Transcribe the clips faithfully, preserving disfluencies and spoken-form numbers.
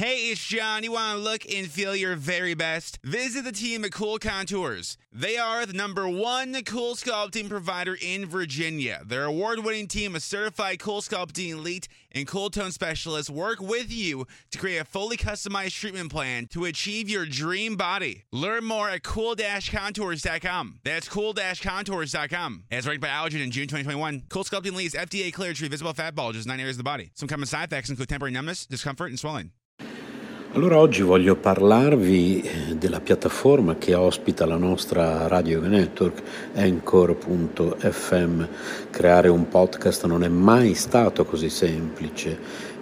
Hey, it's John. You want to look and feel your very best? Visit the team at Cool Contours. They are the number one cool sculpting provider in Virginia. Their award-winning team of certified cool sculpting elite and cool tone specialists work with you to create a fully customized treatment plan to achieve your dream body. Learn more at cool dash contours dot com. That's cool dash contours dot com. As ranked by Allergen in June twenty twenty-one, Cool Sculpting Elite is F D A cleared to treat visible fat bulges in nine areas of the body. Some common side effects include temporary numbness, discomfort, and swelling. Allora oggi voglio parlarvi della piattaforma che ospita la nostra Radio Yoga Network, Anchor punto effe emme. Creare un podcast non è mai stato così semplice,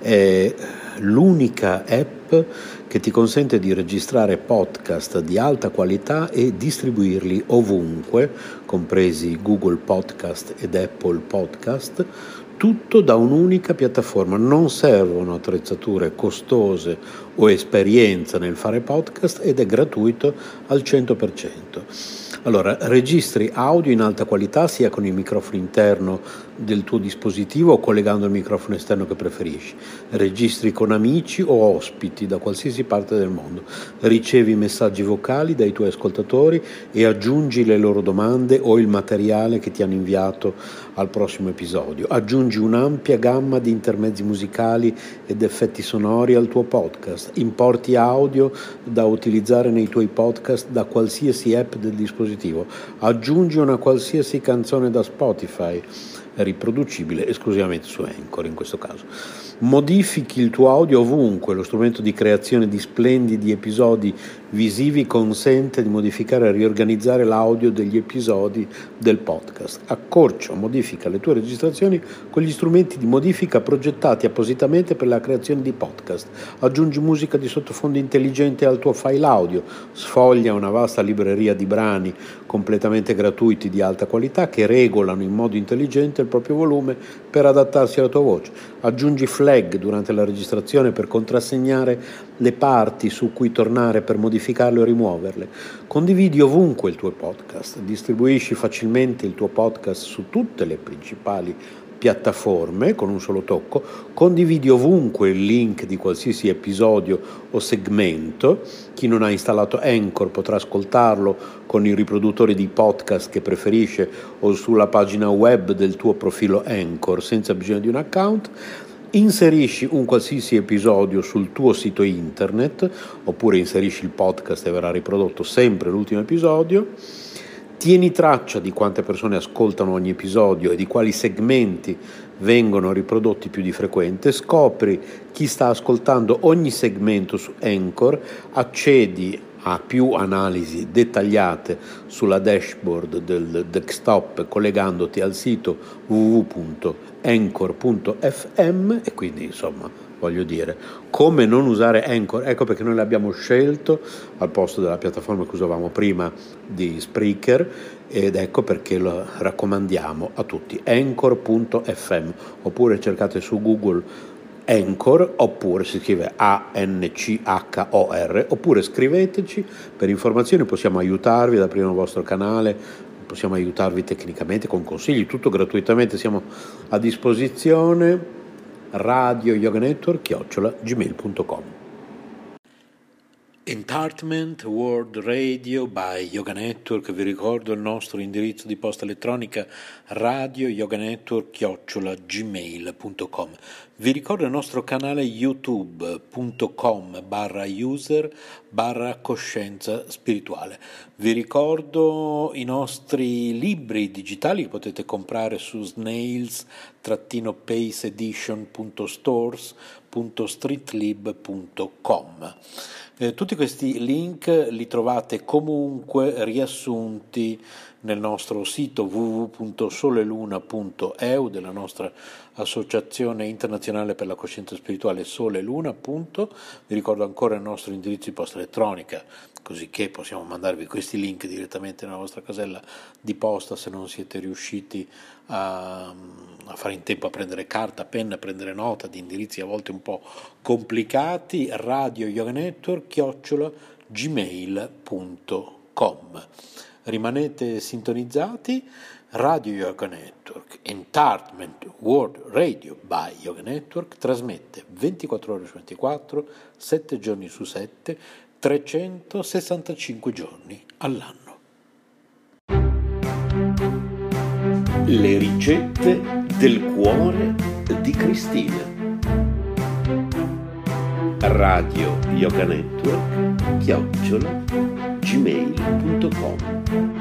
è l'unica app che ti consente di registrare podcast di alta qualità e distribuirli ovunque, compresi Google Podcast ed Apple Podcast, tutto da un'unica piattaforma. Non servono attrezzature costose o esperienza nel fare podcast ed è gratuito al cento per cento. Allora, registri audio in alta qualità sia con il microfono interno del tuo dispositivo o collegando il microfono esterno che preferisci. Registri con amici o ospiti da qualsiasi parte del mondo. Ricevi messaggi vocali dai tuoi ascoltatori e aggiungi le loro domande o il materiale che ti hanno inviato al prossimo episodio. Aggiungi un'ampia gamma di intermezzi musicali ed effetti sonori al tuo podcast. Importi audio da utilizzare nei tuoi podcast da qualsiasi app del dispositivo. Aggiungi una qualsiasi canzone da Spotify, riproducibile esclusivamente su Anchor in questo caso. Modifichi il tuo audio ovunque. Lo strumento di creazione di splendidi episodi visivi consente di modificare e riorganizzare l'audio degli episodi del podcast. Accorcia o modifica le tue registrazioni con gli strumenti di modifica progettati appositamente per la creazione di podcast. Aggiungi musica di sottofondo intelligente al tuo file audio. Sfoglia una vasta libreria di brani completamente gratuiti di alta qualità che regolano in modo intelligente il proprio volume per adattarsi alla tua voce. Aggiungi flag durante la registrazione per contrassegnare le parti su cui tornare per modificarle o rimuoverle. Condividi ovunque il tuo podcast. Distribuisci facilmente il tuo podcast su tutte le principali piattaforme con un solo tocco. Condividi ovunque il link di qualsiasi episodio o segmento. Chi non ha installato Anchor potrà ascoltarlo con i riproduttori di podcast che preferisce o sulla pagina web del tuo profilo Anchor senza bisogno di un account. Inserisci un qualsiasi episodio sul tuo sito internet oppure inserisci il podcast e verrà riprodotto sempre l'ultimo episodio. Tieni traccia di quante persone ascoltano ogni episodio e di quali segmenti vengono riprodotti più di frequente. Scopri chi sta ascoltando ogni segmento su Anchor, accedi a più analisi dettagliate sulla dashboard del desktop collegandoti al sito w w w punto anchor punto effe emme e quindi insomma voglio dire come non usare Anchor. Ecco perché noi l'abbiamo scelto al posto della piattaforma che usavamo prima di Spreaker ed ecco perché lo raccomandiamo a tutti. Anchor punto effe emme oppure cercate su Google Anchor oppure si scrive A N C H O R oppure scriveteci per informazioni, possiamo aiutarvi ad aprire il vostro canale, possiamo aiutarvi tecnicamente con consigli, tutto gratuitamente, siamo a disposizione. Radio Yoga Network chiocciola gmail punto com. Entertainment World Radio by Yoga Network. Vi ricordo il nostro indirizzo di posta elettronica radio yoga network chiocciola gmail punto com. Vi ricordo il nostro canale youtube punto com barra user barra coscienza spirituale. Vi ricordo i nostri libri digitali che potete comprare su snails pace edition punto stores punto streetlib punto com. Eh, tutti questi link li trovate comunque riassunti nel nostro sito w w w punto soleluna punto e u della nostra associazione internazionale per la coscienza spirituale Sole Luna. Punto. Vi ricordo ancora il nostro indirizzo di posta elettronica, così che possiamo mandarvi questi link direttamente nella vostra casella di posta se non siete riusciti a, a fare in tempo a prendere carta, penna, a prendere nota di indirizzi a volte un po' complicati. Radio Yoga Network chiocciola gmail punto com. Rimanete sintonizzati, Radio Yoga Network, Entertainment World Radio by Yoga Network, trasmette ventiquattro ore su ventiquattro, sette giorni su sette, trecentosessantacinque giorni all'anno. Le ricette del cuore di Cristina. Radio Yoga Network, chiocciola, gmail punto com.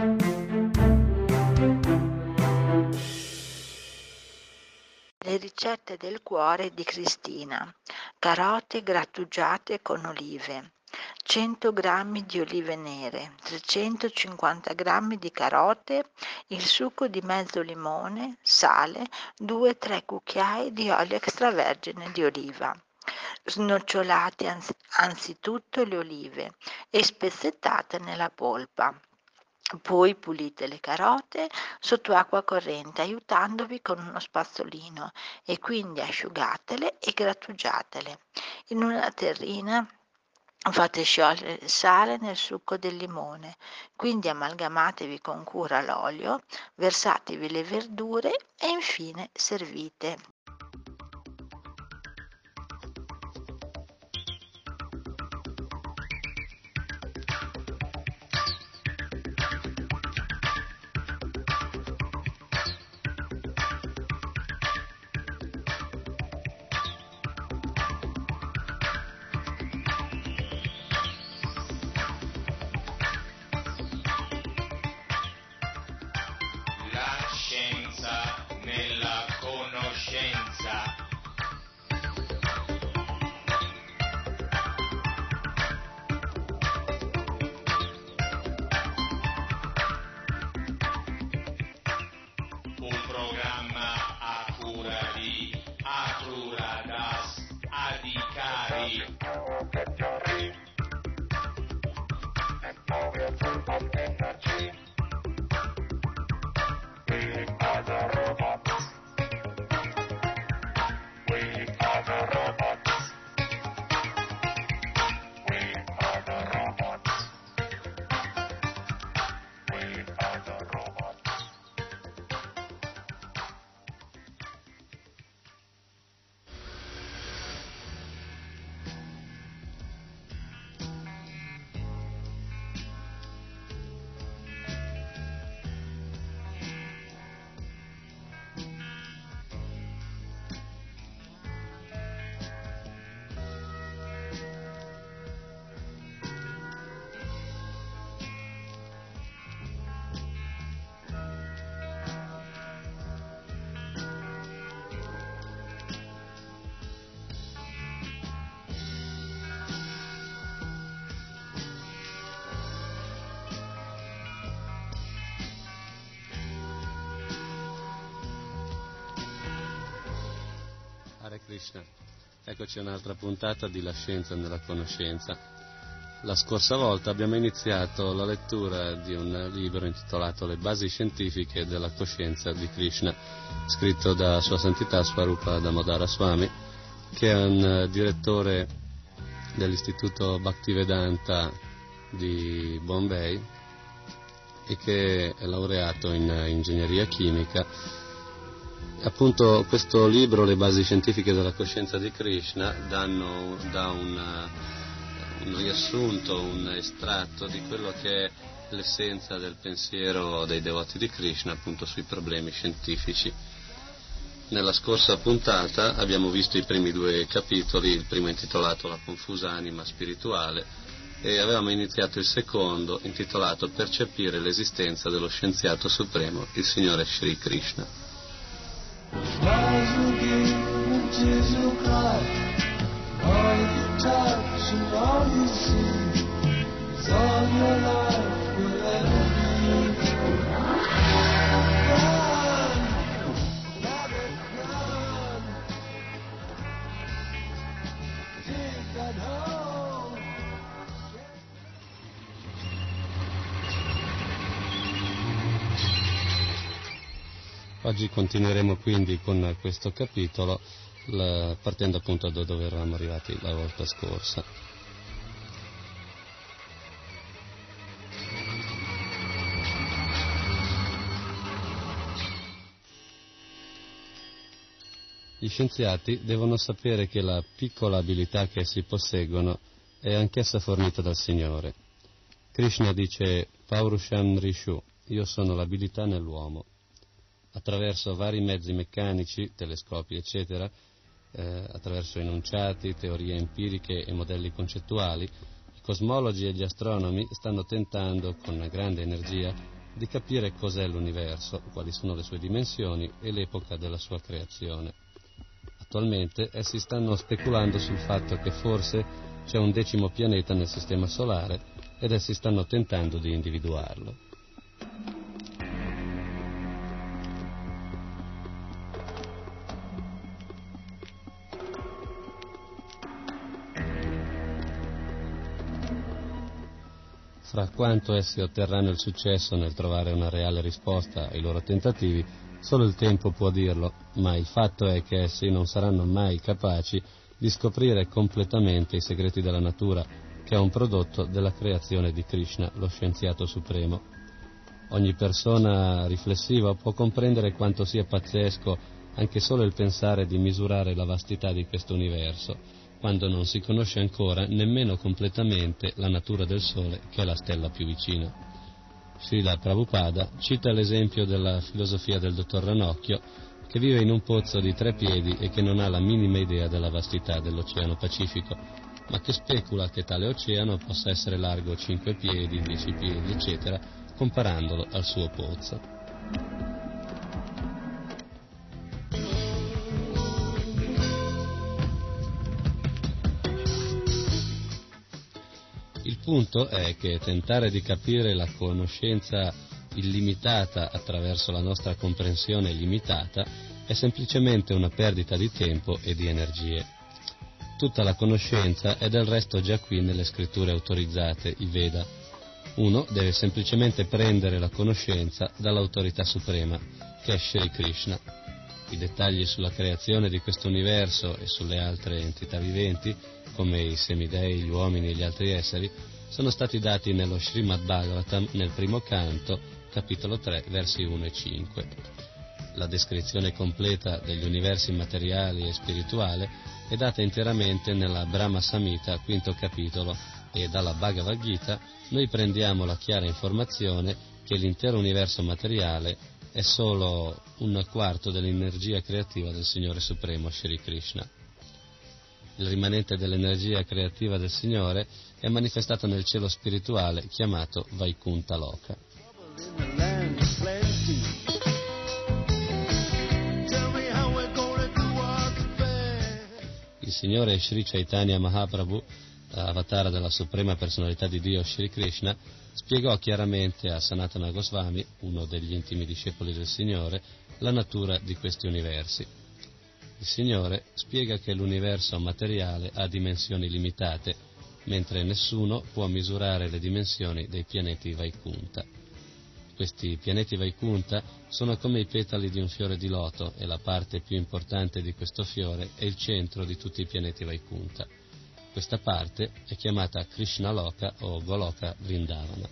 Le ricette del cuore di Cristina. Carote grattugiate con olive, cento grammi di olive nere, trecentocinquanta grammi di carote, il succo di mezzo limone, sale, due tre cucchiai di olio extravergine di oliva. Snocciolate anzi- anzitutto le olive e spezzettate nella polpa. Poi pulite le carote sotto acqua corrente aiutandovi con uno spazzolino e quindi asciugatele e grattugiatele. In una terrina fate sciogliere il sale nel succo del limone, quindi amalgamatevi con cura l'olio, versatevi le verdure e infine servite. Hare Krishna. Eccoci un'altra puntata di La Scienza nella Conoscenza. La scorsa volta abbiamo iniziato la lettura di un libro intitolato Le basi scientifiche della coscienza di Krishna, scritto da Sua Santità Swarupa Damodara Swami, che è un direttore dell'Istituto Bhaktivedanta di Bombay e che è laureato in ingegneria chimica. Appunto questo libro, Le basi scientifiche della coscienza di Krishna, danno, dà un, un riassunto, un estratto di quello che è l'essenza del pensiero dei devoti di Krishna, appunto sui problemi scientifici. Nella scorsa puntata abbiamo visto i primi due capitoli, il primo intitolato La confusa anima spirituale e avevamo iniziato il secondo intitolato Percepire l'esistenza dello scienziato supremo, il Signore Shri Krishna. Stars will give and tears will cry. All you touch and all you see is all your life will ever be. Run, rabbit, run. Dig that hole. Oggi continueremo quindi con questo capitolo, la, partendo appunto da dove eravamo arrivati la volta scorsa. Gli scienziati devono sapere che la piccola abilità che essi posseggono è anch'essa fornita dal Signore. Krishna dice Paurusham Rishu, io sono l'abilità nell'uomo. Attraverso vari mezzi meccanici, telescopi eccetera, eh, attraverso enunciati, teorie empiriche e modelli concettuali, i cosmologi e gli astronomi stanno tentando con grande energia di capire cos'è l'universo, quali sono le sue dimensioni e l'epoca della sua creazione. Attualmente essi stanno speculando sul fatto che forse c'è un decimo pianeta nel Sistema Solare ed essi stanno tentando di individuarlo. Fra quanto essi otterranno il successo nel trovare una reale risposta ai loro tentativi, solo il tempo può dirlo, ma il fatto è che essi non saranno mai capaci di scoprire completamente i segreti della natura, che è un prodotto della creazione di Krishna, lo scienziato supremo. Ogni persona riflessiva può comprendere quanto sia pazzesco anche solo il pensare di misurare la vastità di questo universo, quando non si conosce ancora nemmeno completamente la natura del Sole, che è la stella più vicina. Srila Prabhupada cita l'esempio della filosofia del dottor Ranocchio, che vive in un pozzo di tre piedi e che non ha la minima idea della vastità dell'Oceano Pacifico, ma che specula che tale oceano possa essere largo cinque piedi, dieci piedi, eccetera, comparandolo al suo pozzo. Il punto è che tentare di capire la conoscenza illimitata attraverso la nostra comprensione limitata è semplicemente una perdita di tempo e di energie. Tutta la conoscenza è del resto già qui nelle scritture autorizzate, i Veda. Uno deve semplicemente prendere la conoscenza dall'autorità suprema, che è Shri Krishna. I dettagli sulla creazione di questo universo e sulle altre entità viventi, come i semidei, gli uomini e gli altri esseri, sono stati dati nello Srimad Bhagavatam nel primo canto, capitolo tre, versi uno e cinque. La descrizione completa degli universi materiali e spirituali è data interamente nella Brahma Samhita, quinto capitolo, e dalla Bhagavad Gita noi prendiamo la chiara informazione che l'intero universo materiale è solo un quarto dell'energia creativa del Signore Supremo, Shri Krishna. Il rimanente dell'energia creativa del Signore è manifestato nel cielo spirituale chiamato Vaikuntha Loka. Il Signore Sri Chaitanya Mahaprabhu, avatara della Suprema Personalità di Dio Shri Krishna, spiegò chiaramente a Sanatana Goswami, uno degli intimi discepoli del Signore, la natura di questi universi. Il Signore spiega che l'universo materiale ha dimensioni limitate, mentre nessuno può misurare le dimensioni dei pianeti Vaikuntha. Questi pianeti Vaikuntha sono come i petali di un fiore di loto e la parte più importante di questo fiore è il centro di tutti i pianeti Vaikuntha. Questa parte è chiamata Krishna Loka o Goloka Vrindavana.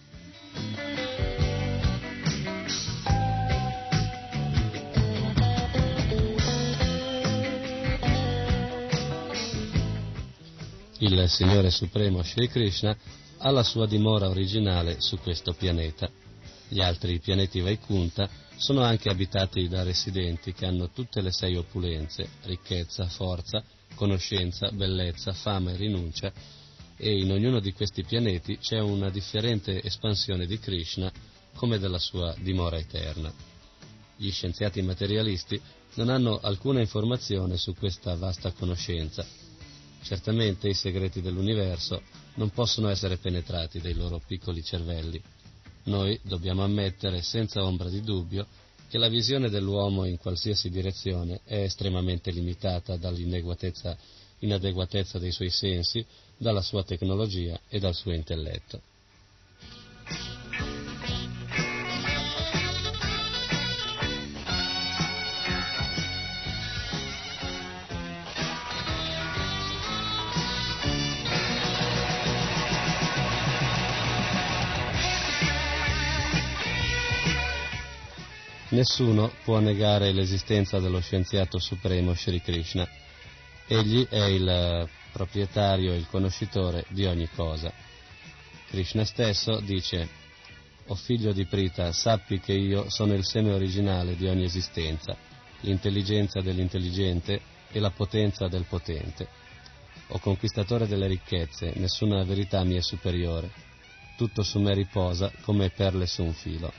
Il Signore Supremo Shri Krishna ha la sua dimora originale su questo pianeta. Gli altri pianeti Vaikuntha sono anche abitati da residenti che hanno tutte le sei opulenze, ricchezza, forza, conoscenza, bellezza, fama e rinuncia, e in ognuno di questi pianeti c'è una differente espansione di Krishna come della sua dimora eterna. Gli scienziati materialisti non hanno alcuna informazione su questa vasta conoscenza. Certamente i segreti dell'universo non possono essere penetrati dai loro piccoli cervelli. Noi dobbiamo ammettere senza ombra di dubbio che la visione dell'uomo in qualsiasi direzione è estremamente limitata dall'inadeguatezza inadeguatezza dei suoi sensi, dalla sua tecnologia e dal suo intelletto. Nessuno può negare l'esistenza dello scienziato supremo Sri Krishna. Egli è il proprietario e il conoscitore di ogni cosa. Krishna stesso dice: «O figlio di Prita, sappi che io sono il seme originale di ogni esistenza, l'intelligenza dell'intelligente e la potenza del potente. O conquistatore delle ricchezze, nessuna verità mi è superiore. Tutto su me riposa come perle su un filo».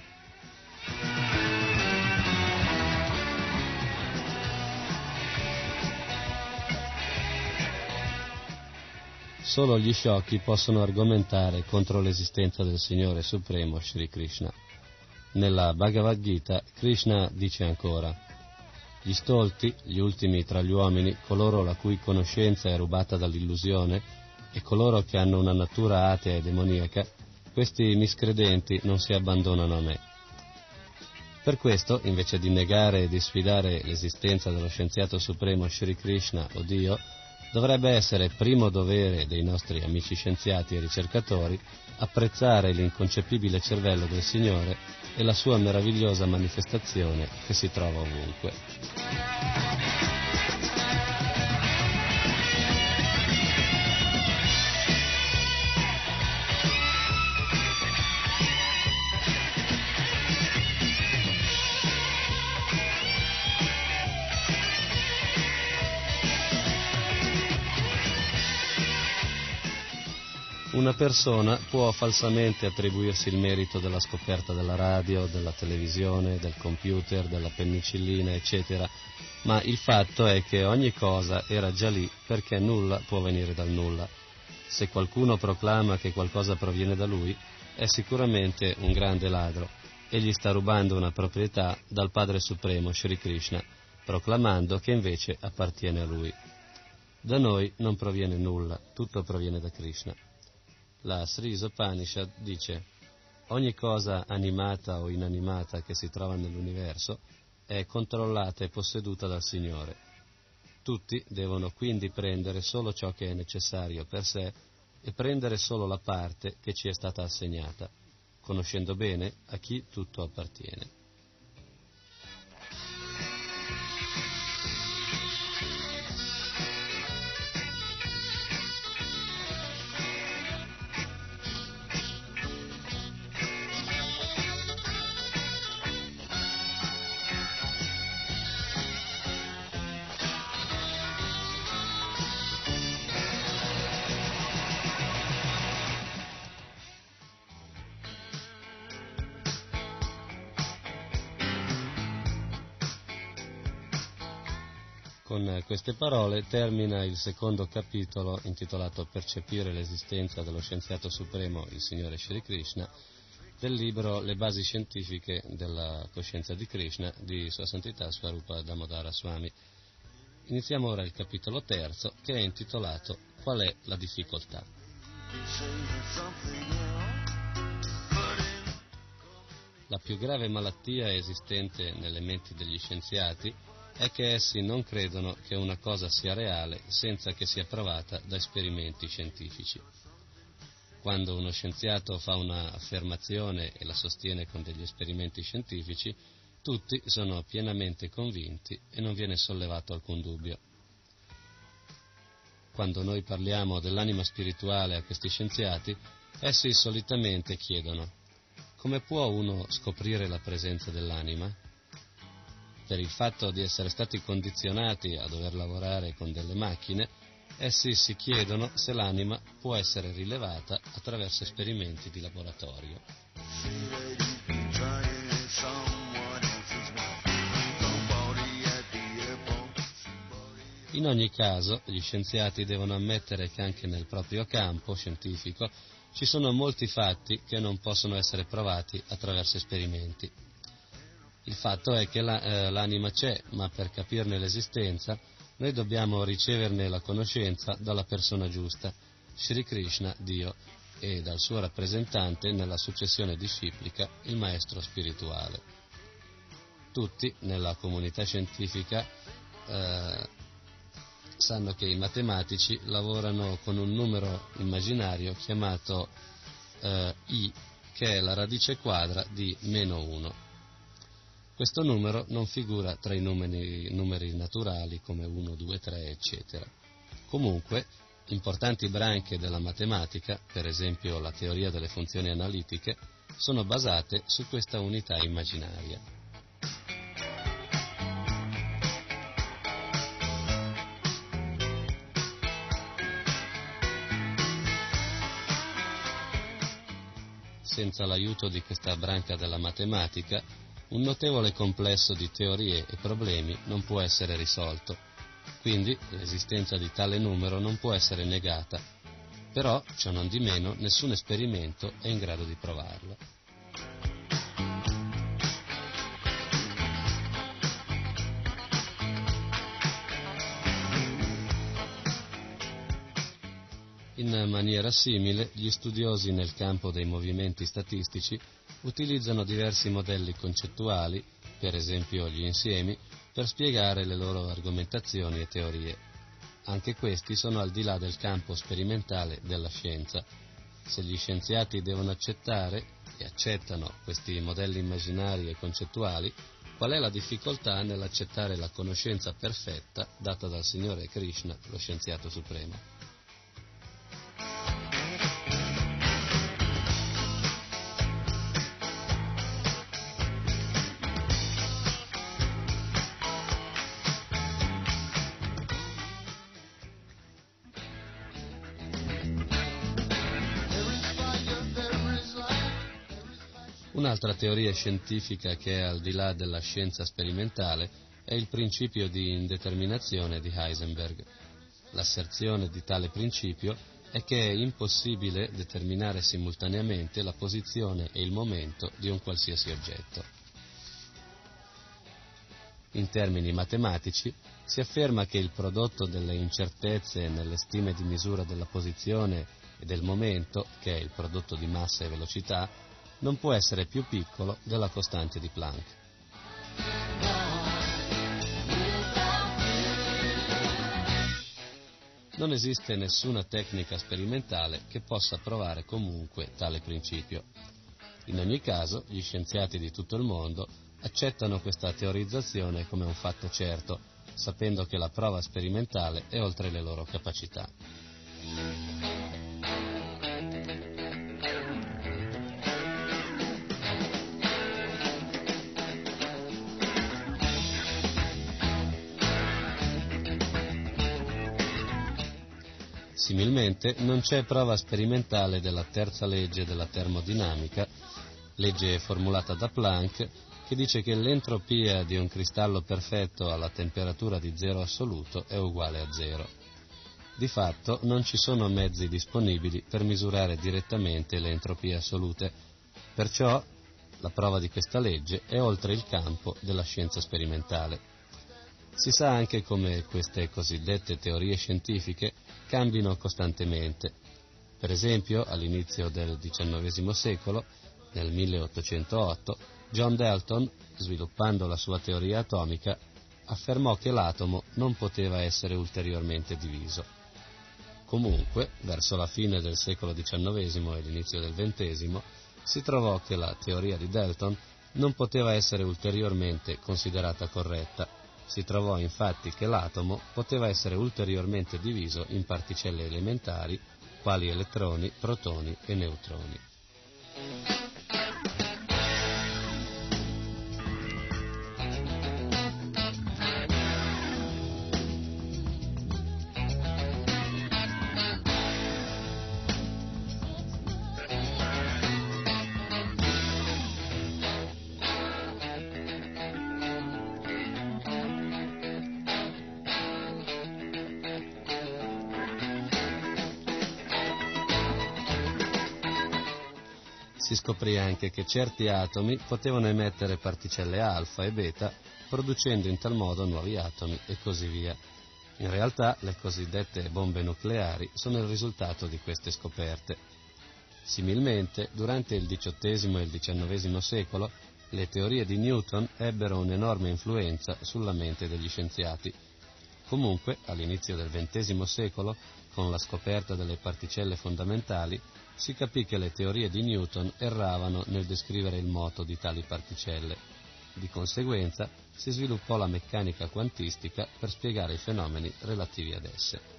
Solo gli sciocchi possono argomentare contro l'esistenza del Signore Supremo Sri Krishna. Nella Bhagavad Gita, Krishna dice ancora: «Gli stolti, gli ultimi tra gli uomini, coloro la cui conoscenza è rubata dall'illusione, e coloro che hanno una natura atea e demoniaca, questi miscredenti non si abbandonano a me». Per questo, invece di negare e di sfidare l'esistenza dello scienziato supremo Sri Krishna o Dio, dovrebbe essere primo dovere dei nostri amici scienziati e ricercatori apprezzare l'inconcepibile cervello del Signore e la sua meravigliosa manifestazione che si trova ovunque. Una persona può falsamente attribuirsi il merito della scoperta della radio, della televisione, del computer, della penicillina, eccetera, ma il fatto è che ogni cosa era già lì perché nulla può venire dal nulla. Se qualcuno proclama che qualcosa proviene da lui, è sicuramente un grande ladro. Egli sta rubando una proprietà dal Padre Supremo Sri Krishna, proclamando che invece appartiene a lui. Da noi non proviene nulla, tutto proviene da Krishna. La Sri Upanishad dice: ogni cosa animata o inanimata che si trova nell'universo è controllata e posseduta dal Signore. Tutti devono quindi prendere solo ciò che è necessario per sé e prendere solo la parte che ci è stata assegnata, conoscendo bene a chi tutto appartiene. Con queste parole termina il secondo capitolo intitolato Percepire l'esistenza dello scienziato supremo, il Signore Sri Krishna, del libro Le basi scientifiche della coscienza di Krishna di Sua Santità Swarupa Damodara Swami. Iniziamo ora il capitolo terzo, che è intitolato Qual è la difficoltà? La più grave malattia esistente nelle menti degli scienziati è che essi non credono che una cosa sia reale senza che sia provata da esperimenti scientifici. Quando uno scienziato fa una affermazione e la sostiene con degli esperimenti scientifici, tutti sono pienamente convinti e non viene sollevato alcun dubbio. Quando noi parliamo dell'anima spirituale a questi scienziati, essi solitamente chiedono: come può uno scoprire la presenza dell'anima? Per il fatto di essere stati condizionati a dover lavorare con delle macchine, essi si chiedono se l'anima può essere rilevata attraverso esperimenti di laboratorio. In ogni caso, gli scienziati devono ammettere che anche nel proprio campo scientifico ci sono molti fatti che non possono essere provati attraverso esperimenti. Il fatto è che la, eh, l'anima c'è, ma per capirne l'esistenza noi dobbiamo riceverne la conoscenza dalla persona giusta, Sri Krishna, Dio, e dal suo rappresentante nella successione disciplica, il maestro spirituale. Tutti nella comunità scientifica eh, sanno che i matematici lavorano con un numero immaginario chiamato eh, I, che è la radice quadra di meno uno. questo numero non figura tra i numeri, numeri naturali come uno, due, tre, eccetera. Comunque, importanti branche della matematica, per esempio la teoria delle funzioni analitiche, sono basate su questa unità immaginaria. Senza l'aiuto di questa branca della matematica, un notevole complesso di teorie e problemi non può essere risolto. Quindi l'esistenza di tale numero non può essere negata, però, ciò non di meno, nessun esperimento è in grado di provarlo. In maniera simile, gli studiosi nel campo dei movimenti statistici utilizzano diversi modelli concettuali, per esempio gli insiemi, per spiegare le loro argomentazioni e teorie. Anche questi sono al di là del campo sperimentale della scienza. Se gli scienziati devono accettare, e accettano, questi modelli immaginari e concettuali, qual è la difficoltà nell'accettare la conoscenza perfetta data dal Signore Krishna, lo scienziato supremo? Un'altra teoria scientifica che è al di là della scienza sperimentale è il principio di indeterminazione di Heisenberg. L'asserzione di tale principio è che è impossibile determinare simultaneamente la posizione e il momento di un qualsiasi oggetto. In termini matematici, si afferma che il prodotto delle incertezze nelle stime di misura della posizione e del momento, che è il prodotto di massa e velocità, non può essere più piccolo della costante di Planck. Non esiste nessuna tecnica sperimentale che possa provare comunque tale principio. In ogni caso, gli scienziati di tutto il mondo accettano questa teorizzazione come un fatto certo, sapendo che la prova sperimentale è oltre le loro capacità. Similmente, non c'è prova sperimentale della terza legge della termodinamica, legge formulata da Planck, che dice che l'entropia di un cristallo perfetto alla temperatura di zero assoluto è uguale a zero. Di fatto, non ci sono mezzi disponibili per misurare direttamente le entropie assolute, perciò la prova di questa legge è oltre il campo della scienza sperimentale. Si sa anche come queste cosiddette teorie scientifiche cambino costantemente. Per esempio, all'inizio del diciannovesimo secolo, nel milleottocentootto, John Dalton, sviluppando la sua teoria atomica, affermò che l'atomo non poteva essere ulteriormente diviso. Comunque, verso la fine del secolo diciannovesimo e l'inizio del ventesimo, si trovò che la teoria di Dalton non poteva essere ulteriormente considerata corretta. Si trovò infatti che l'atomo poteva essere ulteriormente diviso in particelle elementari, quali elettroni, protoni e neutroni. Si scoprì anche che certi atomi potevano emettere particelle alfa e beta, producendo in tal modo nuovi atomi e così via. In realtà, le cosiddette bombe nucleari sono il risultato di queste scoperte. Similmente, durante il diciottesimo e il diciannovesimo secolo, le teorie di Newton ebbero un'enorme influenza sulla mente degli scienziati. Comunque, all'inizio del ventesimo secolo, con la scoperta delle particelle fondamentali, si capì che le teorie di Newton erravano nel descrivere il moto di tali particelle. Di conseguenza si sviluppò la meccanica quantistica per spiegare i fenomeni relativi ad esse.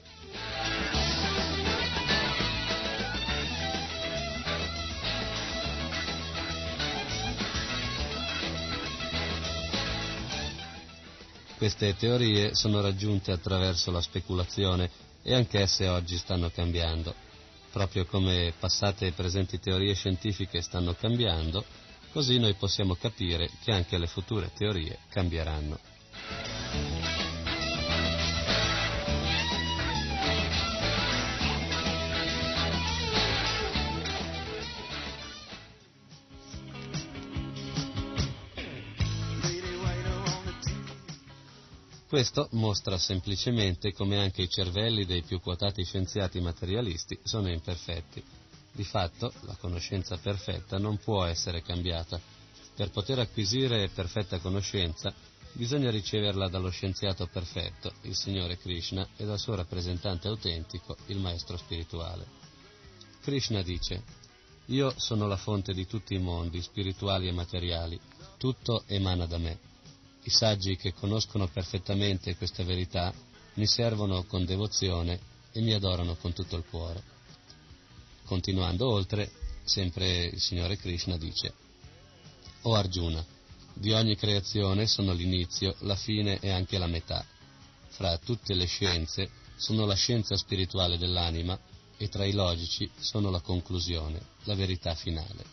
Queste teorie sono raggiunte attraverso la speculazione e anch'esse oggi stanno cambiando. Proprio come passate e presenti teorie scientifiche stanno cambiando, così noi possiamo capire che anche le future teorie cambieranno. Questo mostra semplicemente come anche i cervelli dei più quotati scienziati materialisti sono imperfetti. Di fatto, la conoscenza perfetta non può essere cambiata. Per poter acquisire perfetta conoscenza, bisogna riceverla dallo scienziato perfetto, il Signore Krishna, e dal suo rappresentante autentico, il Maestro spirituale. Krishna dice: «Io sono la fonte di tutti i mondi, spirituali e materiali. Tutto emana da me. I saggi che conoscono perfettamente questa verità mi servono con devozione e mi adorano con tutto il cuore». Continuando oltre, sempre il Signore Krishna dice: «O Arjuna, di ogni creazione sono l'inizio, la fine e anche la metà. Fra tutte le scienze sono la scienza spirituale dell'anima e tra i logici sono la conclusione, la verità finale».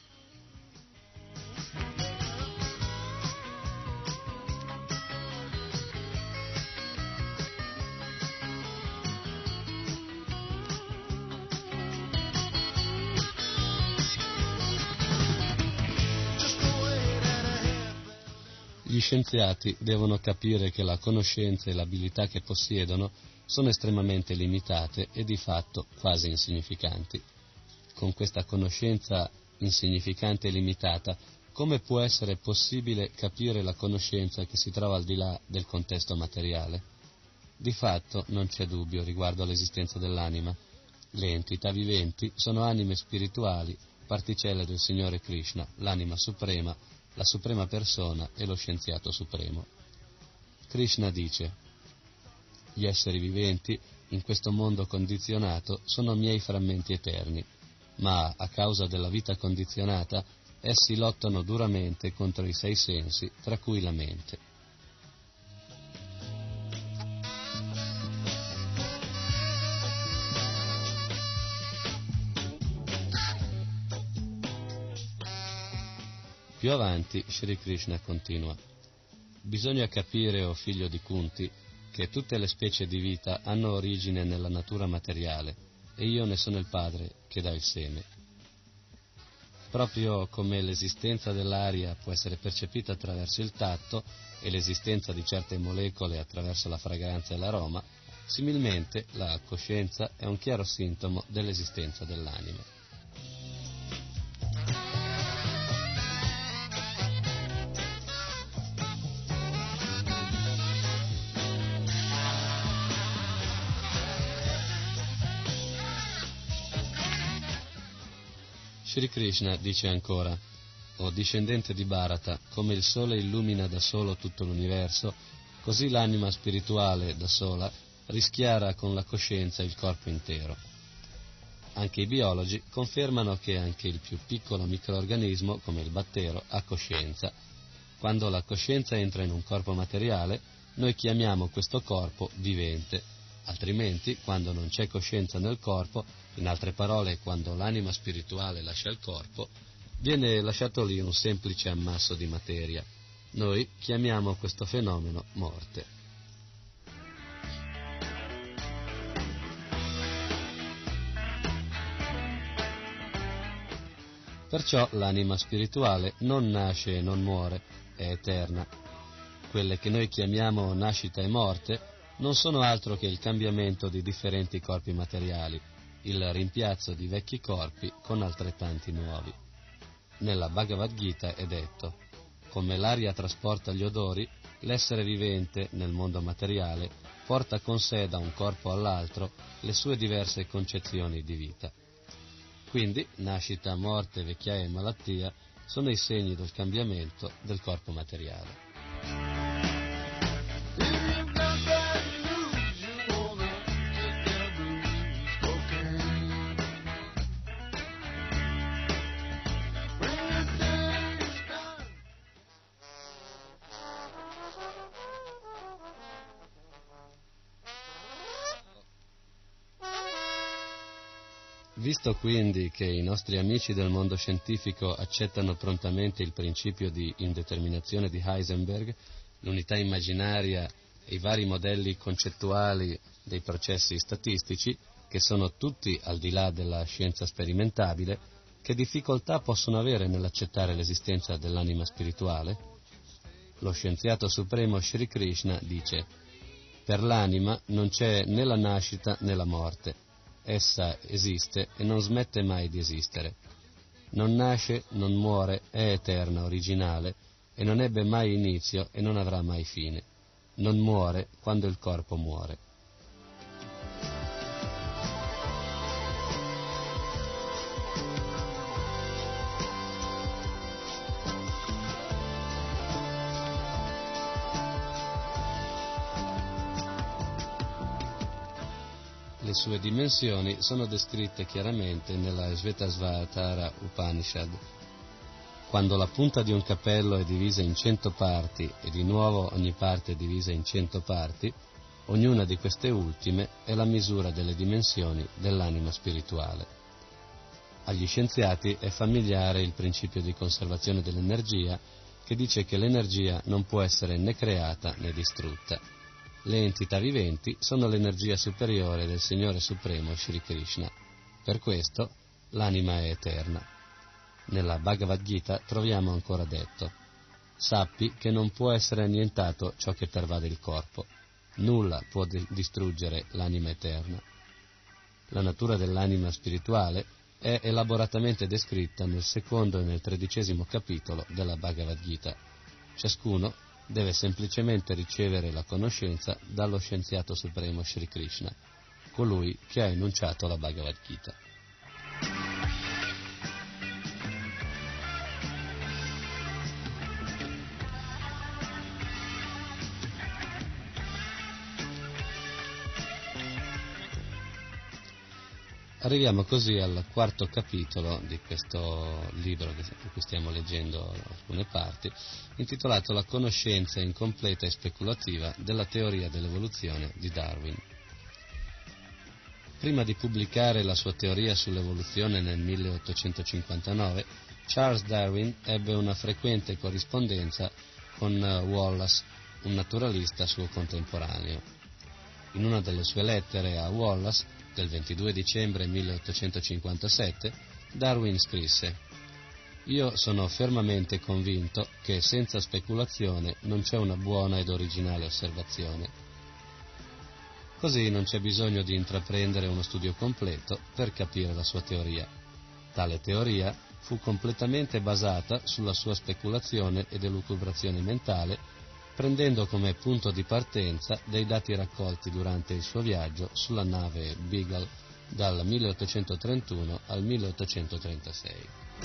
Gli scienziati devono capire che la conoscenza e l'abilità che possiedono sono estremamente limitate e di fatto quasi insignificanti. Con questa conoscenza insignificante e limitata, come può essere possibile capire la conoscenza che si trova al di là del contesto materiale? Di fatto non c'è dubbio riguardo all'esistenza dell'anima. Le entità viventi sono anime spirituali, particelle del Signore Krishna, l'anima suprema, la suprema persona e lo scienziato supremo. Krishna dice: «Gli esseri viventi in questo mondo condizionato sono miei frammenti eterni, ma a causa della vita condizionata essi lottano duramente contro i sei sensi, tra cui la mente». Più avanti Shri Krishna continua: «Bisogna capire, o figlio di Kunti, che tutte le specie di vita hanno origine nella natura materiale e io ne sono il padre che dà il seme. Proprio come l'esistenza dell'aria può essere percepita attraverso il tatto e l'esistenza di certe molecole attraverso la fragranza e l'aroma, similmente la coscienza è un chiaro sintomo dell'esistenza dell'anima». Shri Krishna dice ancora: «O discendente di Bharata, come il sole illumina da solo tutto l'universo, così l'anima spirituale da sola rischiara con la coscienza il corpo intero». Anche i biologi confermano che anche il più piccolo microorganismo, come il battero, ha coscienza. Quando la coscienza entra in un corpo materiale, noi chiamiamo questo corpo vivente. Altrimenti, quando non c'è coscienza nel corpo, in altre parole, quando l'anima spirituale lascia il corpo, viene lasciato lì un semplice ammasso di materia. Noi chiamiamo questo fenomeno morte. Perciò l'anima spirituale non nasce e non muore, è eterna. Quelle che noi chiamiamo nascita e morte non sono altro che il cambiamento di differenti corpi materiali, il rimpiazzo di vecchi corpi con altrettanti nuovi. Nella Bhagavad Gita è detto: come l'aria trasporta gli odori, l'essere vivente nel mondo materiale porta con sé da un corpo all'altro le sue diverse concezioni di vita. Quindi nascita, morte, vecchiaia e malattia sono i segni del cambiamento del corpo materiale. Visto quindi che i nostri amici del mondo scientifico accettano prontamente il principio di indeterminazione di Heisenberg, l'unità immaginaria e i vari modelli concettuali dei processi statistici, che sono tutti al di là della scienza sperimentabile, che difficoltà possono avere nell'accettare l'esistenza dell'anima spirituale? Lo scienziato supremo Sri Krishna dice: per l'anima non c'è né la nascita né la morte. Essa esiste e non smette mai di esistere. Non nasce, non muore, è eterna, originale, e non ebbe mai inizio e non avrà mai fine. Non muore quando il corpo muore. Le sue dimensioni sono descritte chiaramente nella Svetasvatara Upanishad. Quando la punta di un cappello è divisa in cento parti e di nuovo ogni parte è divisa in cento parti, ognuna di queste ultime è la misura delle dimensioni dell'anima spirituale. Agli scienziati è familiare il principio di conservazione dell'energia, che dice che l'energia non può essere né creata né distrutta. Le entità viventi sono l'energia superiore del Signore Supremo Sri Krishna. Per questo l'anima è eterna. Nella Bhagavad Gita troviamo ancora detto: sappi che non può essere annientato ciò che pervade il corpo. Nulla può de- distruggere l'anima eterna. La natura dell'anima spirituale è elaboratamente descritta nel secondo e nel tredicesimo capitolo della Bhagavad Gita. Ciascuno deve semplicemente ricevere la conoscenza dallo scienziato supremo Sri Krishna, colui che ha enunciato la Bhagavad Gita. Arriviamo così al quarto capitolo di questo libro di cui stiamo leggendo alcune parti, intitolato La conoscenza incompleta e speculativa della teoria dell'evoluzione di Darwin. Prima di pubblicare la sua teoria sull'evoluzione nel milleottocentocinquantanove, Charles Darwin ebbe una frequente corrispondenza con Wallace, un naturalista suo contemporaneo. In una delle sue lettere a Wallace, del ventidue dicembre milleottocentocinquantasette, Darwin scrisse: «Io sono fermamente convinto che senza speculazione non c'è una buona ed originale osservazione. Così non c'è bisogno di intraprendere uno studio completo per capire la sua teoria. Tale teoria fu completamente basata sulla sua speculazione ed elucubrazione mentale, prendendo come punto di partenza dei dati raccolti durante il suo viaggio sulla nave Beagle dal milleottocentotrentuno al milleottocentotrentasei.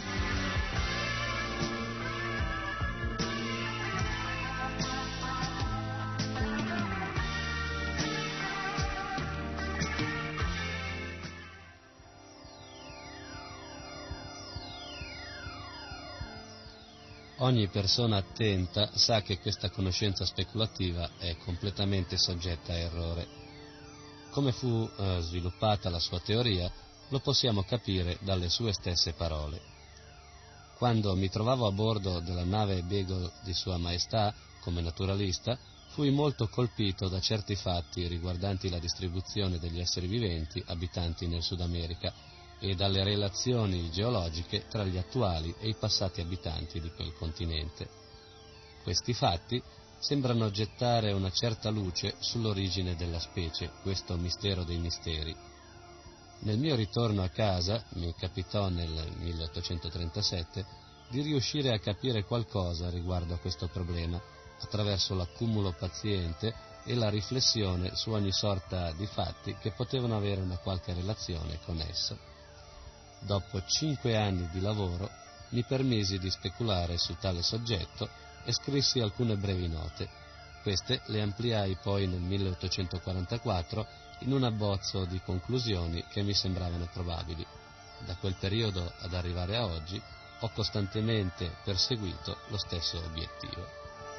Ogni persona attenta sa che questa conoscenza speculativa è completamente soggetta a errore. Come fu eh, sviluppata la sua teoria lo possiamo capire dalle sue stesse parole. Quando mi trovavo a bordo della nave Beagle di Sua Maestà come naturalista, fui molto colpito da certi fatti riguardanti la distribuzione degli esseri viventi abitanti nel Sud America e dalle relazioni geologiche tra gli attuali e i passati abitanti di quel continente. Questi fatti sembrano gettare una certa luce sull'origine della specie, questo mistero dei misteri. Nel mio ritorno a casa mi capitò nel milleottocentotrentasette di riuscire a capire qualcosa riguardo a questo problema attraverso l'accumulo paziente e la riflessione su ogni sorta di fatti che potevano avere una qualche relazione con esso. Dopo cinque anni di lavoro mi permisi di speculare su tale soggetto e scrissi alcune brevi note. Queste le ampliai poi nel milleottocentoquarantaquattro in un abbozzo di conclusioni che mi sembravano probabili. Da quel periodo ad arrivare a oggi ho costantemente perseguito lo stesso obiettivo.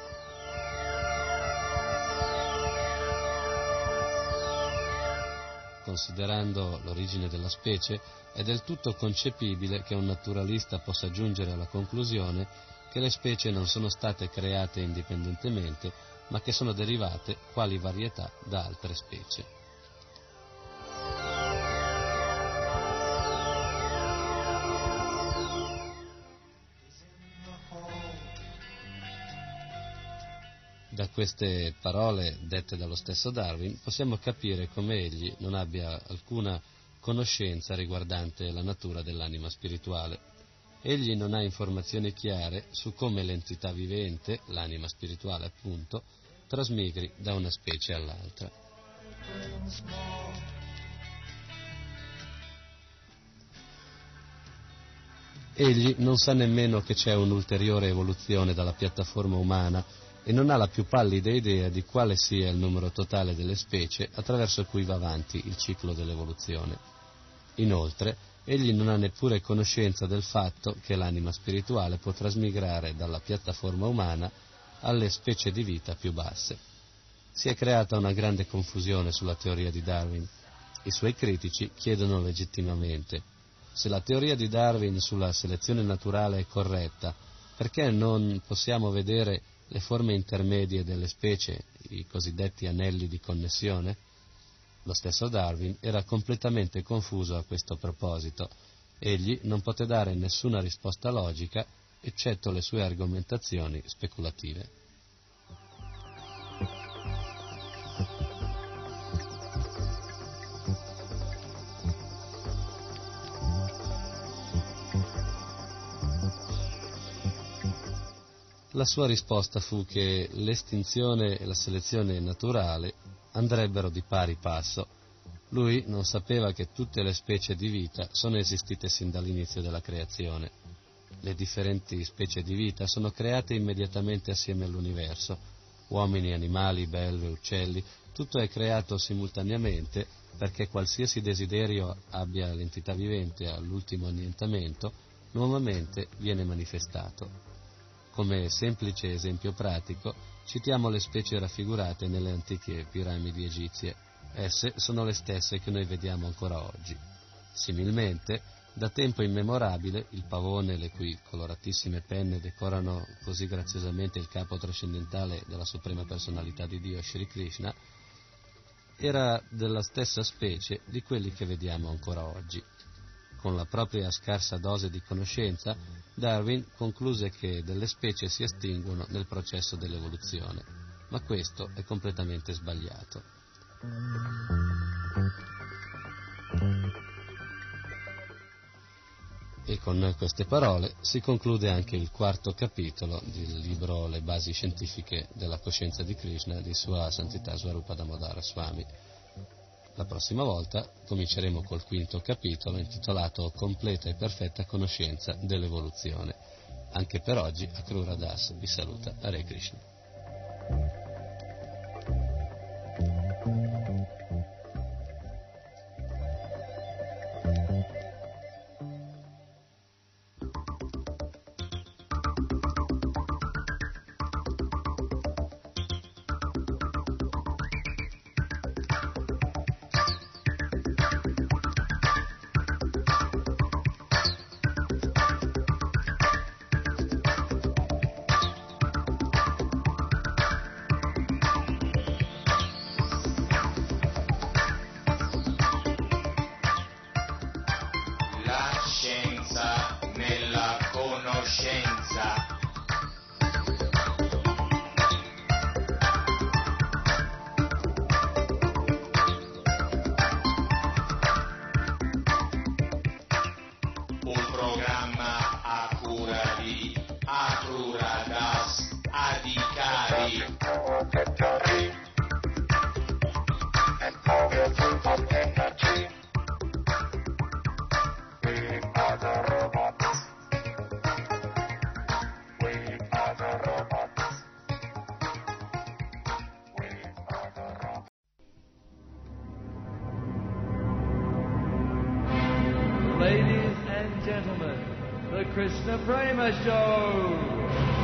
Considerando l'origine della specie, è del tutto concepibile che un naturalista possa giungere alla conclusione che le specie non sono state create indipendentemente, ma che sono derivate quali varietà da altre specie. Da queste parole dette dallo stesso Darwin possiamo capire come egli non abbia alcuna conoscenza riguardante la natura dell'anima spirituale. Egli non ha informazioni chiare su come l'entità vivente, l'anima spirituale appunto, trasmigri da una specie all'altra. Egli non sa nemmeno che c'è un'ulteriore evoluzione dalla piattaforma umana e non ha la più pallida idea di quale sia il numero totale delle specie attraverso cui va avanti il ciclo dell'evoluzione. Inoltre, egli non ha neppure conoscenza del fatto che l'anima spirituale può trasmigrare dalla piattaforma umana alle specie di vita più basse. Si è creata una grande confusione sulla teoria di Darwin. I suoi critici chiedono legittimamente: se la teoria di Darwin sulla selezione naturale è corretta, perché non possiamo vedere le forme intermedie delle specie, i cosiddetti anelli di connessione? Lo stesso Darwin era completamente confuso a questo proposito. Egli non poté dare nessuna risposta logica, eccetto le sue argomentazioni speculative. La sua risposta fu che l'estinzione e la selezione naturale andrebbero di pari passo. Lui non sapeva che tutte le specie di vita sono esistite sin dall'inizio della creazione. Le differenti specie di vita sono create immediatamente assieme all'universo. Uomini, animali, belve, uccelli, tutto è creato simultaneamente perché qualsiasi desiderio abbia l'entità vivente all'ultimo annientamento, nuovamente viene manifestato. Come semplice esempio pratico, citiamo le specie raffigurate nelle antiche piramidi egizie. Esse sono le stesse che noi vediamo ancora oggi. Similmente, da tempo immemorabile, il pavone, le cui coloratissime penne decorano così graziosamente il capo trascendentale della suprema personalità di Dio, Shri Krishna, era della stessa specie di quelli che vediamo ancora oggi. Con la propria scarsa dose di conoscenza, Darwin concluse che delle specie si estinguono nel processo dell'evoluzione, ma questo è completamente sbagliato. E con queste parole si conclude anche il quarto capitolo del libro Le basi scientifiche della coscienza di Krishna di Sua Santità Swarupa Damodara Swami. La prossima volta cominceremo col quinto capitolo intitolato Completa e perfetta conoscenza dell'evoluzione. Anche per oggi Akrura Das vi saluta. Hare Krishna. We are the robots. gentlemen, the Krishna Prema Show!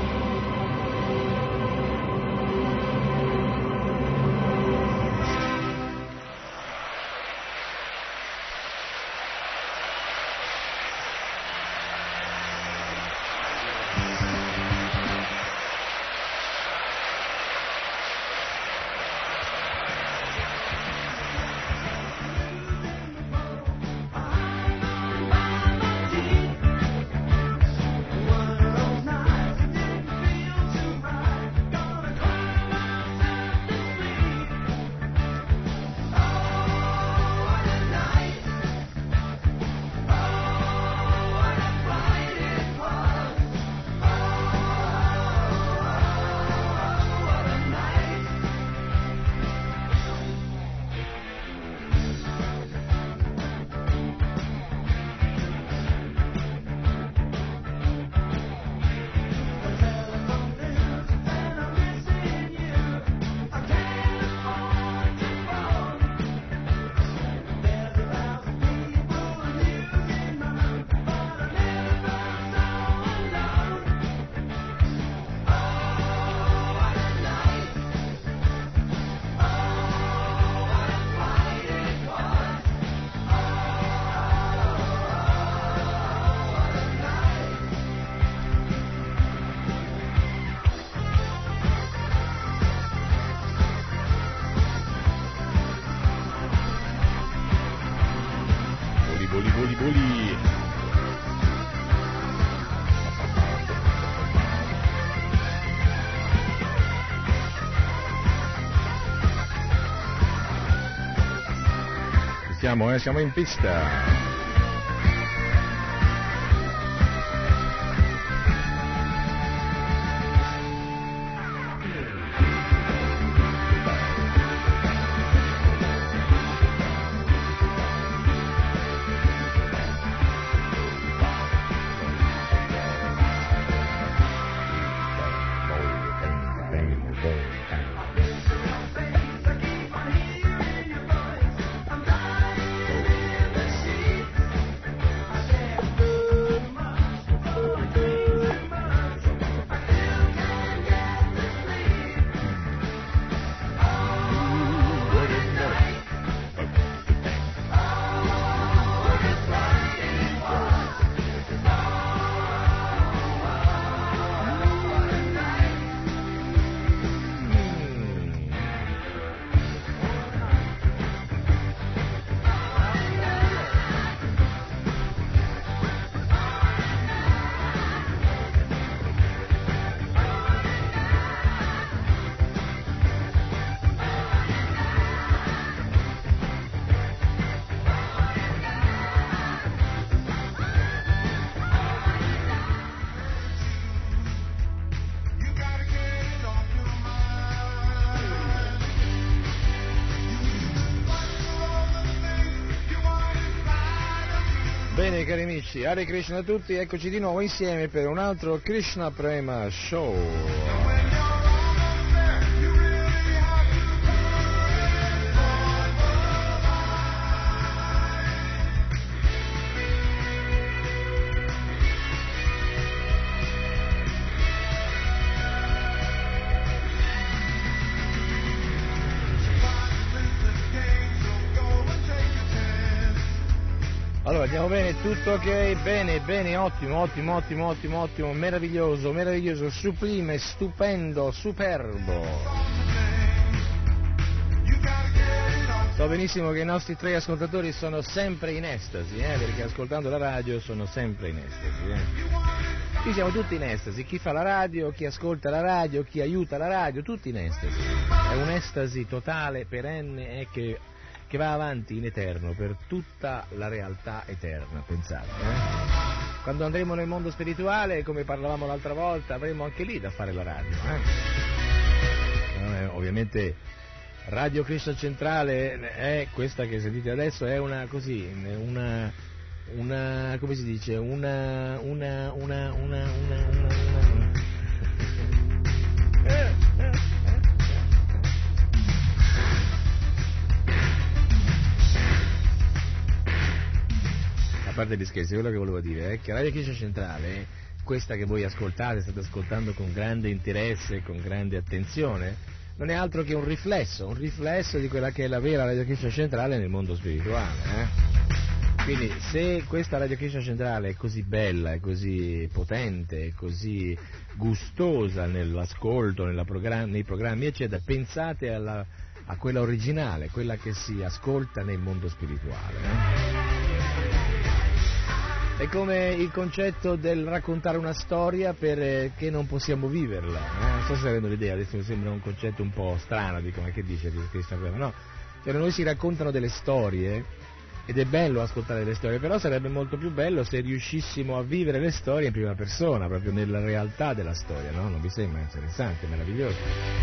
Siamo, eh, siamo in pista. Bene cari amici, Hare Krishna a tutti, eccoci di nuovo insieme per un altro Krishna Prema Show. Allora, andiamo bene, tutto ok? Bene, bene, ottimo, ottimo, ottimo, ottimo, ottimo, meraviglioso, meraviglioso, sublime, stupendo, superbo. So benissimo che i nostri tre ascoltatori sono sempre in estasi, eh, perché ascoltando la radio sono sempre in estasi, eh. Qui siamo tutti in estasi, chi fa la radio, chi ascolta la radio, chi aiuta la radio, tutti in estasi. È un'estasi totale, perenne e che... che va avanti in eterno per tutta la realtà eterna, pensate. Eh? Quando andremo nel mondo spirituale, come parlavamo l'altra volta, avremo anche lì da fare la radio. Eh? Eh, ovviamente Radio Krishna Centrale è questa che sentite adesso, è una così, una, una come si dice, una, una, una, una, una, una, una. parte gli scherzi, quello che volevo dire è che Radio Chiesa Centrale, questa che voi ascoltate, state ascoltando con grande interesse, con grande attenzione, non è altro che un riflesso, un riflesso di quella che è la vera Radio Chiesa Centrale nel mondo spirituale. Eh? Quindi se questa Radio Chiesa Centrale è così bella, è così potente, è così gustosa nell'ascolto, nella programma, nei programmi eccetera, pensate alla, a quella originale, quella che si ascolta nel mondo spirituale. Eh? È come il concetto del raccontare una storia perché non possiamo viverla. Eh? Non so se avete l'idea, adesso mi sembra un concetto un po' strano, dico, ma che dice Cristo? No, cioè noi si raccontano delle storie ed è bello ascoltare delle storie, però sarebbe molto più bello se riuscissimo a vivere le storie in prima persona, proprio nella realtà della storia, no? Non vi sembra interessante, meraviglioso?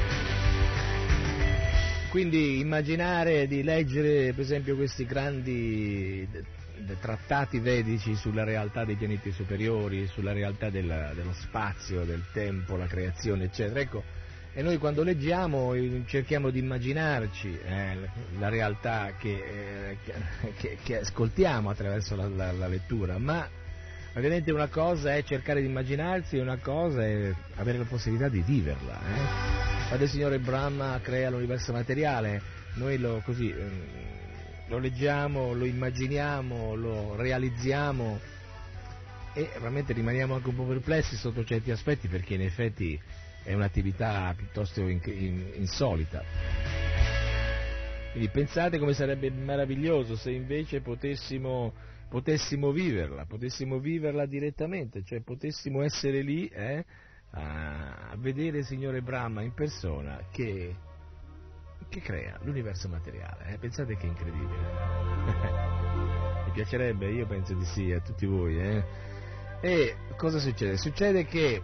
Quindi immaginare di leggere per esempio questi grandi trattati vedici sulla realtà dei pianeti superiori, sulla realtà della, dello spazio, del tempo, la creazione eccetera, ecco, e noi quando leggiamo cerchiamo di immaginarci eh, la realtà che, eh, che, che ascoltiamo attraverso la, la, la lettura, ma ovviamente una cosa è cercare di immaginarsi e una cosa è avere la possibilità di viverla. Eh. Quando il Signore Brahma crea l'universo materiale, noi lo così eh, lo leggiamo, lo immaginiamo, lo realizziamo e veramente rimaniamo anche un po' perplessi sotto certi aspetti, perché in effetti è un'attività piuttosto in, in, insolita. Quindi pensate come sarebbe meraviglioso se invece potessimo, potessimo viverla, potessimo viverla direttamente, cioè potessimo essere lì eh, a, a vedere il Signore Brahma in persona che, che crea l'universo materiale. Eh? Pensate che incredibile. Mi piacerebbe, io penso di sì, a tutti voi. Eh? E cosa succede? Succede che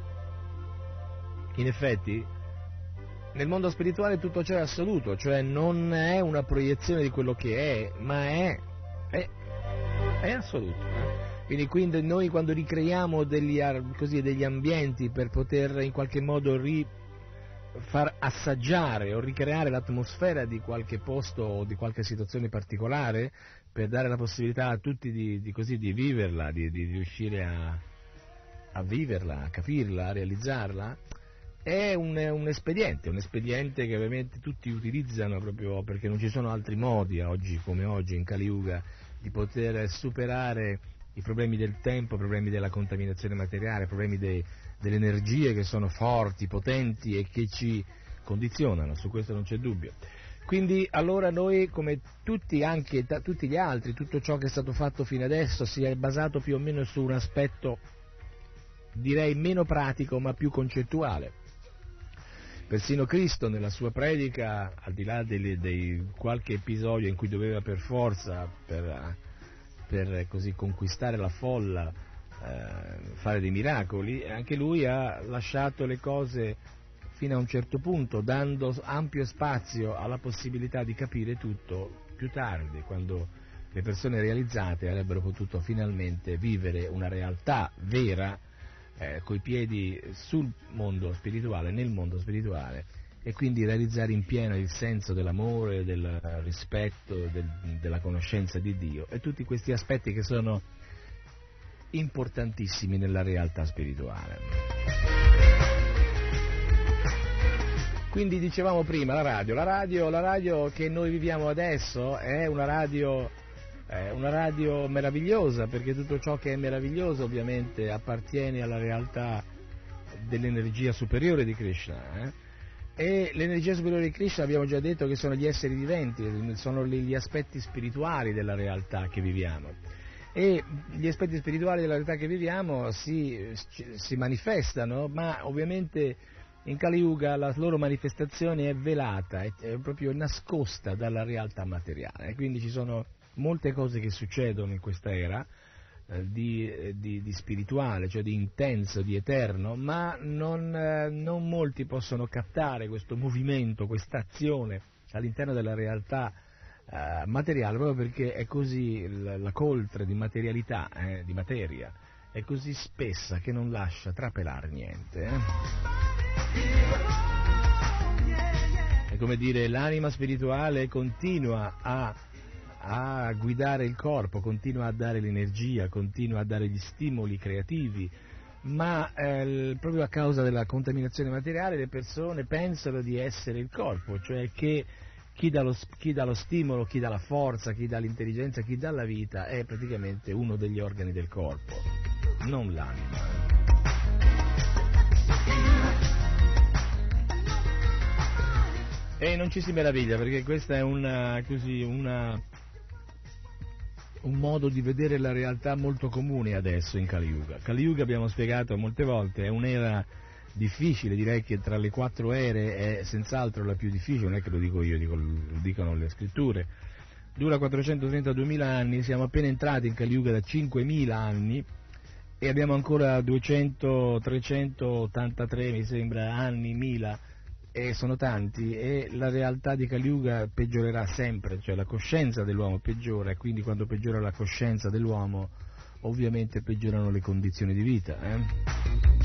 in effetti nel mondo spirituale tutto ciò è assoluto, cioè non è una proiezione di quello che è, ma è, è, è assoluto. Eh? Quindi, quindi noi quando ricreiamo degli, così, degli ambienti per poter in qualche modo ri, far assaggiare o ricreare l'atmosfera di qualche posto o di qualche situazione particolare, per dare la possibilità a tutti di, di, così, di viverla, di, di riuscire a, a viverla, a capirla, a realizzarla, è un, un espediente, un espediente che ovviamente tutti utilizzano proprio perché non ci sono altri modi oggi come oggi in Kali Yuga di poter superare i problemi del tempo, i problemi della contaminazione materiale, i problemi dei, delle energie che sono forti, potenti e che ci condizionano, su questo non c'è dubbio. Quindi allora noi, come tutti, anche da, tutti gli altri, tutto ciò che è stato fatto fino adesso si è basato più o meno su un aspetto, direi, meno pratico ma più concettuale. Persino Cristo nella sua predica, al di là dei, dei qualche episodio in cui doveva per forza, per, per così conquistare la folla, eh, fare dei miracoli, anche lui ha lasciato le cose fino a un certo punto, dando ampio spazio alla possibilità di capire tutto più tardi, quando le persone realizzate avrebbero potuto finalmente vivere una realtà vera, eh, coi piedi sul mondo spirituale, nel mondo spirituale, e quindi realizzare in pieno il senso dell'amore, del rispetto, del, della conoscenza di Dio e tutti questi aspetti che sono importantissimi nella realtà spirituale. Quindi dicevamo prima la radio, la radio, la radio che noi viviamo adesso è una radio, è una radio meravigliosa, perché tutto ciò che è meraviglioso ovviamente appartiene alla realtà dell'energia superiore di Krishna. Eh? E l'energia superiore di Krishna abbiamo già detto che sono gli esseri viventi, sono gli aspetti spirituali della realtà che viviamo. E gli aspetti spirituali della realtà che viviamo si, si manifestano, ma ovviamente in Kali Yuga la loro manifestazione è velata, è, è proprio nascosta dalla realtà materiale, quindi ci sono molte cose che succedono in questa era eh, di, eh, di, di spirituale, cioè di intenso, di eterno, ma non, eh, non molti possono captare questo movimento, questa azione all'interno della realtà eh, materiale, proprio perché è così, la, la coltre di materialità, eh, di materia, è così spessa che non lascia trapelare niente. Eh? È come dire, l'anima spirituale continua a, a guidare il corpo, continua a dare l'energia, continua a dare gli stimoli creativi, ma eh, proprio a causa della contaminazione materiale le persone pensano di essere il corpo, cioè che chi dà, lo, chi dà lo stimolo, chi dà la forza, chi dà l'intelligenza, chi dà la vita è praticamente uno degli organi del corpo, non l'anima. E non ci si meraviglia, perché questa è una, così, una, un modo di vedere la realtà molto comune adesso in Kali Yuga. Kali Yuga, abbiamo spiegato molte volte, è un'era difficile, direi che tra le quattro ere è senz'altro la più difficile, non è che lo dico io, dico, lo dicono le scritture. Dura quattrocentotrentaduemila anni, siamo appena entrati in Kali Yuga da cinquemila anni e abbiamo ancora duecento trecentottantatré, mi sembra, anni, mila, e sono tanti, e la realtà di Kali Yuga peggiorerà sempre, cioè la coscienza dell'uomo peggiora, e quindi quando peggiora la coscienza dell'uomo ovviamente peggiorano le condizioni di vita. Eh?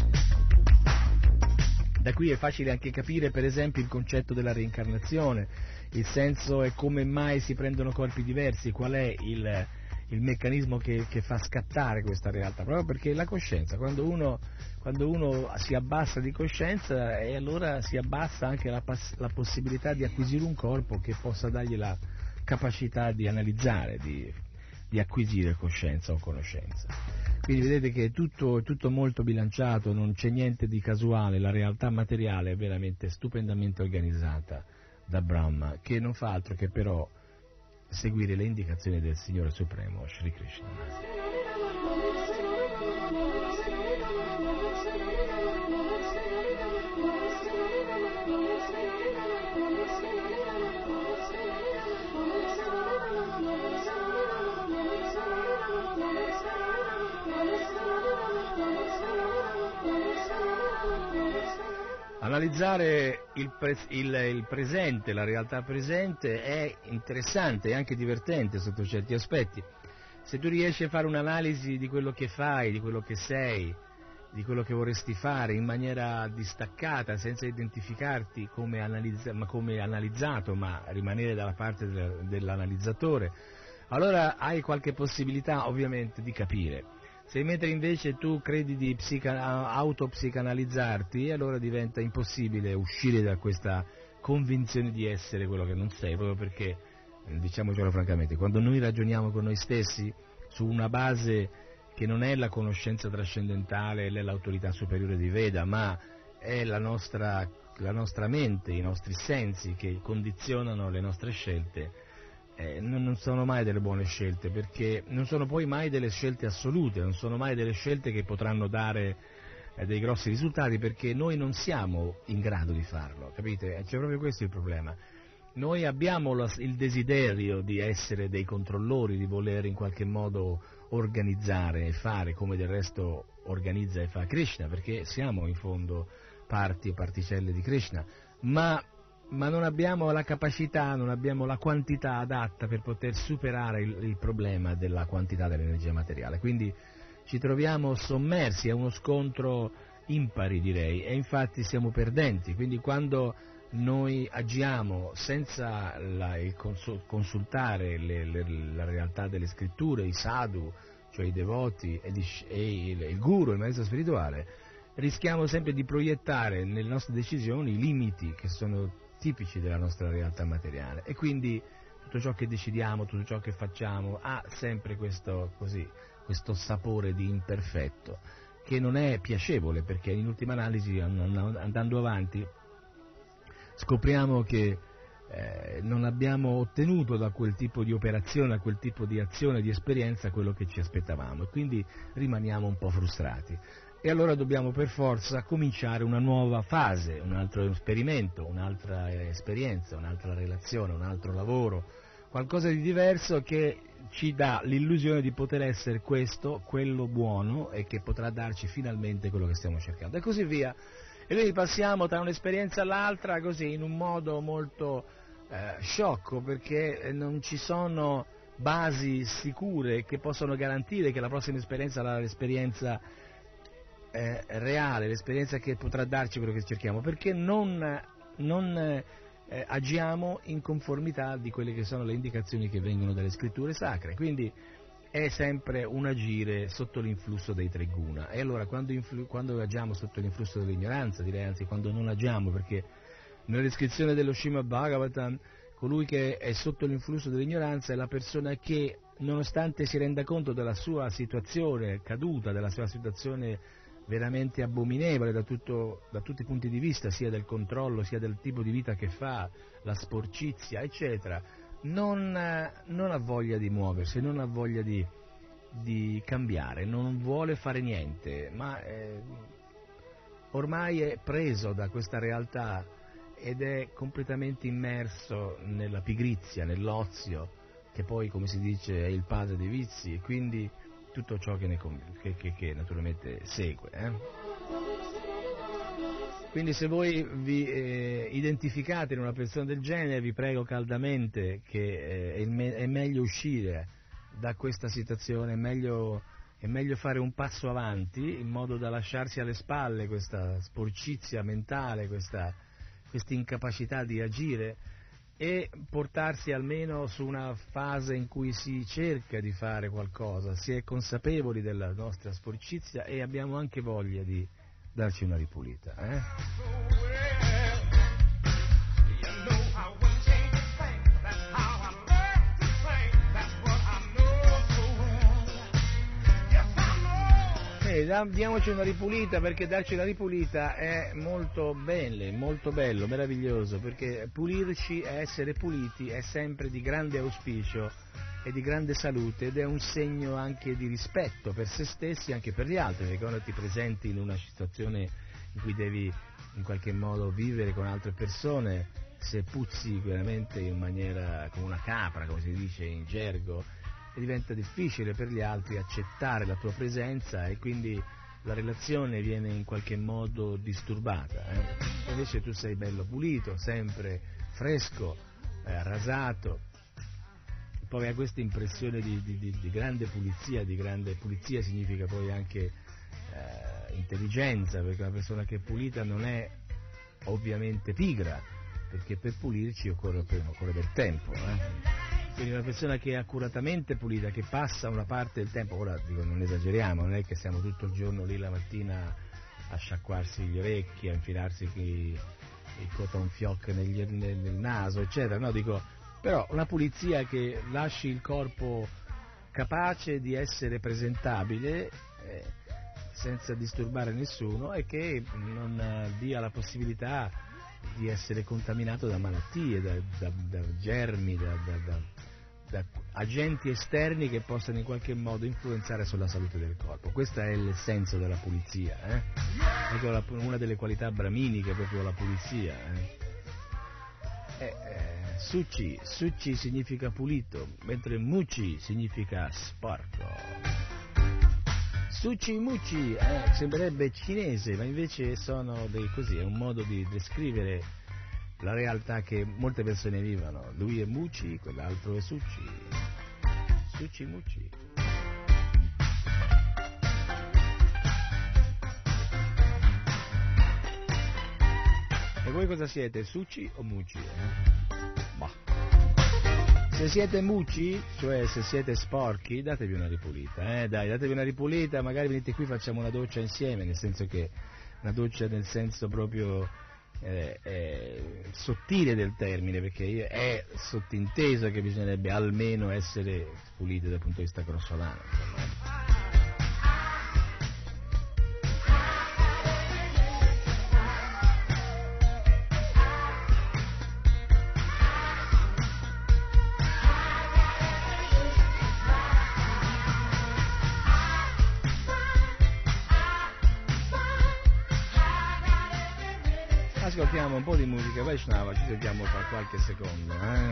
Da qui è facile anche capire, per esempio, il concetto della reincarnazione, il senso è come mai si prendono corpi diversi, qual è il, il meccanismo che, che fa scattare questa realtà, proprio perché la coscienza, quando uno, quando uno si abbassa di coscienza, e allora si abbassa anche la, la possibilità di acquisire un corpo che possa dargli la capacità di analizzare, di, di acquisire coscienza o conoscenza. Quindi vedete che è tutto, tutto molto bilanciato, non c'è niente di casuale, la realtà materiale è veramente stupendamente organizzata da Brahma, che non fa altro che però seguire le indicazioni del Signore Supremo, Sri Krishna. Analizzare il, pre- il, il presente, la realtà presente è interessante e anche divertente sotto certi aspetti. Se tu riesci a fare un'analisi di quello che fai, di quello che sei, di quello che vorresti fare in maniera distaccata, senza identificarti come, analizza- ma come analizzato, ma rimanere dalla parte del, dell'analizzatore, allora hai qualche possibilità ovviamente di capire. Se mentre invece tu credi di psica- autopsicanalizzarti, allora diventa impossibile uscire da questa convinzione di essere quello che non sei, proprio perché, diciamocelo francamente, quando noi ragioniamo con noi stessi su una base che non è la conoscenza trascendentale, né l'autorità superiore di Veda, ma è la nostra, la nostra mente, i nostri sensi che condizionano le nostre scelte, Eh, non sono mai delle buone scelte, perché non sono poi mai delle scelte assolute, non sono mai delle scelte che potranno dare eh, dei grossi risultati, perché noi non siamo in grado di farlo, capite? C'è proprio questo il problema. Noi abbiamo lo, il desiderio di essere dei controllori, di voler in qualche modo organizzare e fare come del resto organizza e fa Krishna, perché siamo in fondo parti e particelle di Krishna, ma ma non abbiamo la capacità, non abbiamo la quantità adatta per poter superare il, il problema della quantità dell'energia materiale. Quindi ci troviamo sommersi, è uno scontro impari, direi, e infatti siamo perdenti. Quindi quando noi agiamo senza la, il consultare le, le, la realtà delle scritture, i sadhu, cioè i devoti, e, di, e il, il guru, il maestro spirituale, rischiamo sempre di proiettare nelle nostre decisioni i limiti che sono tipici della nostra realtà materiale, e quindi tutto ciò che decidiamo, tutto ciò che facciamo ha sempre questo, così, questo sapore di imperfetto, che non è piacevole, perché in ultima analisi, andando avanti, scopriamo che eh, non abbiamo ottenuto da quel tipo di operazione, da quel tipo di azione, di esperienza, quello che ci aspettavamo, e quindi rimaniamo un po' frustrati. E allora dobbiamo per forza cominciare una nuova fase, un altro esperimento, un'altra esperienza, un'altra relazione, un altro lavoro, qualcosa di diverso che ci dà l'illusione di poter essere questo, quello buono, e che potrà darci finalmente quello che stiamo cercando, e così via. E noi passiamo tra un'esperienza all'altra così, in un modo molto eh, sciocco, perché non ci sono basi sicure che possono garantire che la prossima esperienza sarà l'esperienza Eh, reale, l'esperienza che potrà darci quello che cerchiamo, perché non, non eh, agiamo in conformità di quelle che sono le indicazioni che vengono dalle scritture sacre, quindi è sempre un agire sotto l'influsso dei tre guna. E allora quando, influ- quando agiamo sotto l'influsso dell'ignoranza, direi anzi quando non agiamo, perché nella descrizione dello Srimad Bhagavatam colui che è sotto l'influsso dell'ignoranza è la persona che, nonostante si renda conto della sua situazione caduta, della sua situazione veramente abominevole da, tutto, da tutti i punti di vista, sia del controllo, sia del tipo di vita che fa, la sporcizia, eccetera, non, non ha voglia di muoversi, non ha voglia di, di cambiare, non vuole fare niente, ma eh, ormai è preso da questa realtà ed è completamente immerso nella pigrizia, nell'ozio, che poi, come si dice, è il padre dei vizi, e quindi tutto ciò che, ne, che, che, che naturalmente segue. Eh? Quindi se voi vi eh, identificate in una persona del genere, vi prego caldamente che eh, è, me- è meglio uscire da questa situazione, è meglio, è meglio fare un passo avanti in modo da lasciarsi alle spalle questa sporcizia mentale, questa questa incapacità di agire, e portarsi almeno su una fase in cui si cerca di fare qualcosa, si è consapevoli della nostra sporcizia e abbiamo anche voglia di darci una ripulita. Eh? Diamoci una ripulita, perché darci una ripulita è molto bene, molto bello, meraviglioso, perché pulirci e essere puliti è sempre di grande auspicio e di grande salute, ed è un segno anche di rispetto per se stessi e anche per gli altri, perché quando ti presenti in una situazione in cui devi in qualche modo vivere con altre persone, se puzzi veramente in maniera come una capra, come si dice in gergo, diventa difficile per gli altri accettare la tua presenza e quindi la relazione viene in qualche modo disturbata. Eh? Invece tu sei bello pulito, sempre fresco, eh, rasato, poi hai questa impressione di, di, di, di grande pulizia, di grande pulizia significa poi anche eh, intelligenza, perché una persona che è pulita non è ovviamente pigra, perché per pulirci occorre, occorre del tempo. Eh? Quindi una persona che è accuratamente pulita, che passa una parte del tempo, ora dico, non esageriamo, non è che siamo tutto il giorno lì la mattina a sciacquarsi gli orecchi, a infilarsi i, il cotton fioc negli, nel, nel naso, eccetera, no, dico, però una pulizia che lasci il corpo capace di essere presentabile, eh, senza disturbare nessuno, e che non eh, dia la possibilità di essere contaminato da malattie, da, da, da germi, da, da, da, da agenti esterni che possano in qualche modo influenzare sulla salute del corpo. Questo è il senso della pulizia, eh? Ecco la, una delle qualità braminiche, proprio la pulizia. Eh? Eh, eh, suci, suci significa pulito, mentre muci significa sporco. Suci muci, eh, sembrerebbe cinese, ma invece sono dei così, è un modo di descrivere la realtà che molte persone vivono. Lui è muci, quell'altro è suci. Suci muci. E voi cosa siete, suci o muci? Eh? Bah. Se siete muci, cioè se siete sporchi, datevi una ripulita, eh? Dai, datevi una ripulita, magari venite qui, facciamo una doccia insieme, nel senso che una doccia nel senso proprio eh, eh, sottile del termine, perché è sottinteso che bisognerebbe almeno essere puliti dal punto di vista grossolano, insomma. Ascoltiamo un po' di musica Vaishnava, ci sentiamo fra qualche secondo, eh?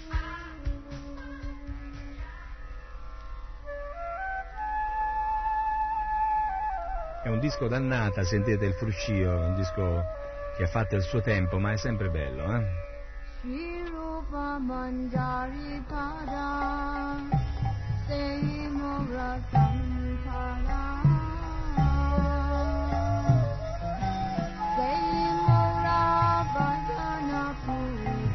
È un disco dannata, sentite il fruscio, un disco che ha fatto il suo tempo, ma è sempre bello, eh? Shirupa Manjari Pada Sei Mora Sampara Sei Mora Bhajana Puri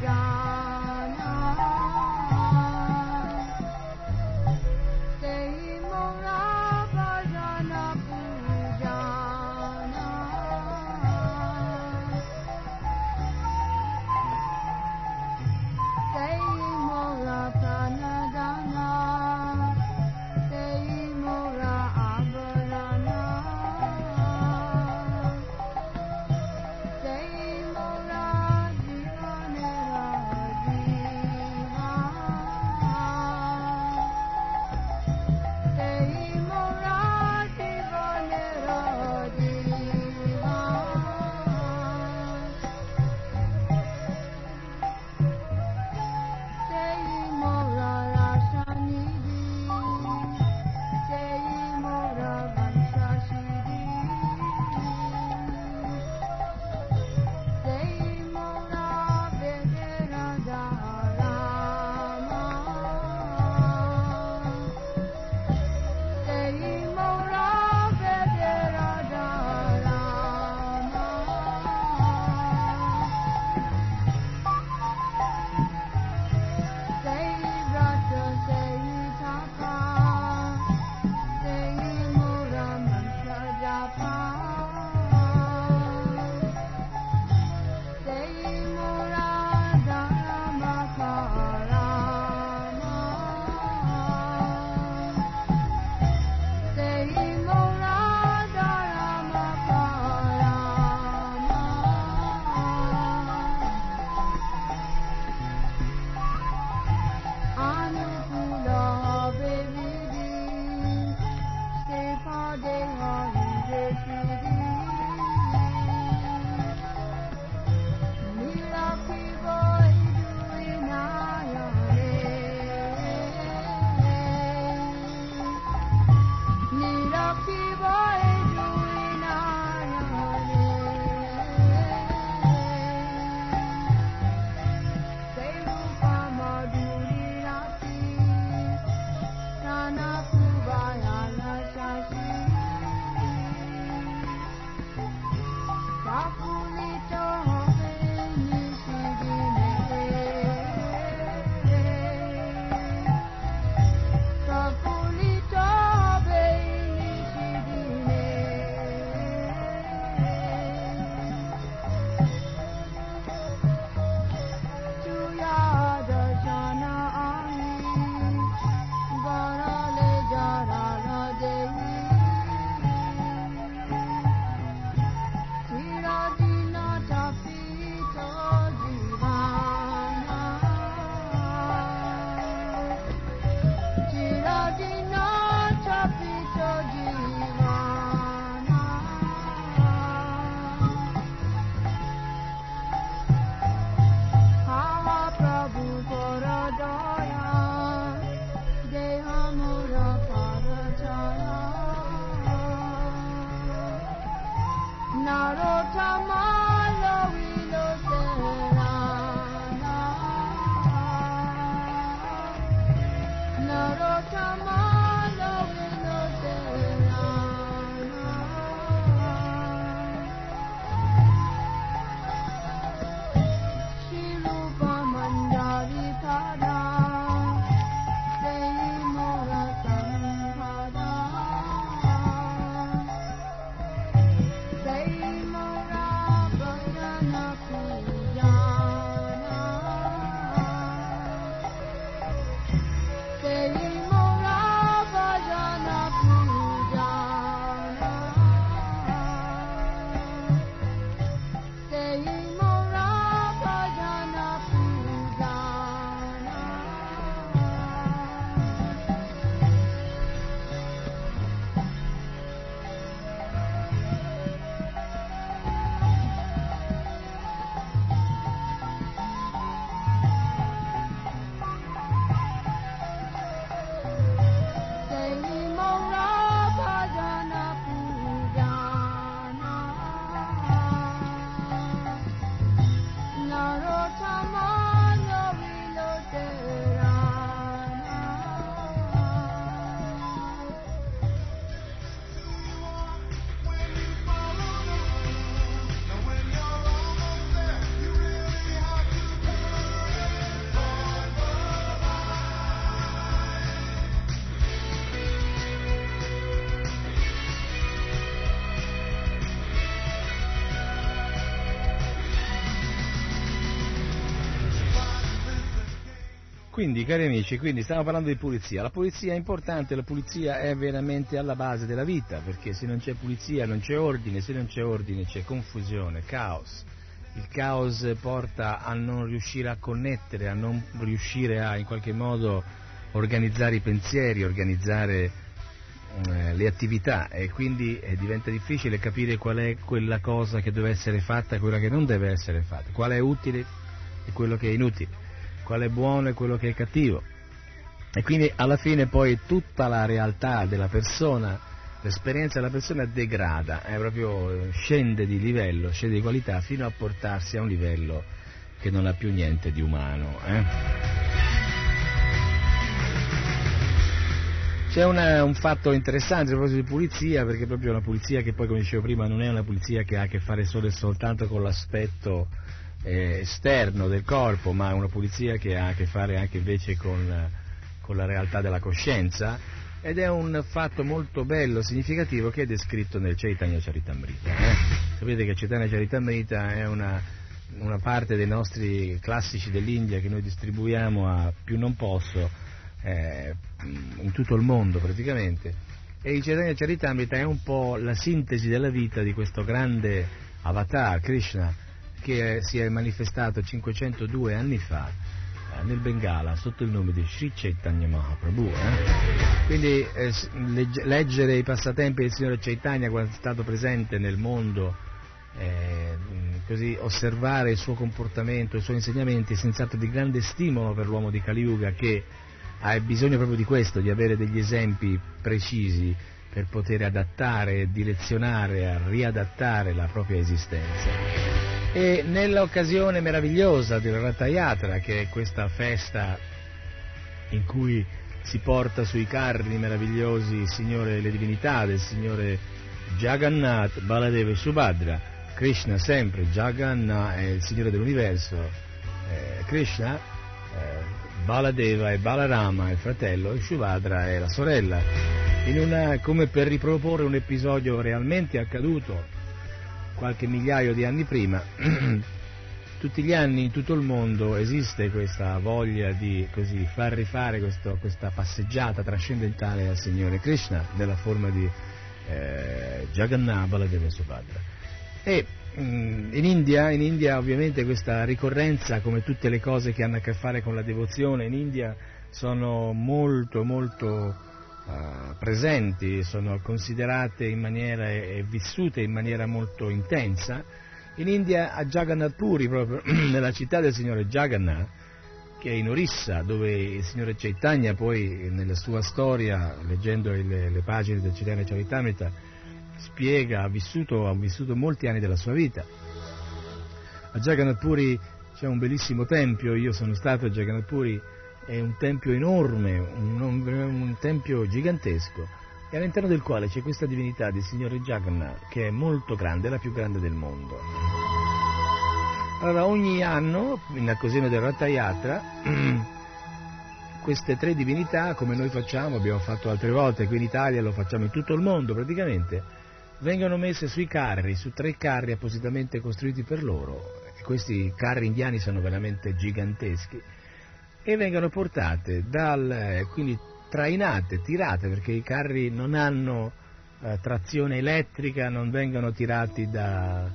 Quindi, cari amici, quindi stiamo parlando di pulizia. La pulizia è importante, la pulizia è veramente alla base della vita, perché se non c'è pulizia non c'è ordine, se non c'è ordine c'è confusione, caos. Il caos porta a non riuscire a connettere, a non riuscire a in qualche modo organizzare i pensieri, organizzare eh, le attività, e quindi eh, diventa difficile capire qual è quella cosa che deve essere fatta e quella che non deve essere fatta, qual è utile e quello che è inutile, qual è buono e quello che è cattivo, e quindi alla fine poi tutta la realtà della persona, l'esperienza della persona degrada, è proprio scende di livello, scende di qualità fino a portarsi a un livello che non ha più niente di umano. Eh? C'è una, un fatto interessante a proposito di pulizia, perché proprio una pulizia che poi, come dicevo prima, non è una pulizia che ha a che fare solo e soltanto con l'aspetto Eh, esterno del corpo, ma una pulizia che ha a che fare anche invece con, con la realtà della coscienza, ed è un fatto molto bello, significativo, che è descritto nel Chaitanya Charitamrita. Eh? Sapete che Chaitanya Charitamrita è una, una parte dei nostri classici dell'India che noi distribuiamo a più non posso eh, in tutto il mondo praticamente, e il Chaitanya Charitamrita è un po' la sintesi della vita di questo grande avatar, Krishna, che si è manifestato cinquecentodue anni fa eh, nel Bengala sotto il nome di Sri Chaitanya Mahaprabhu. Eh? Quindi eh, legge, leggere i passatempi del Signore Chaitanya quando è stato presente nel mondo, eh, così osservare il suo comportamento, i suoi insegnamenti, è senz'altro di grande stimolo per l'uomo di Kali Yuga, che ha bisogno proprio di questo, di avere degli esempi precisi per poter adattare, direzionare, riadattare la propria esistenza. E nell'occasione meravigliosa del Ratha Yatra, che è questa festa in cui si porta sui carri meravigliosi il Signore, le divinità del Signore Jagannath, Baladeva e Subhadra, Krishna sempre, Jagannath è il Signore dell'universo, eh, Krishna, eh, Baladeva e Balarama è il fratello e Subhadra è la sorella, in una, come per riproporre un episodio realmente accaduto qualche migliaio di anni prima. Tutti gli anni in tutto il mondo esiste questa voglia di così far rifare questo, questa passeggiata trascendentale al Signore Krishna nella forma di eh, Jagannath, Baladeva e Subhadra. E mh, in India, in India ovviamente questa ricorrenza, come tutte le cose che hanno a che fare con la devozione, in India sono molto molto Uh, presenti, sono considerate in maniera e, e vissute in maniera molto intensa. In India, a Jagannath Puri, proprio nella città del Signore Jagannath, che è in Orissa, dove il Signore Chaitanya poi nella sua storia, leggendo le, le pagine del Chaitanya Charitamrita, spiega, ha vissuto, ha vissuto molti anni della sua vita. A Jagannath Puri c'è un bellissimo tempio, io sono stato a Jagannath Puri, è un tempio enorme, un, un tempio gigantesco, e all'interno del quale c'è questa divinità del Signore Jagannath, che è molto grande, è la più grande del mondo. Allora ogni anno, in occasione del Ratha Yatra, queste tre divinità, come noi facciamo, abbiamo fatto altre volte qui in Italia, lo facciamo in tutto il mondo praticamente, vengono messe sui carri, su tre carri appositamente costruiti per loro, e questi carri indiani sono veramente giganteschi, e vengono portate dal, quindi trainate, tirate, perché i carri non hanno eh, trazione elettrica, non vengono tirati da,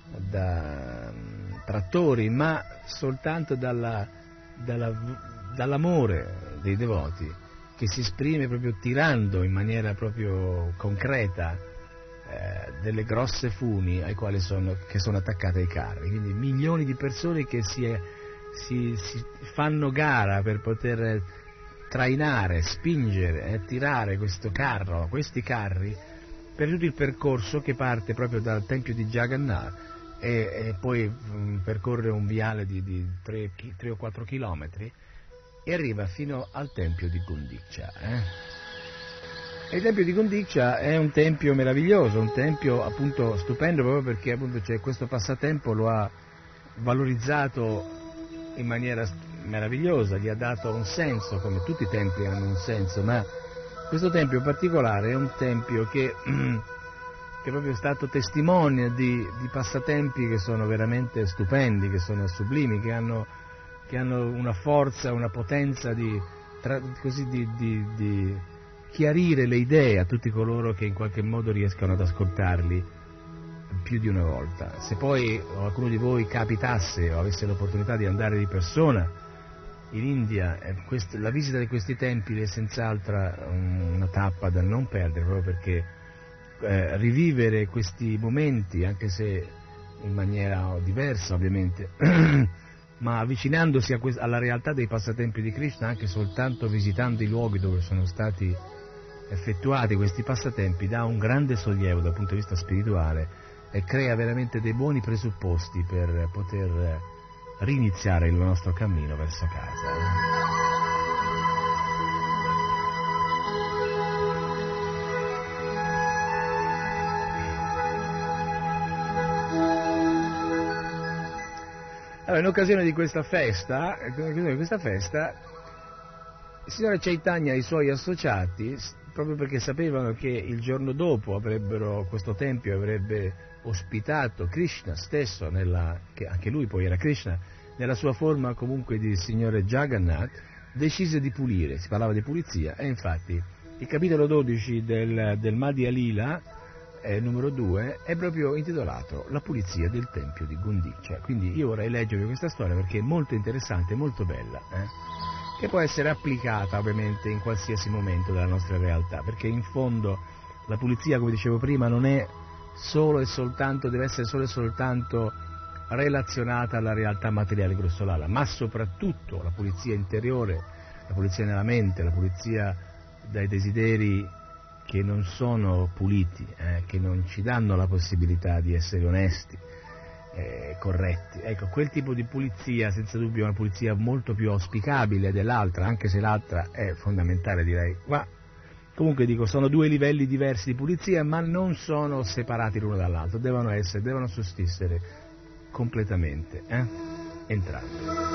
da um, trattori, ma soltanto dalla, dalla, dall'amore dei devoti, che si esprime proprio tirando in maniera proprio concreta eh, delle grosse funi ai quali sono, che sono attaccate ai carri. Quindi milioni di persone che si, è, si, si fanno gara per poter trainare, spingere e eh, tirare questo carro, questi carri, per tutto il percorso che parte proprio dal tempio di Jagannath e, e poi mh, percorre un viale di, di tre o quattro chilometri e arriva fino al tempio di Gundicha. Eh. E il tempio di Gundicha è un tempio meraviglioso, un tempio appunto stupendo, proprio perché appunto c'è questo passatempo, lo ha valorizzato in maniera meravigliosa, gli ha dato un senso, come tutti i templi hanno un senso, ma questo tempio in particolare è un tempio che, che è proprio stato testimone di, di passatempi che sono veramente stupendi, che sono sublimi, che hanno, che hanno una forza, una potenza di, tra, così di, di, di chiarire le idee a tutti coloro che in qualche modo riescano ad ascoltarli più di una volta. Se poi qualcuno di voi capitasse o avesse l'opportunità di andare di persona in India, eh, quest- la visita di questi templi è senz'altro um, una tappa da non perdere, proprio perché eh, rivivere questi momenti, anche se in maniera diversa ovviamente, ma avvicinandosi a que- alla realtà dei passatempi di Krishna, anche soltanto visitando i luoghi dove sono stati effettuati questi passatempi, dà un grande sollievo dal punto di vista spirituale e crea veramente dei buoni presupposti per poter riniziare il nostro cammino verso casa. Allora, in occasione di questa festa, in occasione di questa festa, il signore Chaitanya e i suoi associati, proprio perché sapevano che il giorno dopo avrebbero, questo tempio avrebbe ospitato Krishna stesso, nella, che anche lui poi era Krishna, nella sua forma comunque di signore Jagannath, decise di pulire, si parlava di pulizia, e infatti il capitolo dodici del, del Madhya Lila, eh, numero due, è proprio intitolato La pulizia del tempio di Gundicha. Quindi io vorrei leggervi questa storia perché è molto interessante, molto bella, eh? che può essere applicata ovviamente in qualsiasi momento della nostra realtà, perché in fondo la pulizia, come dicevo prima, non è solo e soltanto, deve essere solo e soltanto relazionata alla realtà materiale grossolana, ma soprattutto la pulizia interiore, la pulizia nella mente, la pulizia dai desideri che non sono puliti, eh, che non ci danno la possibilità di essere onesti, eh, corretti. Ecco, quel tipo di pulizia senza dubbio è una pulizia molto più auspicabile dell'altra, anche se l'altra è fondamentale, direi. Ma comunque dico, sono due livelli diversi di pulizia, ma non sono separati l'uno dall'altro, devono essere, devono sussistere completamente, eh? entrambi.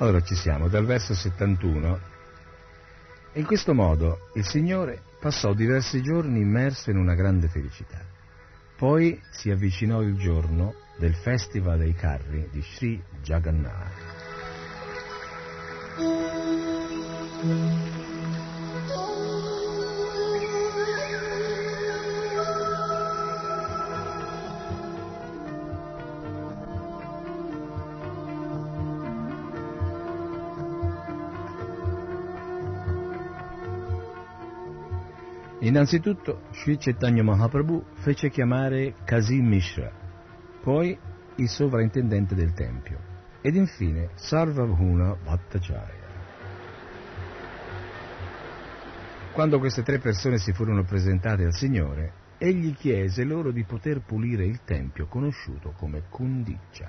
Allora ci siamo, dal verso settantuno. In questo modo il Signore passò diversi giorni immerso in una grande felicità. Poi si avvicinò il giorno del Festival dei carri di Sri Jagannath. Innanzitutto Sri Chaitanya Mahaprabhu fece chiamare Kasim Mishra, poi il sovrintendente del tempio, ed infine Sarvabhuma Bhattacharya. Quando queste tre persone si furono presentate al Signore, egli chiese loro di poter pulire il tempio conosciuto come Kundiksha.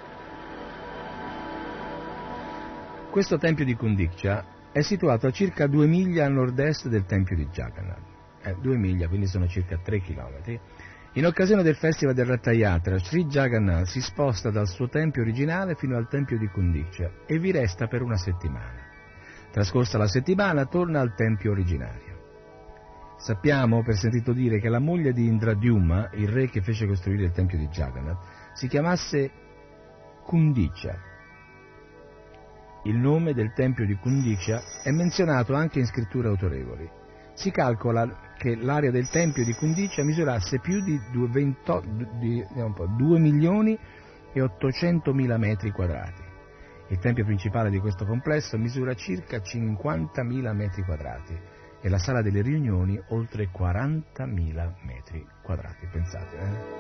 Questo tempio di Kundiksha è situato a circa due miglia a nord-est del tempio di Jagannath. Eh, due miglia, quindi sono circa tre chilometri. In occasione del Festival del Ratha Yatra, Sri Jagannath si sposta dal suo tempio originale fino al tempio di Kundiksha e vi resta per una settimana. Trascorsa la settimana, torna al tempio originario. Sappiamo, per sentito dire, che la moglie di Indradyumna, il re che fece costruire il tempio di Jagannath, si chiamasse Kundiksha. Il nome del tempio di Kundiksha è menzionato anche in scritture autorevoli. Si calcola che l'area del tempio di Kundiksha misurasse più di due milioni e ottocentomila metri quadrati. Il tempio principale di questo complesso misura circa cinquantamila metri quadrati e la sala delle riunioni oltre quarantamila metri quadrati. Pensate, eh?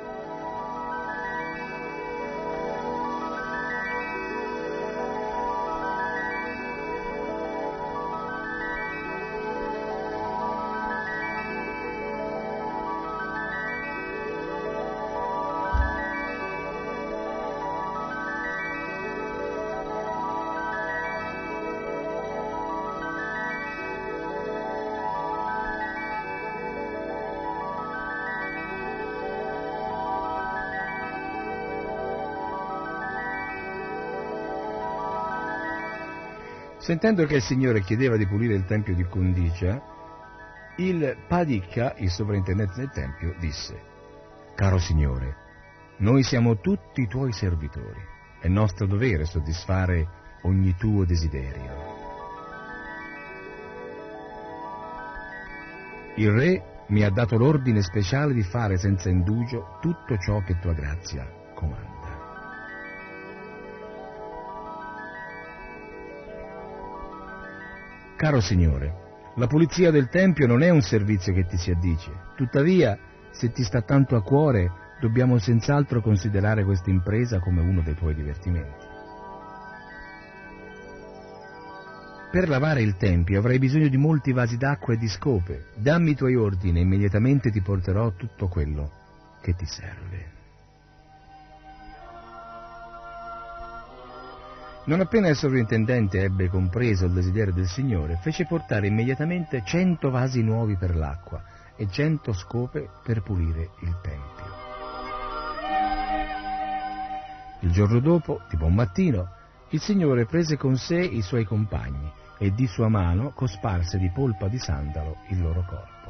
Sentendo che il Signore chiedeva di pulire il tempio di Kundiksha, il Padikka, il sovrintendente del tempio, disse: «Caro Signore, noi siamo tutti i tuoi servitori, è nostro dovere soddisfare ogni tuo desiderio». Il Re mi ha dato l'ordine speciale di fare senza indugio tutto ciò che tua grazia comanda. Caro Signore, la pulizia del Tempio non è un servizio che ti si addice, tuttavia, se ti sta tanto a cuore, dobbiamo senz'altro considerare questa impresa come uno dei tuoi divertimenti. Per lavare il Tempio avrai bisogno di molti vasi d'acqua e di scope. Dammi i tuoi ordini e immediatamente ti porterò tutto quello che ti serve. Non appena il sovrintendente ebbe compreso il desiderio del Signore, fece portare immediatamente cento vasi nuovi per l'acqua e cento scope per pulire il Tempio. Il giorno dopo, di buon mattino, il Signore prese con sé i suoi compagni e di sua mano cosparse di polpa di sandalo il loro corpo.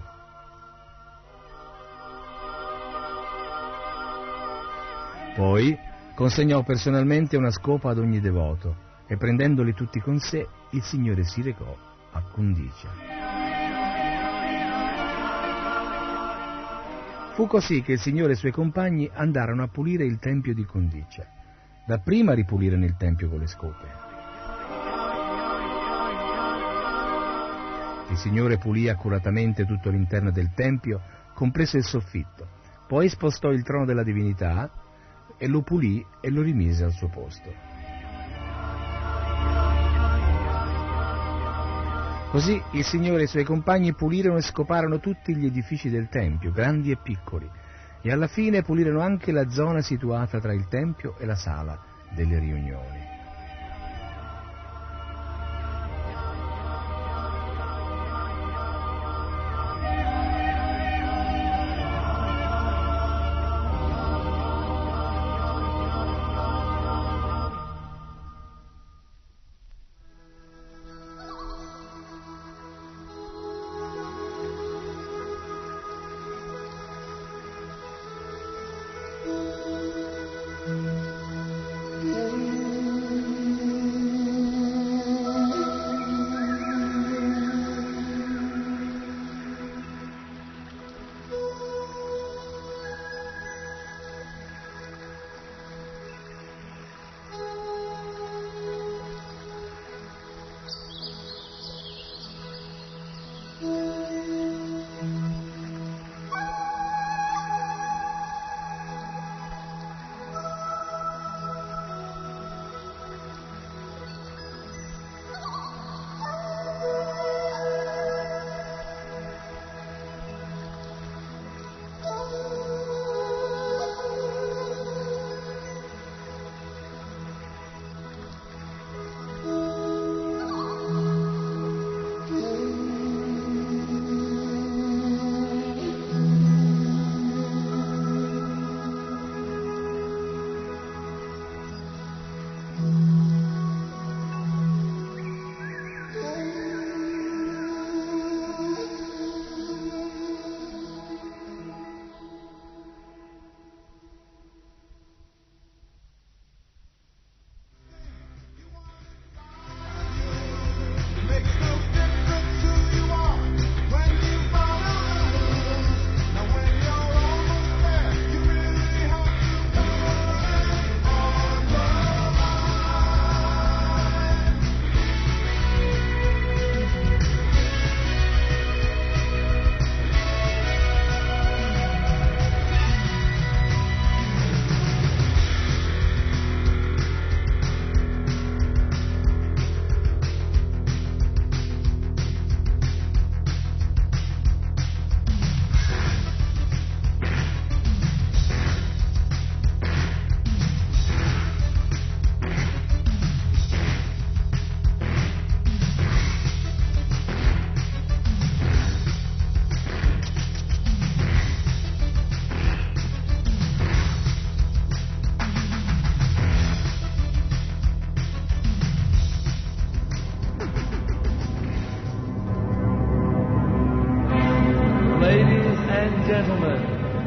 Poi consegnò personalmente una scopa ad ogni devoto e prendendoli tutti con sé, il Signore si recò a Kundiksha. Fu così che il Signore e i suoi compagni andarono a pulire il tempio di Kundiksha. Dapprima ripulirono il tempio con le scope. Il Signore pulì accuratamente tutto l'interno del tempio, compreso il soffitto. Poi spostò il trono della divinità e lo pulì e lo rimise al suo posto. Così il Signore e i suoi compagni pulirono e scoparono tutti gli edifici del Tempio, grandi e piccoli, e alla fine pulirono anche la zona situata tra il Tempio e la sala delle riunioni.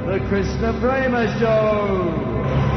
the Krishna Prema Show.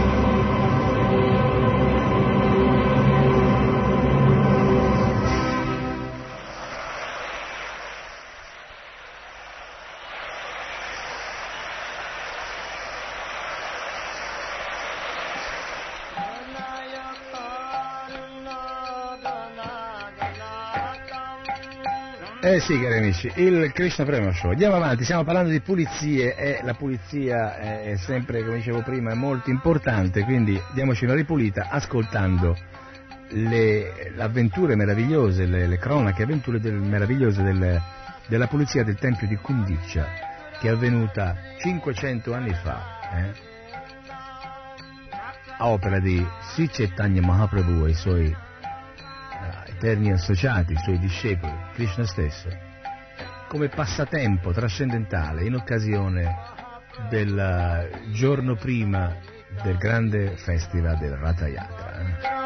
Eh sì, cari amici, il Krishna Prema Show. Andiamo avanti, stiamo parlando di pulizie e la pulizia è sempre, come dicevo prima, molto importante, quindi diamoci una ripulita ascoltando le, le avventure meravigliose, le, le cronache avventure del, meravigliose del, della pulizia del Tempio di Kundiccia, che è avvenuta cinquecento anni fa, eh, a opera di Sri Chaitanya Mahaprabhu e i suoi eterni associati, i suoi discepoli, Krishna stesso, come passatempo trascendentale in occasione del giorno prima del grande festival del Ratha Yatra.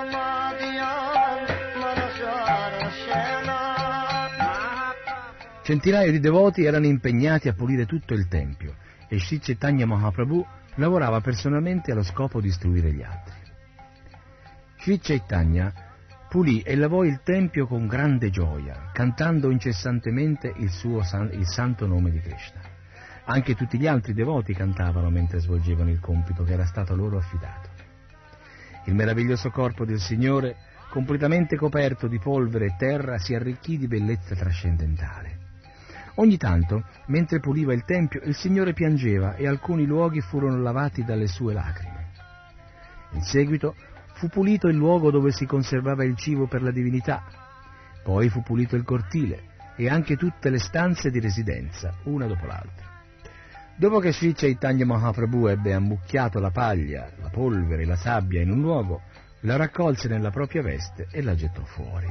Centinaia di devoti erano impegnati a pulire tutto il tempio e Sri Chaitanya Mahaprabhu lavorava personalmente allo scopo di istruire gli altri. Sri Chaitanya pulì e lavò il tempio con grande gioia, cantando incessantemente il suo san, il santo nome di Krishna. Anche tutti gli altri devoti cantavano mentre svolgevano il compito che era stato loro affidato. Il meraviglioso corpo del Signore, completamente coperto di polvere e terra, si arricchì di bellezza trascendentale. Ogni tanto, mentre puliva il tempio, il Signore piangeva e alcuni luoghi furono lavati dalle sue lacrime. In seguito fu pulito il luogo dove si conservava il cibo per la divinità, poi fu pulito il cortile e anche tutte le stanze di residenza, una dopo l'altra. Dopo che Sri Chaitanya Mahaprabhu ebbe ammucchiato la paglia, la polvere e la sabbia in un luogo, la raccolse nella propria veste e la gettò fuori.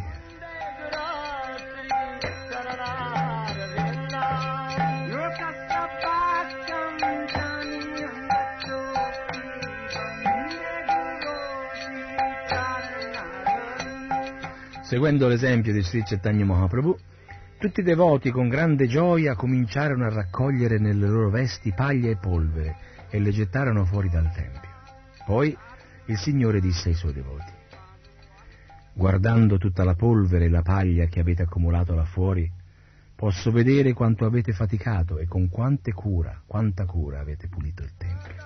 Seguendo l'esempio di Sri Chaitanya Mahaprabhu, tutti i devoti con grande gioia cominciarono a raccogliere nelle loro vesti paglia e polvere e le gettarono fuori dal tempio. Poi il Signore disse ai suoi devoti: guardando tutta la polvere e la paglia che avete accumulato là fuori, posso vedere quanto avete faticato e con quante cura, quanta cura avete pulito il tempio.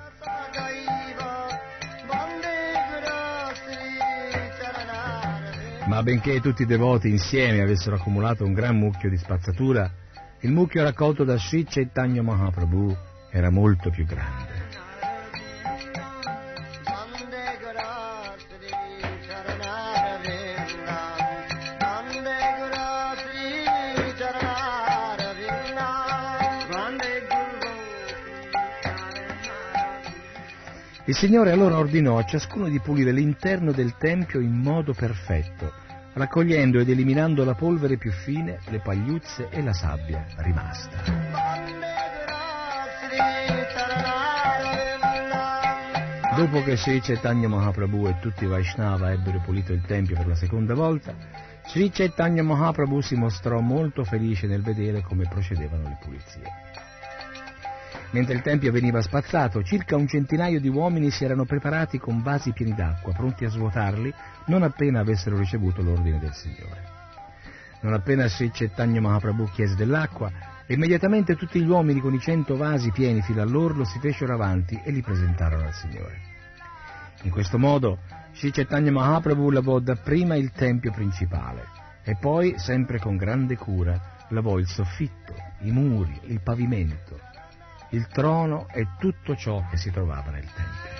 Ma benché tutti i devoti insieme avessero accumulato un gran mucchio di spazzatura, il mucchio raccolto da Sri Chaitanya Mahaprabhu era molto più grande. Il Signore allora ordinò a ciascuno di pulire l'interno del tempio in modo perfetto, raccogliendo ed eliminando la polvere più fine, le pagliuzze e la sabbia rimasta. Dopo che Sri Chaitanya Mahaprabhu e tutti i Vaishnava ebbero pulito il tempio per la seconda volta, Sri Chaitanya Mahaprabhu si mostrò molto felice nel vedere come procedevano le pulizie. Mentre il tempio veniva spazzato, circa un centinaio di uomini si erano preparati con vasi pieni d'acqua, pronti a svuotarli non appena avessero ricevuto l'ordine del Signore. Non appena Sri Chaitanya Mahaprabhu chiese dell'acqua, immediatamente tutti gli uomini con i cento vasi pieni fino all'orlo si fecero avanti e li presentarono al Signore. In questo modo Sri Chaitanya Mahaprabhu lavò dapprima il tempio principale e poi, sempre con grande cura, lavò il soffitto, i muri, il pavimento, il trono e tutto ciò che si trovava nel tempio.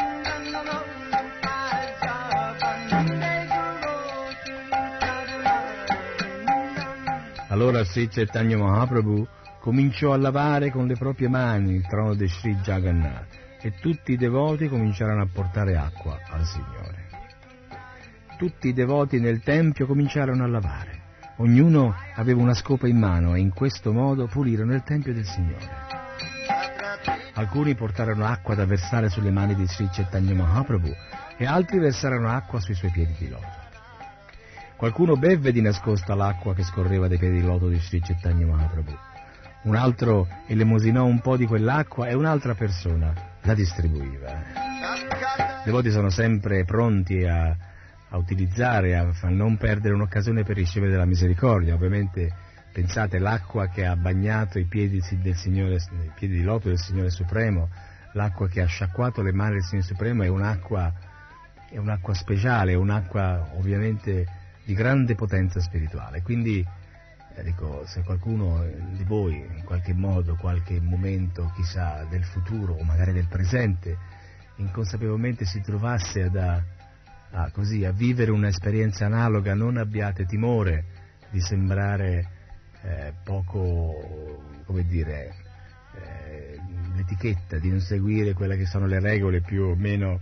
Allora Sri Chaitanya Mahaprabhu cominciò a lavare con le proprie mani il trono di Sri Jagannath e tutti i devoti cominciarono a portare acqua al Signore. Tutti i devoti nel tempio cominciarono a lavare. Ognuno aveva una scopa in mano e in questo modo pulirono il tempio del Signore. Alcuni portarono acqua da versare sulle mani di Sri Chaitanya Mahaprabhu e altri versarono acqua sui suoi piedi di loto. Qualcuno bevve di nascosta l'acqua che scorreva dai piedi di loto di Sri Chaitanya Mahaprabhu. un altro elemosinò un po' di quell'acqua e un'altra persona la distribuiva. I devoti sono sempre pronti a, a utilizzare, a, a non perdere un'occasione per ricevere la misericordia. Ovviamente pensate, l'acqua che ha bagnato i piedi del Signore, i piedi di loto del Signore Supremo, l'acqua che ha sciacquato le mani del Signore Supremo è un'acqua, è un'acqua speciale, è un'acqua ovviamente di grande potenza spirituale. Quindi eh, dico, se qualcuno di voi in qualche modo, qualche momento, chissà, del futuro o magari del presente, inconsapevolmente si trovasse ad, a, a, così, a vivere un'esperienza analoga, non abbiate timore di sembrare eh, poco, come dire, eh, l'etichetta, di non seguire quelle che sono le regole più o meno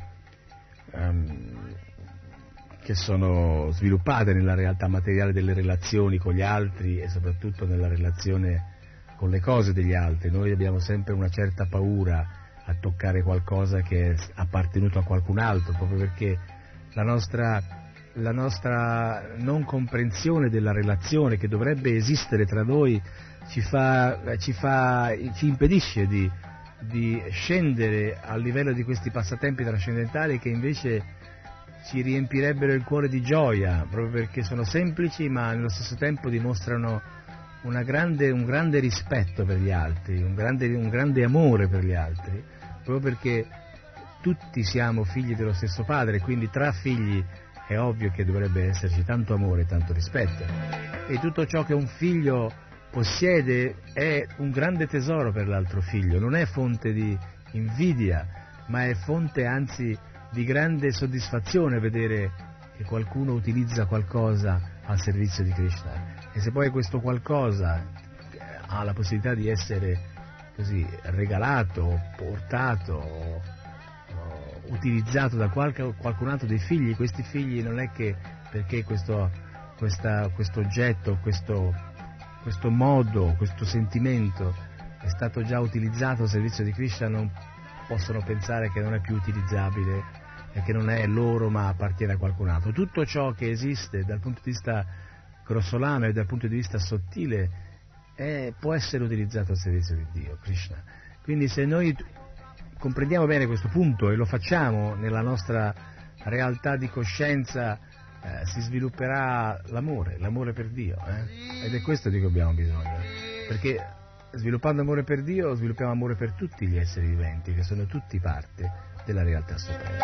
um, che sono sviluppate nella realtà materiale delle relazioni con gli altri e soprattutto nella relazione con le cose degli altri. Noi abbiamo sempre una certa paura a toccare qualcosa che è appartenuto a qualcun altro, proprio perché la nostra, la nostra non comprensione della relazione che dovrebbe esistere tra noi ci fa, ci fa, ci impedisce di, di scendere al livello di questi passatempi trascendentali che invece ci riempirebbero il cuore di gioia, proprio perché sono semplici ma nello stesso tempo dimostrano una grande, un grande rispetto per gli altri, un grande, un grande amore per gli altri, proprio perché tutti siamo figli dello stesso padre, quindi tra figli è ovvio che dovrebbe esserci tanto amore e tanto rispetto, e tutto ciò che un figlio possiede è un grande tesoro per l'altro figlio, non è fonte di invidia, ma è fonte anzi di grande soddisfazione vedere che qualcuno utilizza qualcosa al servizio di Krishna, e se poi questo qualcosa ha la possibilità di essere così regalato, portato, utilizzato da qualche, qualcun altro dei figli, questi figli non è che perché questo questa, questo oggetto, questo, questo modo, questo sentimento è stato già utilizzato al servizio di Krishna, non possono pensare che non è più utilizzabile e che non è loro ma appartiene a qualcun altro. Tutto ciò che esiste dal punto di vista grossolano e dal punto di vista sottile è, può essere utilizzato al servizio di Dio, Krishna. Quindi se noi comprendiamo bene questo punto e lo facciamo nella nostra realtà di coscienza, eh, si svilupperà l'amore, l'amore per Dio, eh? Ed è questo di cui abbiamo bisogno, perché sviluppando amore per Dio sviluppiamo amore per tutti gli esseri viventi, che sono tutti parte della realtà suprema.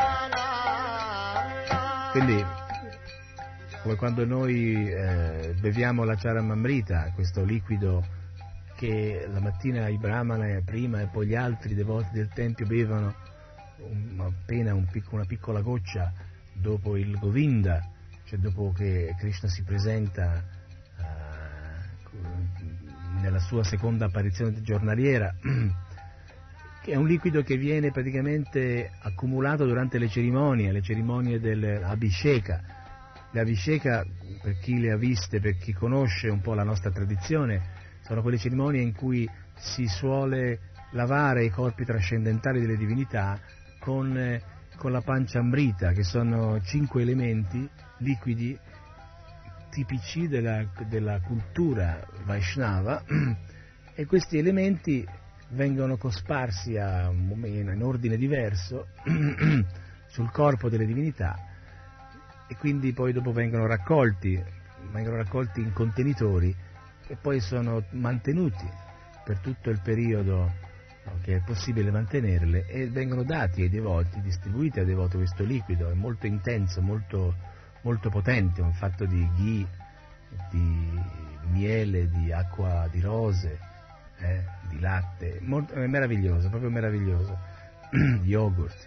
Quindi, come quando noi eh, beviamo la charamamrita, questo liquido che la mattina i brahmana prima e poi gli altri devoti del tempio bevono un, appena un pic- una piccola goccia dopo il Govinda, cioè dopo che Krishna si presenta uh, nella sua seconda apparizione giornaliera, che è un liquido che viene praticamente accumulato durante le cerimonie, le cerimonie dell'Abhisheka. Le Abhisheka, per chi le ha viste, per chi conosce un po' la nostra tradizione, sono quelle cerimonie in cui si suole lavare i corpi trascendentali delle divinità con, eh, con la panchamrita, che sono cinque elementi liquidi tipici della, della cultura Vaishnava, e questi elementi vengono cosparsi a, in ordine diverso sul corpo delle divinità, e quindi poi dopo vengono raccolti, vengono raccolti in contenitori e poi sono mantenuti per tutto il periodo che è possibile mantenerle, e vengono dati ai devoti, distribuiti ai devoti. Questo liquido è molto intenso, molto, molto potente, un fatto di ghee, di miele, di acqua di rose, eh, di latte, molto, è meraviglioso, proprio meraviglioso, yogurt.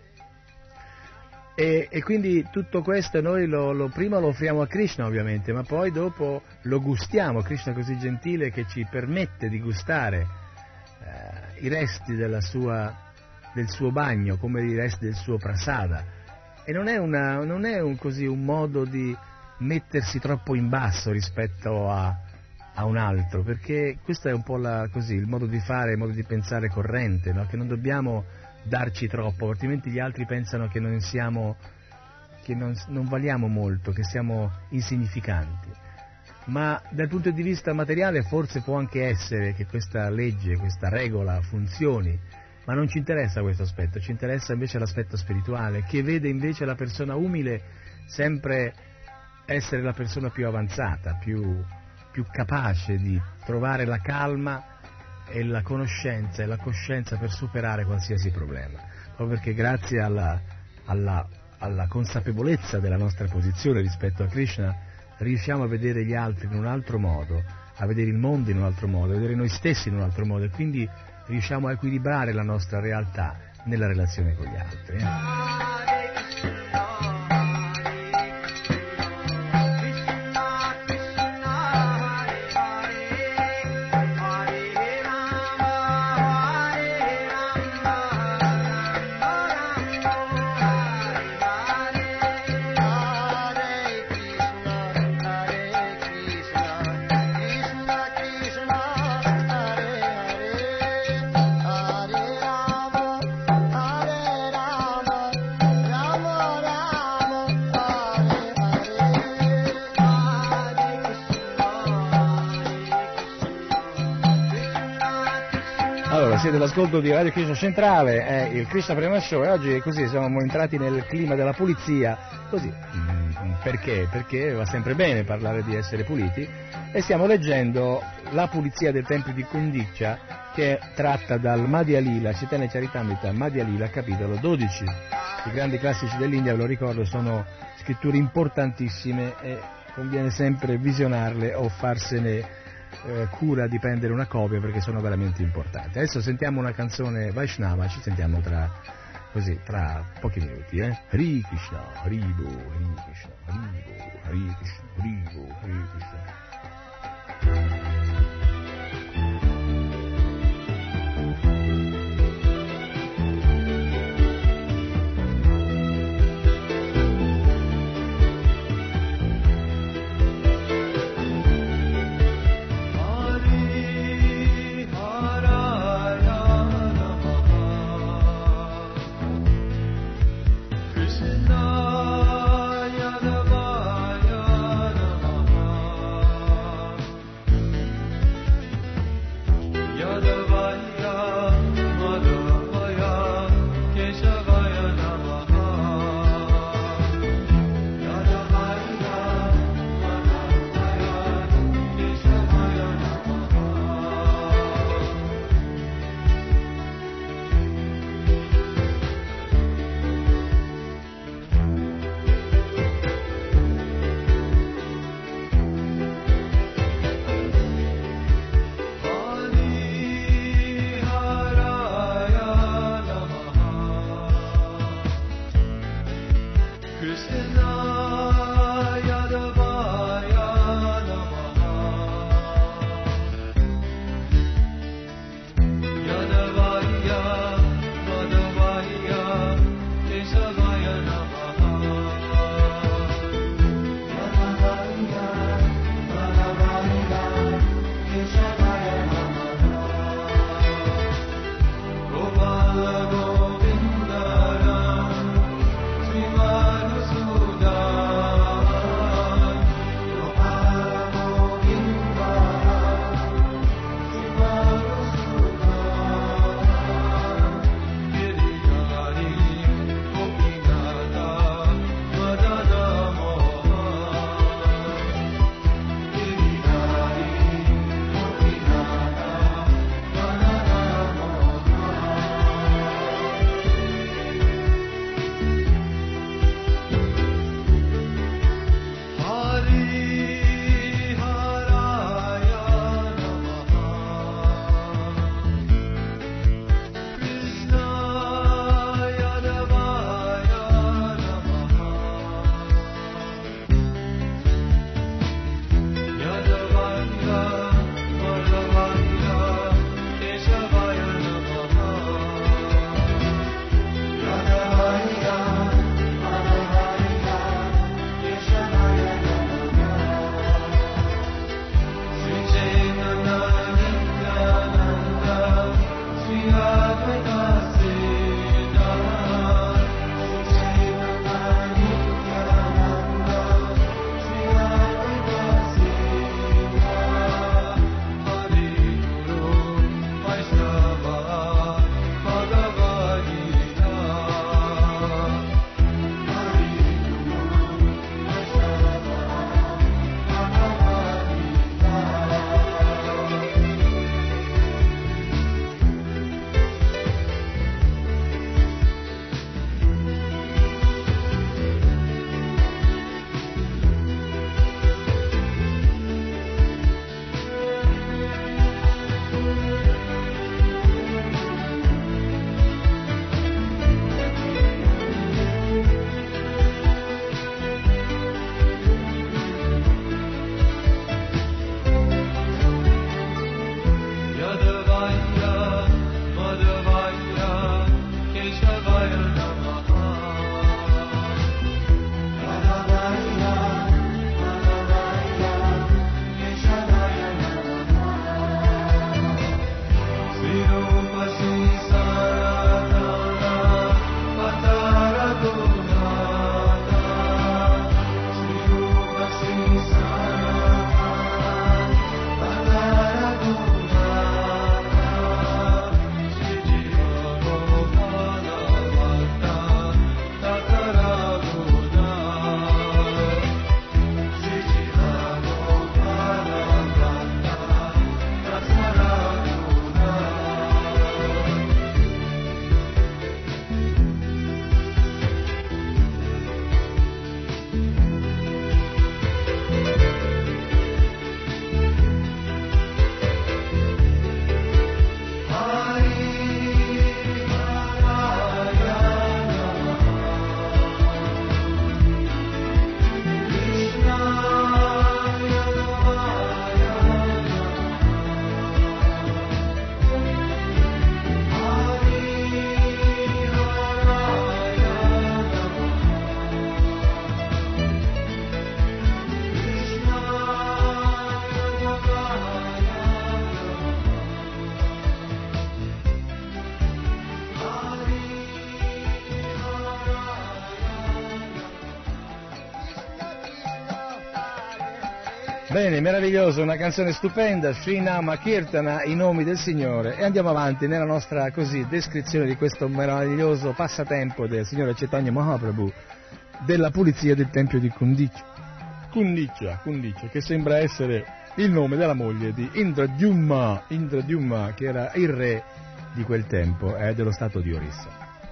E, e quindi tutto questo noi lo, lo prima lo offriamo a Krishna ovviamente, ma poi dopo lo gustiamo. Krishna è così gentile che ci permette di gustare eh, i resti della sua, del suo bagno, come i resti del suo prasada, e non è, una, non è un, così un modo di mettersi troppo in basso rispetto a, a un altro, perché questo è un po' la, così, il modo di fare, il modo di pensare corrente, no? Che non dobbiamo darci troppo, altrimenti gli altri pensano che non siamo, che non, non valiamo molto, che siamo insignificanti. ma dal punto di vista materiale forse può anche essere che questa legge, questa regola funzioni, ma non ci interessa questo aspetto, ci interessa invece l'aspetto spirituale, che vede invece la persona umile sempre essere la persona più avanzata, più, più capace di trovare la calma e la conoscenza e la coscienza per superare qualsiasi problema, proprio perché grazie alla, alla, alla consapevolezza della nostra posizione rispetto a Krishna riusciamo a vedere gli altri in un altro modo, a vedere il mondo in un altro modo, a vedere noi stessi in un altro modo, e quindi riusciamo a equilibrare la nostra realtà nella relazione con gli altri. Eh? Siete all'ascolto di Radio Krishna Centrale, è il Krishna Prema Show, e oggi così siamo entrati nel clima della pulizia, così, perché? Perché va sempre bene parlare di essere puliti, e stiamo leggendo La pulizia del tempio di Kundicha, che è tratta dal Madhya Lila, Chaitanya Charitamrita, Madhya Lila, capitolo dodici. I grandi classici dell'India, ve lo ricordo, sono scritture importantissime e conviene sempre visionarle o farsene Eh, cura di prendere una copia, perché sono veramente importanti. Adesso sentiamo una canzone Vaishnava, ci sentiamo tra così tra pochi minuti, eh? Hare Krishna, Hare Bo, Hare Krishna, Hare Bo, Hare Krishna, Hare Bo, Hare Krishna. Krishna Yadavaya Namaha Bene, meraviglioso, una canzone stupenda, Sri Nama Kirtana, i nomi del Signore, e andiamo avanti nella nostra così descrizione di questo meraviglioso passatempo del Signore Chaitanya Mahaprabhu, della pulizia del tempio di Kundicha, Kundicha, Kundicha, che sembra essere il nome della moglie di Indradyumna, Indradyumna, che era il re di quel tempo, eh, dello stato di Orissa.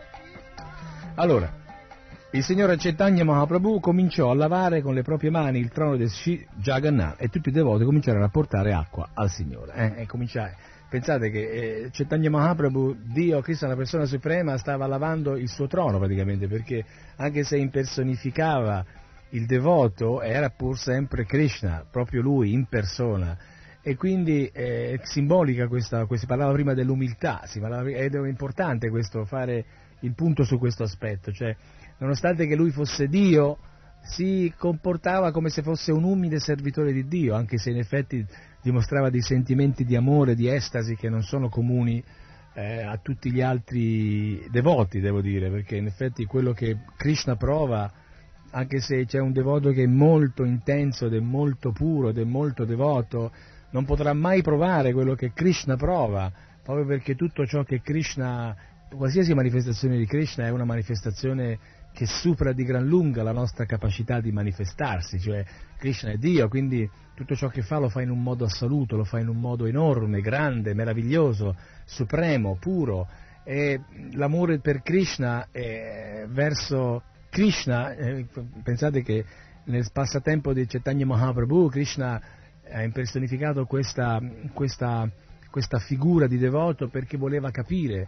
Allora, il Signore Chaitanya Mahaprabhu cominciò a lavare con le proprie mani il trono del Sri Jagannath e tutti i devoti cominciarono a portare acqua al Signore. Eh, e cominciare. Pensate che eh, Chaitanya Mahaprabhu, Dio, Krishna, la persona suprema, stava lavando il suo trono praticamente, perché anche se impersonificava il devoto, era pur sempre Krishna, proprio lui in persona. E quindi è simbolica questa, si parlava prima dell'umiltà, si parlava, ed è importante questo, fare il punto su questo aspetto, cioè nonostante che lui fosse Dio, si comportava come se fosse un umile servitore di Dio, anche se in effetti dimostrava dei sentimenti di amore, di estasi che non sono comuni eh, a tutti gli altri devoti, devo dire, perché in effetti quello che Krishna prova, anche se c'è un devoto che è molto intenso ed è molto puro ed è molto devoto, non potrà mai provare quello che Krishna prova, proprio perché tutto ciò che Krishna, qualsiasi manifestazione di Krishna è una manifestazione che supera di gran lunga la nostra capacità di manifestarsi, cioè Krishna è Dio, quindi tutto ciò che fa lo fa in un modo assoluto, lo fa in un modo enorme, grande, meraviglioso, supremo, puro, e l'amore per Krishna è verso Krishna, eh, pensate che nel passatempo di Chaitanya Mahaprabhu Krishna ha impersonificato questa, questa, questa figura di devoto perché voleva capire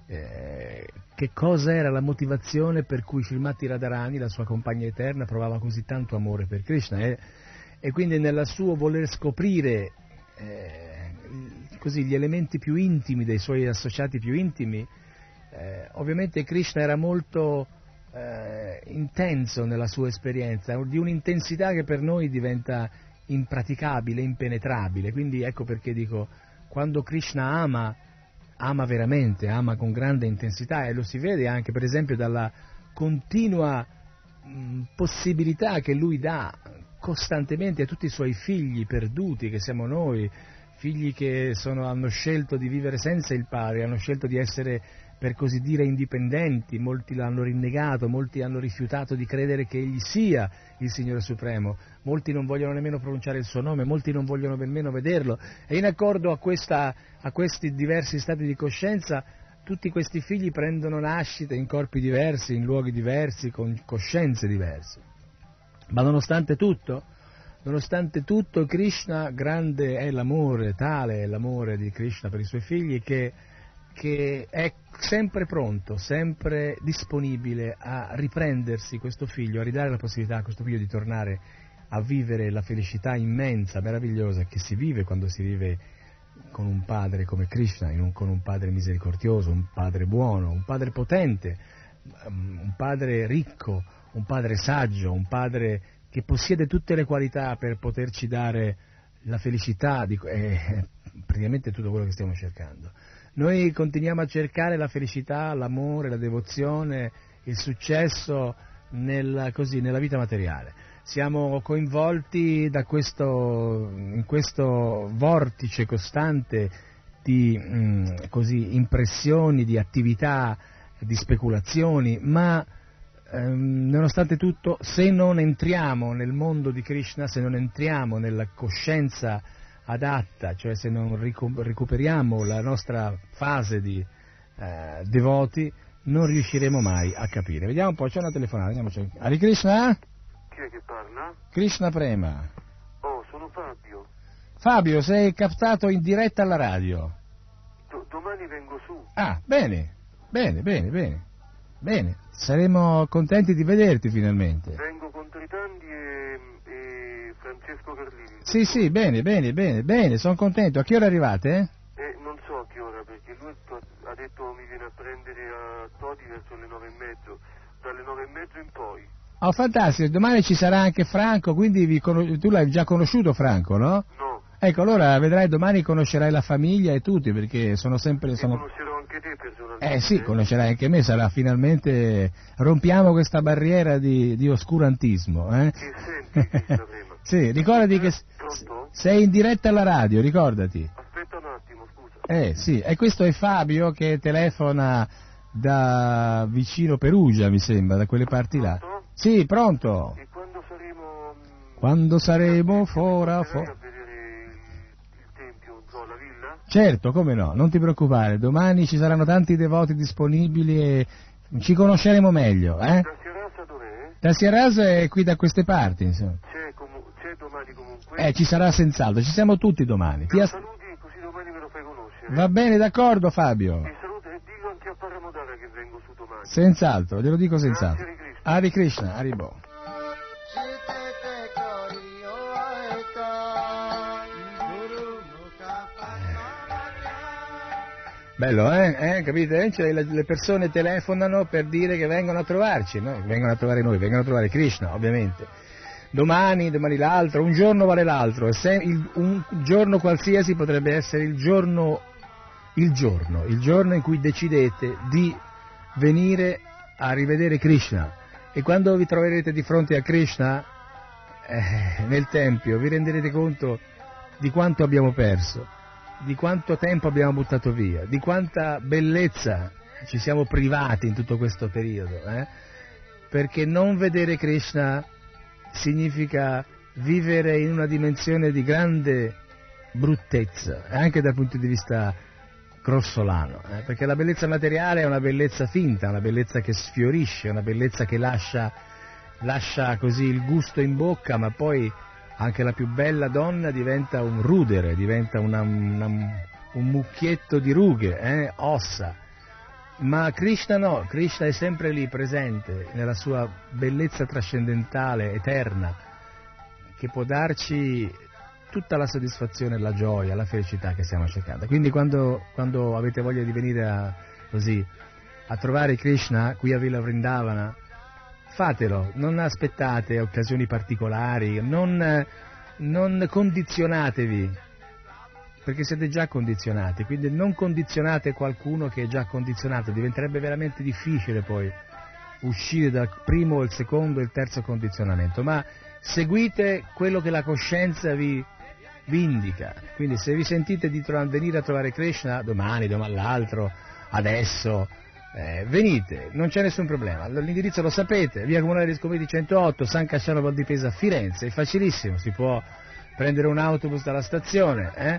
Eh, che cosa era la motivazione per cui Srimati Radharani, la sua compagna eterna, provava così tanto amore per Krishna, eh? E quindi nel suo voler scoprire eh, così gli elementi più intimi dei suoi associati più intimi, eh, ovviamente Krishna era molto eh, intenso nella sua esperienza, di un'intensità che per noi diventa impraticabile, impenetrabile. Quindi ecco perché dico, quando Krishna ama ama veramente, ama con grande intensità, e lo si vede anche per esempio dalla continua mh, possibilità che lui dà costantemente a tutti i suoi figli perduti, che siamo noi, figli che sono, hanno scelto di vivere senza il padre, hanno scelto di essere per così dire indipendenti, molti l'hanno rinnegato, molti hanno rifiutato di credere che egli sia il Signore Supremo, molti non vogliono nemmeno pronunciare il suo nome, molti non vogliono nemmeno vederlo, e in accordo a, questa, a questi diversi stati di coscienza tutti questi figli prendono nascita in corpi diversi, in luoghi diversi, con coscienze diverse. Ma nonostante tutto, nonostante tutto Krishna, grande è l'amore, tale è l'amore di Krishna per i suoi figli, che che è sempre pronto, sempre disponibile a riprendersi questo figlio, a ridare la possibilità a questo figlio di tornare a vivere la felicità immensa, meravigliosa che si vive quando si vive con un padre come Krishna, in un, con un padre misericordioso, un padre buono, un padre potente, un padre ricco, un padre saggio, un padre che possiede tutte le qualità per poterci dare la felicità, di, eh, praticamente tutto quello che stiamo cercando. Noi continuiamo a cercare la felicità, l'amore, la devozione, il successo nel, così, nella vita materiale. Siamo coinvolti da questo, in questo vortice costante di mh, così, impressioni, di attività, di speculazioni, ma ehm, nonostante tutto, se non entriamo nel mondo di Krishna, se non entriamo nella coscienza adatta, cioè se non recuperiamo la nostra fase di eh, devoti, non riusciremo mai a capire. Vediamo un po', c'è una telefonata, vediamoci. Hare Krishna? Chi è che parla? Krishna Prema. Oh, sono Fabio. Fabio, sei captato in diretta alla radio. Do- domani vengo su. Ah, bene, bene, bene, bene, bene, saremo contenti di vederti finalmente. Vengo con Tritandi e, e Francesco Carlini. Sì, sì, bene, bene, bene, bene, sono contento. A che ora arrivate? Eh, non so a che ora, perché lui ha detto mi viene a prendere a Todi verso le nove e mezzo, dalle nove e mezzo in poi. Oh, fantastico, domani ci sarà anche Franco, quindi vi con... tu l'hai già conosciuto Franco, no? No. Ecco, allora vedrai domani conoscerai la famiglia e tutti, perché sono sempre... E sono... conoscerò anche te personalmente. Eh sì, conoscerai anche me, sarà finalmente... rompiamo questa barriera di, di oscurantismo, eh? Che senti, Krishna Prema? Sì, ricordati che... Tra Pronto? Sei in diretta alla radio, ricordati. Aspetta un attimo, scusa. Eh sì, e questo è Fabio che telefona da vicino Perugia, mi sembra, da quelle parti là. Pronto? Sì, pronto. E quando saremo... mh, Quando saremo fora, porterai fo- a vedere il, il tempio, no, la villa? Certo, come no, non ti preoccupare, domani ci saranno tanti devoti disponibili e ci conosceremo meglio, eh? Da Sierrasa dov'è? Da Sierras è qui da queste parti, insomma. C'è, comu- c'è domani comunque? Eh, ci sarà senz'altro, ci siamo tutti domani. Ti Mi as- saluti così domani me lo fai conoscere. Va bene, d'accordo Fabio. Mi saluta e dillo anche a Paramodara che vengo su domani. Senz'altro, glielo dico senz'altro. Grazie, Hare Krishna. Hare Krishna, Haribo. Bello, eh? eh? Capite? Cioè, le, le persone telefonano per dire che vengono a trovarci, no? Vengono a trovare noi, vengono a trovare Krishna, ovviamente. Domani, domani l'altro, un giorno vale l'altro, e se il, un giorno qualsiasi potrebbe essere il giorno, il giorno, il giorno in cui decidete di venire a rivedere Krishna. E quando vi troverete di fronte a Krishna, eh, nel Tempio, vi renderete conto di quanto abbiamo perso, di quanto tempo abbiamo buttato via, di quanta bellezza ci siamo privati in tutto questo periodo, eh? Perché non vedere Krishna significa vivere in una dimensione di grande bruttezza, anche dal punto di vista grossolano, eh? Perché la bellezza materiale è una bellezza finta, una bellezza che sfiorisce, una bellezza che lascia, lascia così il gusto in bocca, ma poi anche la più bella donna diventa un rudere, diventa una, una, un mucchietto di rughe, eh? Ossa. Ma Krishna no, Krishna è sempre lì presente nella sua bellezza trascendentale, eterna, che può darci tutta la soddisfazione, la gioia, la felicità che stiamo cercando. Quindi quando, quando avete voglia di venire a, così, a trovare Krishna qui a Villa Vrindavana, fatelo, non aspettate occasioni particolari, non, non condizionatevi, perché siete già condizionati, quindi non condizionate qualcuno che è già condizionato, diventerebbe veramente difficile poi uscire dal primo, il secondo e il terzo condizionamento, ma seguite quello che la coscienza vi, vi indica. Quindi se vi sentite di tro- venire a trovare Krishna domani, domani l'altro, adesso, eh, venite, non c'è nessun problema. L'indirizzo lo sapete, via Comunale dei Scomiti centootto, San Casciano Valdipesa, Firenze, è facilissimo, si può prendere un autobus dalla stazione, eh?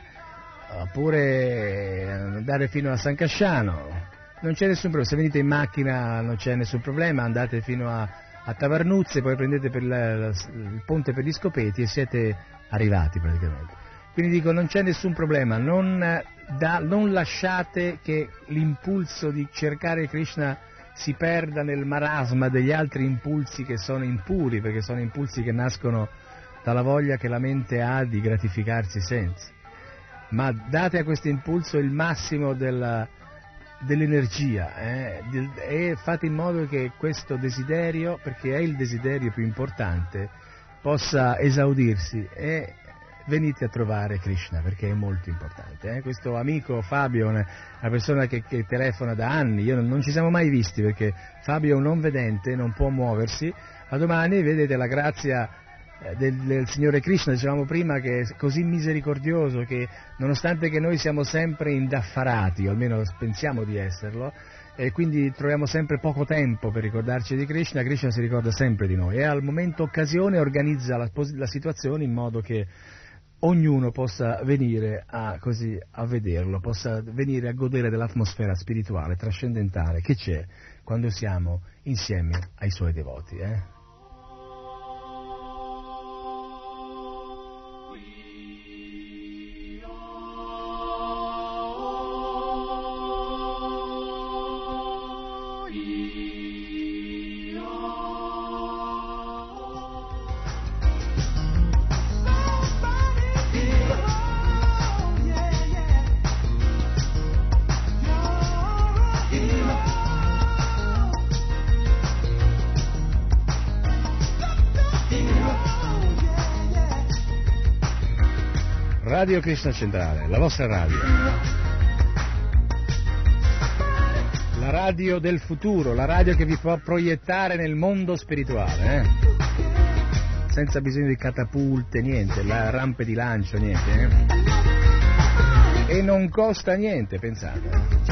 Oppure andare fino a San Casciano, non c'è nessun problema. Se venite in macchina non c'è nessun problema, andate fino a, a Tavarnuzze, poi prendete per la, la, il ponte per gli Scopeti e siete arrivati praticamente. Quindi dico, non c'è nessun problema, non, da, non lasciate che l'impulso di cercare Krishna si perda nel marasma degli altri impulsi che sono impuri, perché sono impulsi che nascono dalla voglia che la mente ha di gratificarsi senza. Ma date a questo impulso il massimo della, dell'energia, eh, e fate in modo che questo desiderio, perché è il desiderio più importante, possa esaudirsi, e venite a trovare Krishna, perché è molto importante. Eh. Questo amico Fabio è una persona che, che telefona da anni, io non, non ci siamo mai visti, perché Fabio è un non vedente, non può muoversi. A domani vedete la grazia Del, del Signore Krishna, dicevamo prima, che è così misericordioso che nonostante che noi siamo sempre indaffarati, o almeno pensiamo di esserlo, e quindi troviamo sempre poco tempo per ricordarci di Krishna, Krishna si ricorda sempre di noi e al momento occasione organizza la, la situazione in modo che ognuno possa venire a, così, a vederlo, possa venire a godere dell'atmosfera spirituale, trascendentale che c'è quando siamo insieme ai suoi devoti, eh? Radio Krishna Centrale, la vostra radio, la radio del futuro, la radio che vi può proiettare nel mondo spirituale, eh? senza bisogno di catapulte, niente, la rampe di lancio, niente. Eh? E non costa niente, pensate.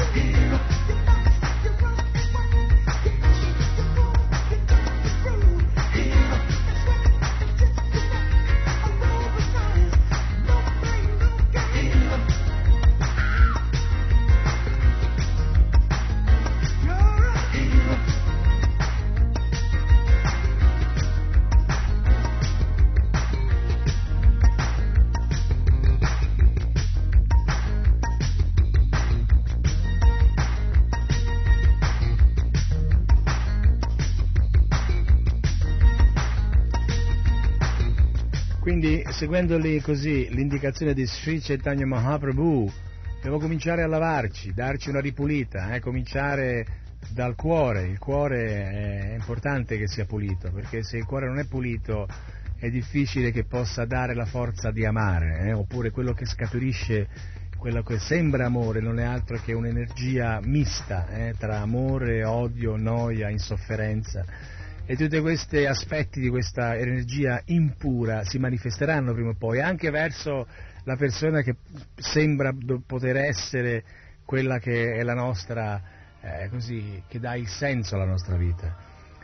Quindi, seguendoli così l'indicazione di Sri Chaitanya Mahaprabhu, devo cominciare a lavarci, darci una ripulita, eh, cominciare dal cuore. Il cuore è importante che sia pulito, perché se il cuore non è pulito è difficile che possa dare la forza di amare, eh, oppure quello che scaturisce, quello che sembra amore non è altro che un'energia mista, eh, tra amore, odio, noia, insofferenza. E tutti questi aspetti di questa energia impura si manifesteranno prima o poi anche verso la persona che sembra poter essere quella che è la nostra, eh, così, che dà il senso alla nostra vita.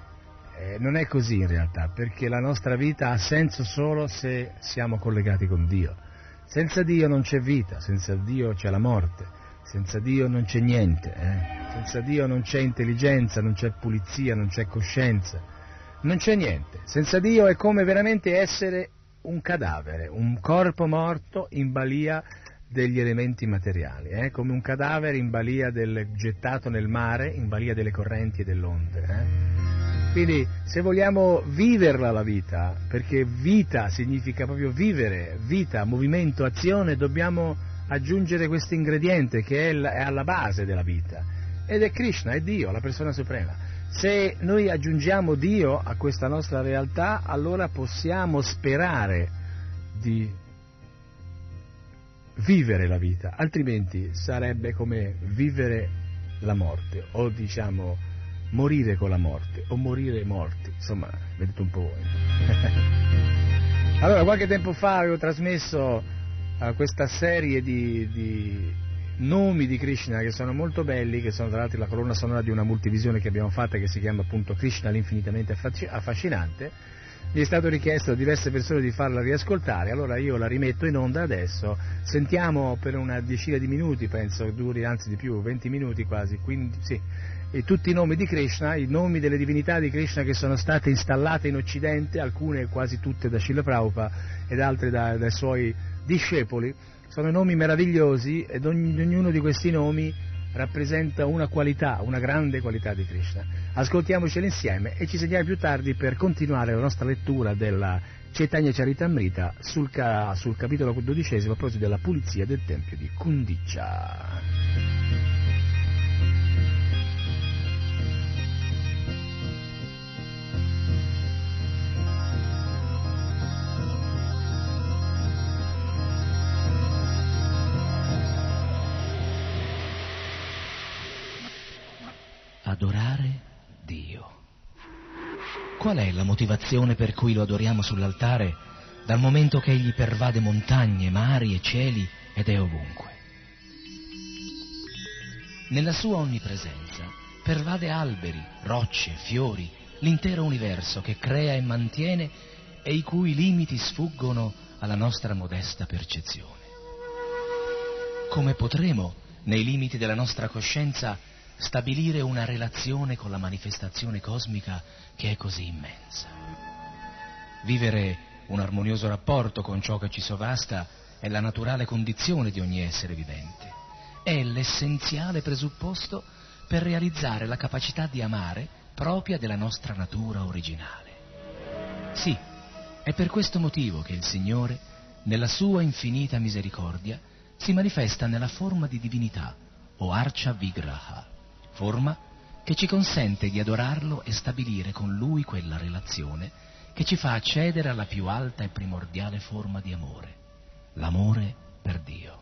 Eh, non è così in realtà, perché la nostra vita ha senso solo se siamo collegati con Dio. Senza Dio non c'è vita, senza Dio c'è la morte, senza Dio non c'è niente, eh? Senza Dio non c'è intelligenza, non c'è pulizia, non c'è coscienza, non c'è niente. Senza Dio è come veramente essere un cadavere, un corpo morto in balia degli elementi materiali, eh? Come un cadavere in balia del gettato nel mare, in balia delle correnti e delle onde. Eh? Quindi se vogliamo viverla la vita, perché vita significa proprio vivere, vita, movimento, azione, dobbiamo aggiungere questo ingrediente che è, è alla base della vita, ed è Krishna, è Dio, la persona suprema. Se noi aggiungiamo Dio a questa nostra realtà, allora possiamo sperare di vivere la vita, altrimenti sarebbe come vivere la morte, o diciamo morire con la morte, o morire morti, insomma, vedete un po' voi. Allora, qualche tempo fa avevo trasmesso uh, questa serie di, di nomi di Krishna che sono molto belli, che sono tra l'altro la colonna sonora di una multivisione che abbiamo fatta che si chiama appunto Krishna l'infinitamente affascinante. Mi è stato richiesto da diverse persone di farla riascoltare, allora io la rimetto in onda adesso. Sentiamo per una decina di minuti, penso duri anzi di più, venti minuti quasi, quindi sì, e tutti i nomi di Krishna, i nomi delle divinità di Krishna che sono state installate in Occidente, alcune quasi tutte da Srila Prabhupada ed altre da, dai suoi discepoli. Sono nomi meravigliosi ed ogni, ognuno di questi nomi rappresenta una qualità, una grande qualità di Krishna. Ascoltiamoceli insieme e ci sentiamo più tardi per continuare la nostra lettura della Chaitanya Charitamrita sul, ca, sul capitolo dodicesimo a proposito della pulizia del tempio di Kundicha. Adorare Dio. Qual è la motivazione per cui lo adoriamo sull'altare, dal momento che Egli pervade montagne, mari e cieli ed è ovunque? Nella sua onnipresenza pervade alberi, rocce, fiori, l'intero universo che crea e mantiene e i cui limiti sfuggono alla nostra modesta percezione. Come potremo, nei limiti della nostra coscienza, stabilire una relazione con la manifestazione cosmica che è così immensa? Vivere un armonioso rapporto con ciò che ci sovrasta è la naturale condizione di ogni essere vivente. È l'essenziale presupposto per realizzare la capacità di amare propria della nostra natura originale. Sì, è per questo motivo che il Signore, nella sua infinita misericordia, si manifesta nella forma di divinità, o Archa Vigraha, forma che ci consente di adorarlo e stabilire con lui quella relazione che ci fa accedere alla più alta e primordiale forma di amore, l'amore per Dio.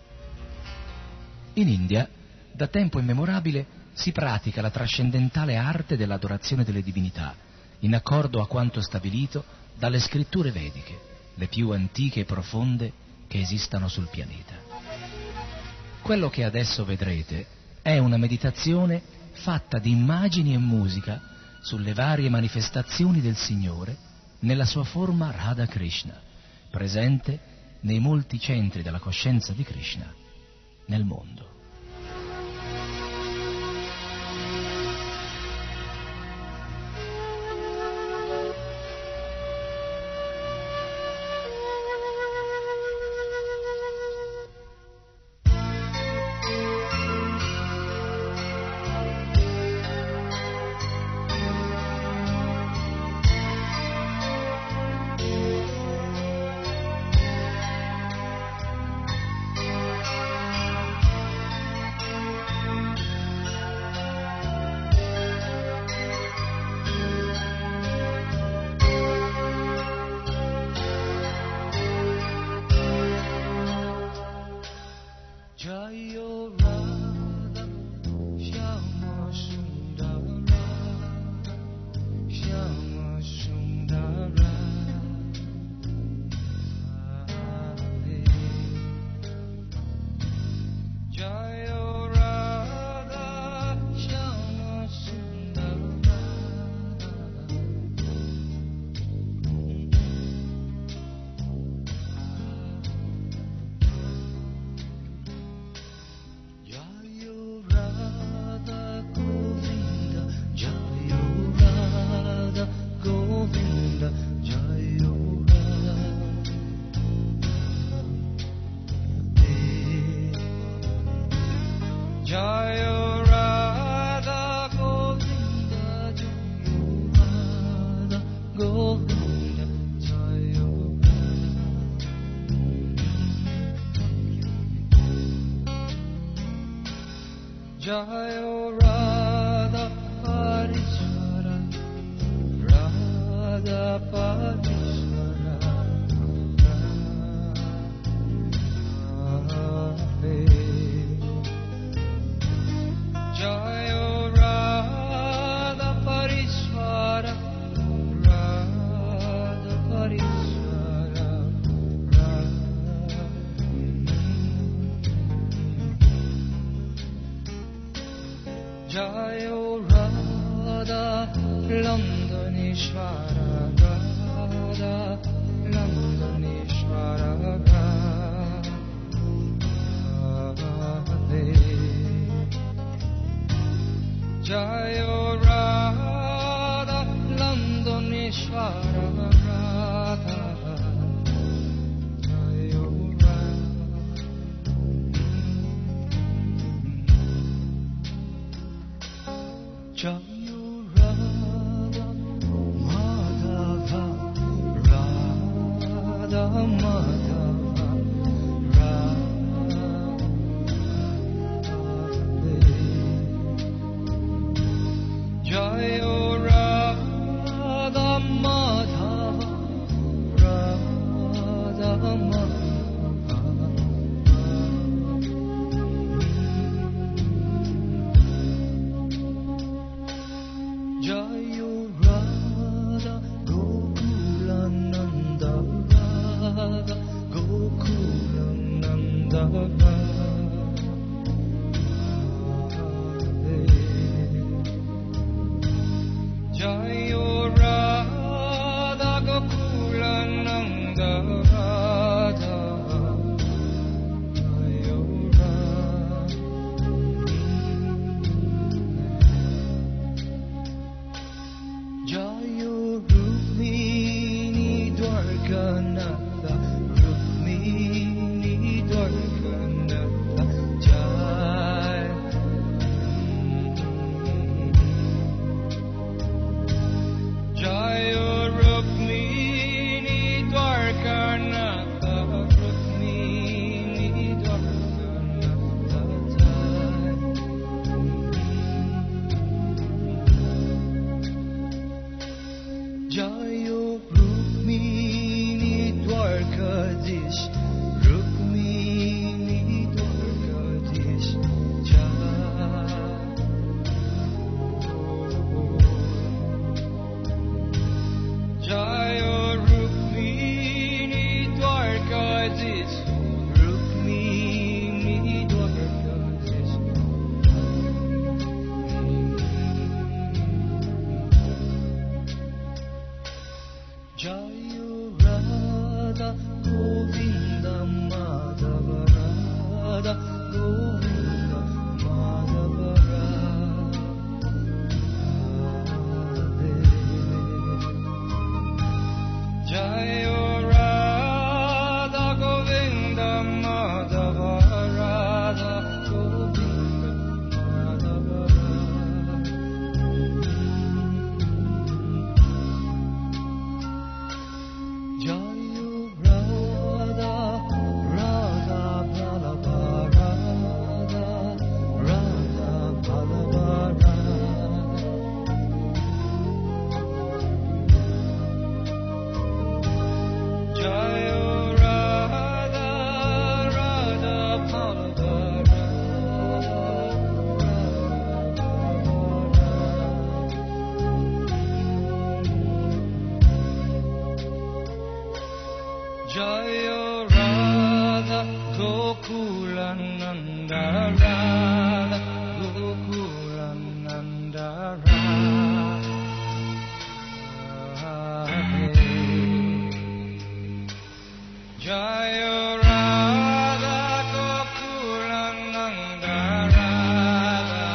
In India, da tempo immemorabile, si pratica la trascendentale arte dell'adorazione delle divinità, in accordo a quanto stabilito dalle scritture vediche, le più antiche e profonde che esistano sul pianeta. Quello che adesso vedrete è una meditazione fatta di immagini e musica sulle varie manifestazioni del Signore nella sua forma Radha Krishna, presente nei molti centri della coscienza di Krishna nel mondo. Jayo Radha Parishvara, Radha Parishvara, Radhe. Jayo Radha Parishvara, Radha Parishvara, Radhe. Jayo Radha Londonishvara, Radha Londonishvara, Radhe. Jayo Radha Londonishvara, Radha. Jayo Jayo Radha Madhava, Radha Madhava, Radhe. Jayo Radha Madhava, Radha Madhava. Jayo Radha Gokulananda, Radha Gokulananda, Radhe. Jayo Radha Gokulananda, Radha. Jayo Radha. Jayo Rukmini Dwarkananda, Rukmini Dwarkananda, Gokulananda Radha, Gokulananda Radha, Jaya Radha, Gokulananda Radha,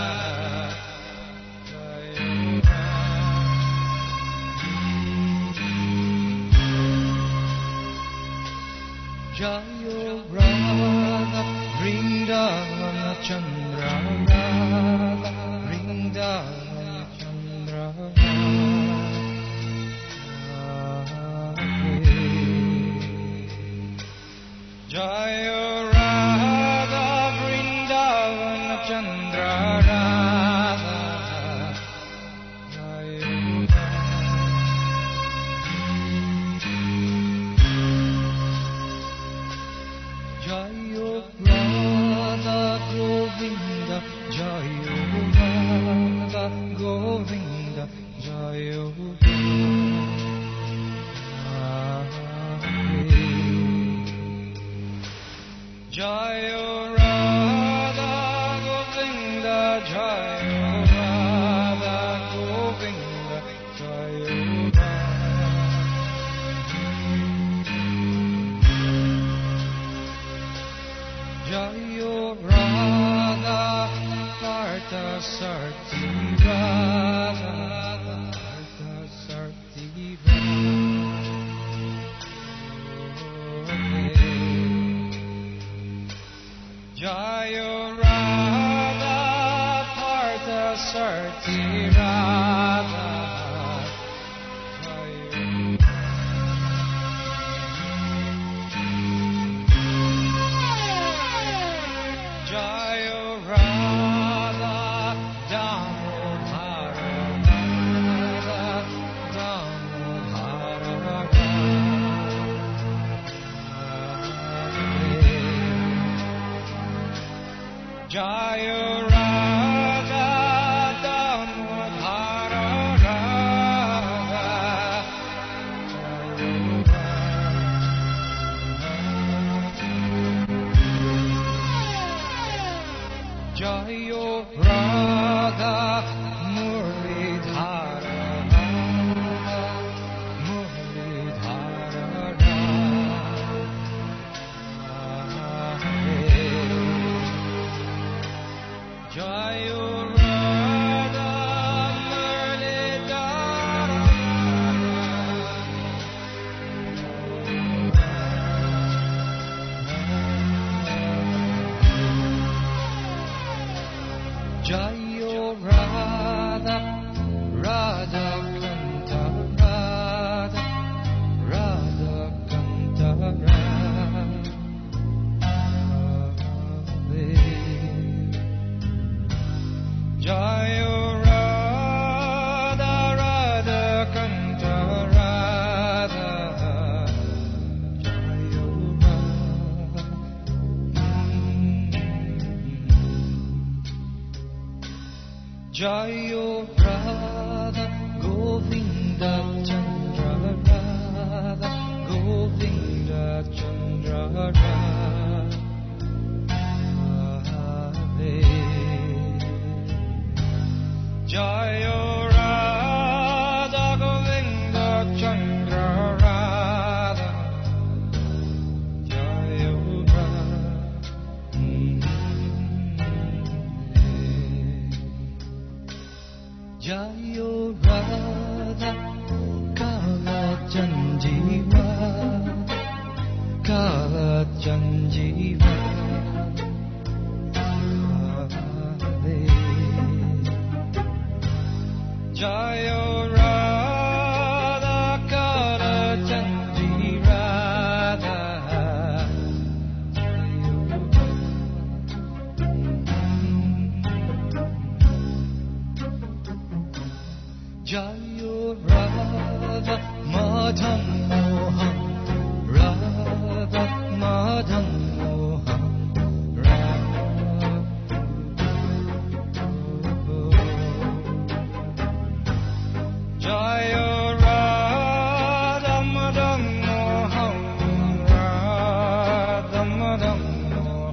Jaya Jaya Radha, Vrindavana Chandra Radha, Vrindavana Chandra Radha, Jaya Radha, Vrindavana Chandra Radha, Jaya Jaya Radha Govinda, Jaya Radha Govinda, Jaya Jaya Radha Govinda, Jaya Radha Govinda, Jaya Jaya Radha Partha Sarti Radha, Partha Sarti Jaya Radha Partha Sarti Radha, Jaya Radha Damodara Radha, Damodara Radha, Jaya Radha Damodara Radha, Jaya Radha Murlidhara Radha, Murlidhara Radha, Jaya Radha Murlidhara Jaya Radha Radha Kanta Radha, Radha Kanta Radha, Jaya Radha Radha Kanta Radha, Jaya Radha, Jaya Radha Govinda Chandra Radha, Govinda Chandra Radha, Jaya Radha Govinda Chandra Radha, Jaya Radha, Jaya Radha Kala Janjiva, Kala Janjiva, Jaya Radha Kala Janji Radha, Jaya Radha Madhan Mohan Radha, Madhan Mohan Radha, Jaya Radha Madhan Mohan Radha, Madhan Mohan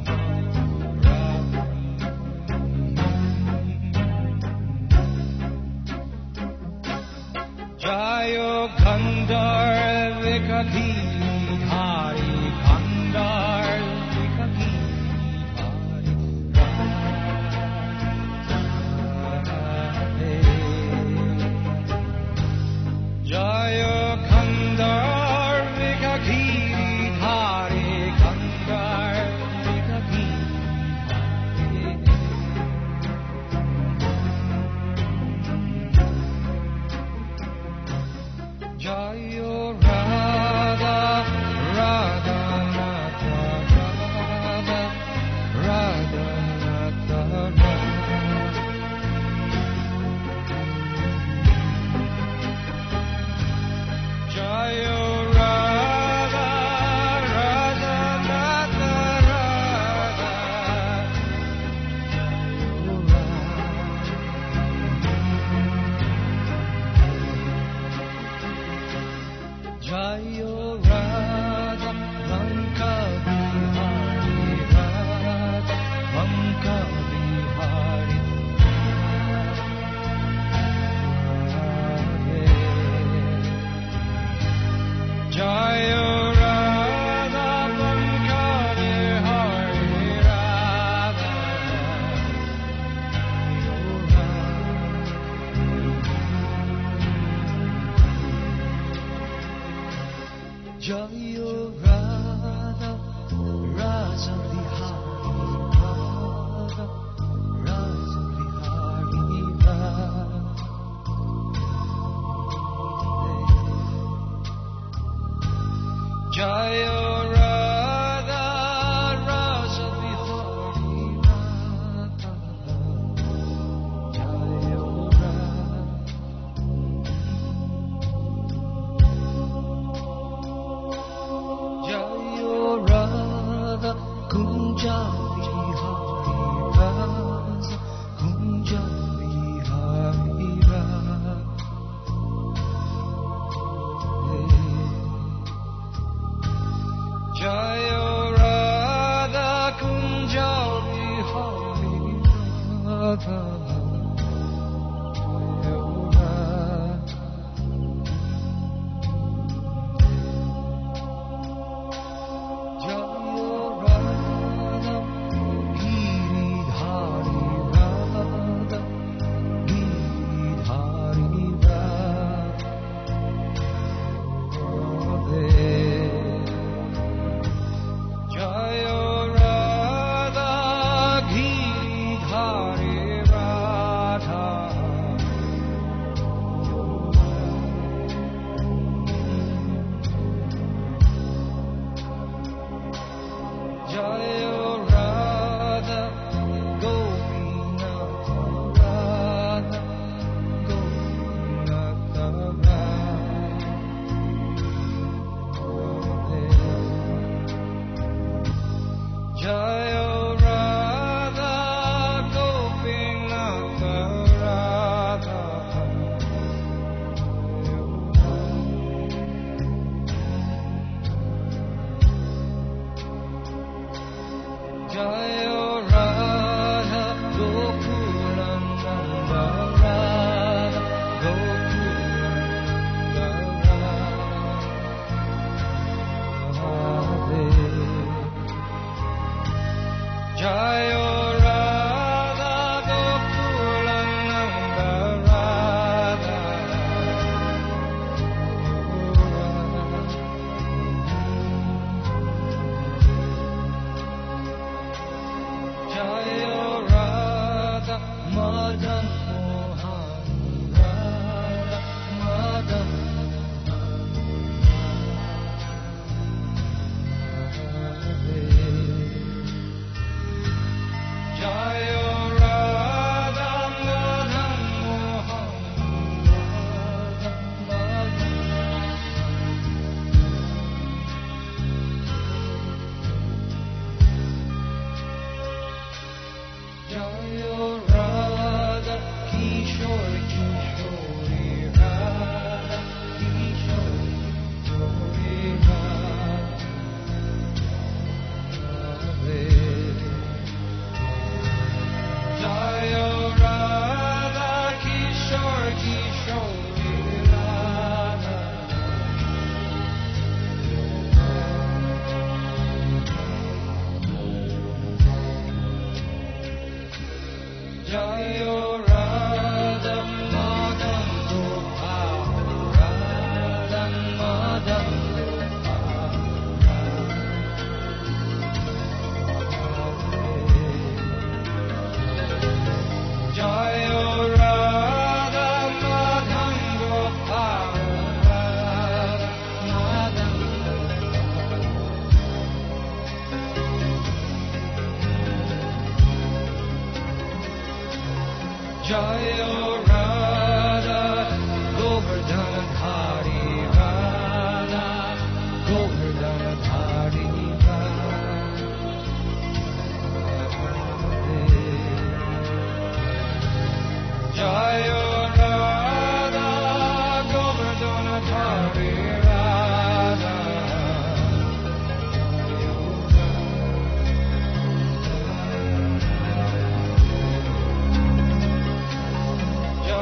Jaya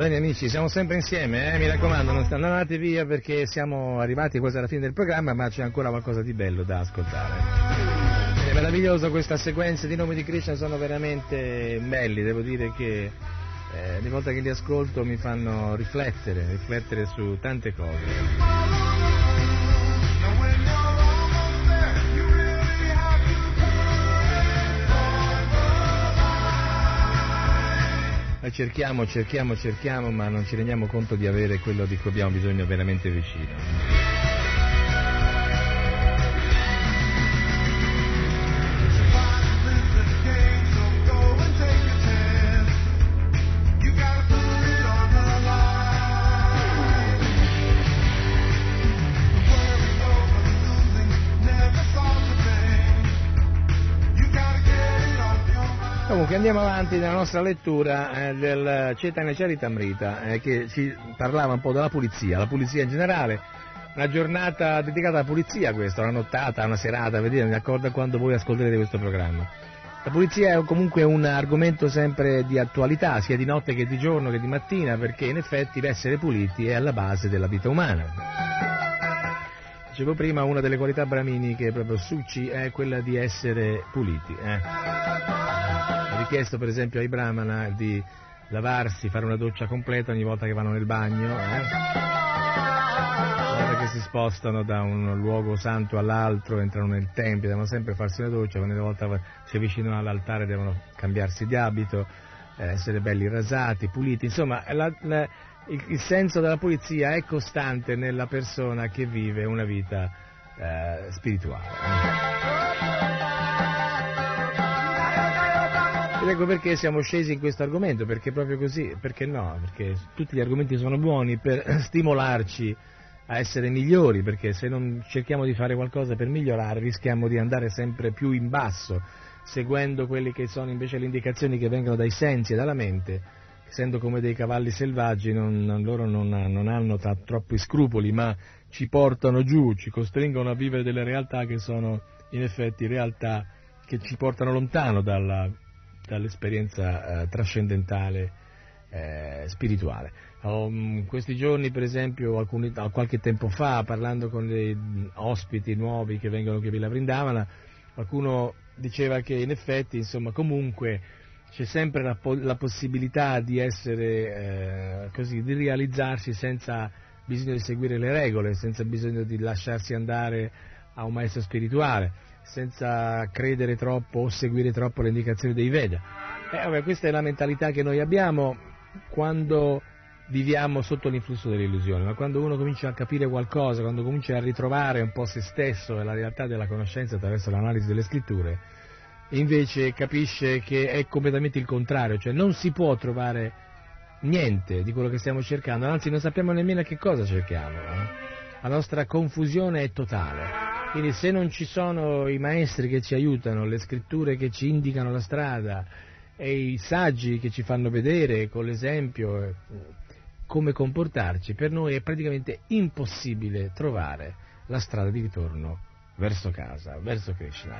Bene amici, siamo sempre insieme, eh? Mi raccomando, non andate via perché siamo arrivati quasi alla fine del programma, ma c'è ancora qualcosa di bello da ascoltare. È meraviglioso, questa sequenza di nomi di Krishna sono veramente belli, devo dire che eh, ogni volta che li ascolto mi fanno riflettere, riflettere su tante cose. Cerchiamo, cerchiamo, cerchiamo, ma non ci rendiamo conto di avere quello di cui abbiamo bisogno veramente vicino. Comunque andiamo avanti nella nostra lettura eh, del Chaitanya Charitamrita eh, che ci parlava un po' della pulizia, la pulizia in generale, una giornata dedicata alla pulizia questa, una nottata, una serata, vedete, mi accordo quando voi ascolterete questo programma. La pulizia è comunque un argomento sempre di attualità, sia di notte che di giorno che di mattina, perché in effetti l'essere puliti è alla base della vita umana. Dicevo prima, una delle qualità brahminiche, proprio Suci, è quella di essere puliti. Eh. È richiesto per esempio ai brahmana di lavarsi, fare una doccia completa ogni volta che vanno nel bagno, eh? Ogni volta che si spostano da un luogo santo all'altro, entrano nel tempio, devono sempre farsi una doccia, ogni volta si avvicinano all'altare devono cambiarsi di abito, eh, essere belli rasati, puliti, insomma la, la, il, il senso della pulizia è costante nella persona che vive una vita eh, spirituale. Eh? Ed ecco perché siamo scesi in questo argomento, perché proprio così, perché no? Perché tutti gli argomenti sono buoni per stimolarci a essere migliori, perché se non cerchiamo di fare qualcosa per migliorare rischiamo di andare sempre più in basso, seguendo quelle che sono invece le indicazioni che vengono dai sensi e dalla mente, essendo come dei cavalli selvaggi, non, non, loro non, non hanno tra, troppi scrupoli, ma ci portano giù, ci costringono a vivere delle realtà che sono in effetti realtà che ci portano lontano dalla dall'esperienza eh, trascendentale eh, spirituale. Um, questi giorni per esempio, alcuni, qualche tempo fa, parlando con dei ospiti nuovi che vengono qui a Villa Vrindavana, qualcuno diceva che in effetti, insomma, comunque c'è sempre la, la possibilità di essere eh, così, di realizzarsi senza bisogno di seguire le regole, senza bisogno di lasciarsi andare a un maestro spirituale, senza credere troppo o seguire troppo le indicazioni dei Veda. Eh, vabbè, questa è la mentalità che noi abbiamo quando viviamo sotto l'influsso dell'illusione, ma quando uno comincia a capire qualcosa, quando comincia a ritrovare un po' se stesso e la realtà della conoscenza attraverso l'analisi delle scritture, invece capisce che è completamente il contrario, cioè non si può trovare niente di quello che stiamo cercando, anzi non sappiamo nemmeno che cosa cerchiamo, eh? La nostra confusione è totale. Quindi se non ci sono i maestri che ci aiutano, le scritture che ci indicano la strada e i saggi che ci fanno vedere con l'esempio come comportarci, per noi è praticamente impossibile trovare la strada di ritorno verso casa, verso Krishna.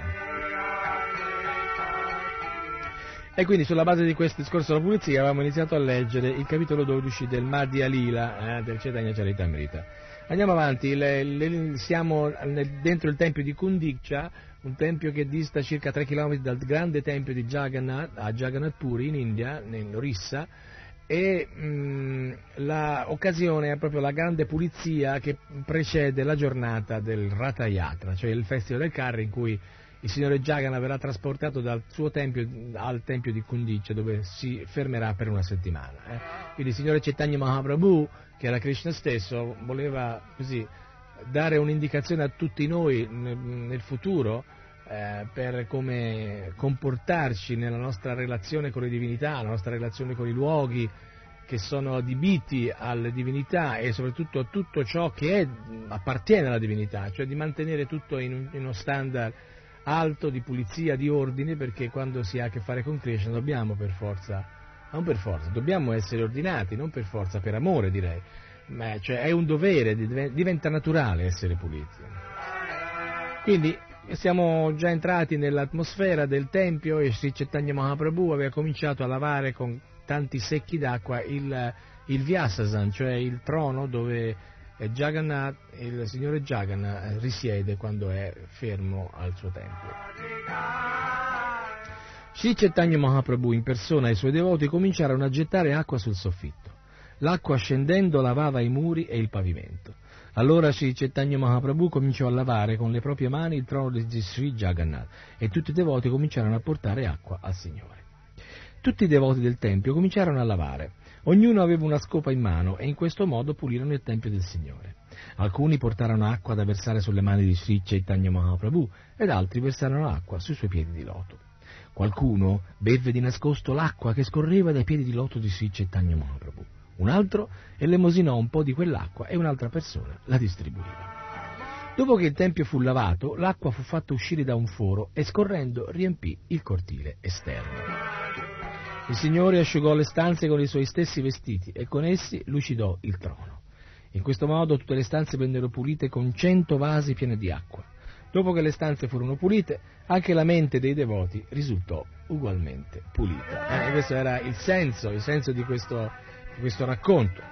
E quindi sulla base di questo discorso della pulizia avevamo iniziato a leggere il capitolo dodici del Madhya Lila eh, del Chaitanya Charitamrita. Andiamo avanti, le, le, siamo nel, dentro il tempio di Kundiksha, un tempio che dista circa tre chilometri dal grande tempio di Jagannath, a Jagannath Puri in India, nell'Orissa, e mh, l'occasione è proprio la grande pulizia che precede la giornata del Ratha Yatra, cioè il festival del carro in cui il signore Jagannath verrà trasportato dal suo tempio al tempio di Kundiksha, dove si fermerà per una settimana. Eh. Quindi il signore Chaitanya Mahaprabhu, che era Krishna stesso, voleva così dare un'indicazione a tutti noi nel, nel futuro eh, per come comportarci nella nostra relazione con le divinità, la nostra relazione con i luoghi che sono adibiti alle divinità e soprattutto a tutto ciò che è, appartiene alla divinità, cioè di mantenere tutto in, un, in uno standard alto di pulizia, di ordine, perché quando si ha a che fare con Krishna dobbiamo per forza, non per forza, dobbiamo essere ordinati, non per forza, per amore direi, ma cioè è un dovere, diventa naturale essere puliti. Quindi siamo già entrati nell'atmosfera del tempio e Sri Chaitanya Mahaprabhu aveva cominciato a lavare con tanti secchi d'acqua il, il Vyasasan, cioè il trono dove Jagannath, il signore Jagannath, risiede quando è fermo al suo tempio. Sri Chaitanya Mahaprabhu in persona e i suoi devoti cominciarono a gettare acqua sul soffitto. L'acqua scendendo lavava i muri e il pavimento. Allora Sri Chaitanya Mahaprabhu cominciò a lavare con le proprie mani il trono di Sri Jagannath e tutti i devoti cominciarono a portare acqua al Signore. Tutti i devoti del Tempio cominciarono a lavare. Ognuno aveva una scopa in mano e in questo modo pulirono il Tempio del Signore. Alcuni portarono acqua da versare sulle mani di Sri Chaitanya Mahaprabhu ed altri versarono acqua sui suoi piedi di loto. Qualcuno bevve di nascosto l'acqua che scorreva dai piedi di loto di Sri Chaitanya Mahaprabhu. Un altro elemosinò un po' di quell'acqua e un'altra persona la distribuiva. Dopo che il tempio fu lavato, l'acqua fu fatta uscire da un foro e scorrendo riempì il cortile esterno. Il Signore asciugò le stanze con i suoi stessi vestiti e con essi lucidò il trono. In questo modo tutte le stanze vennero pulite con cento vasi pieni di acqua. Dopo che le stanze furono pulite, anche la mente dei devoti risultò ugualmente pulita. Eh, questo era il senso, il senso di questo, di questo racconto.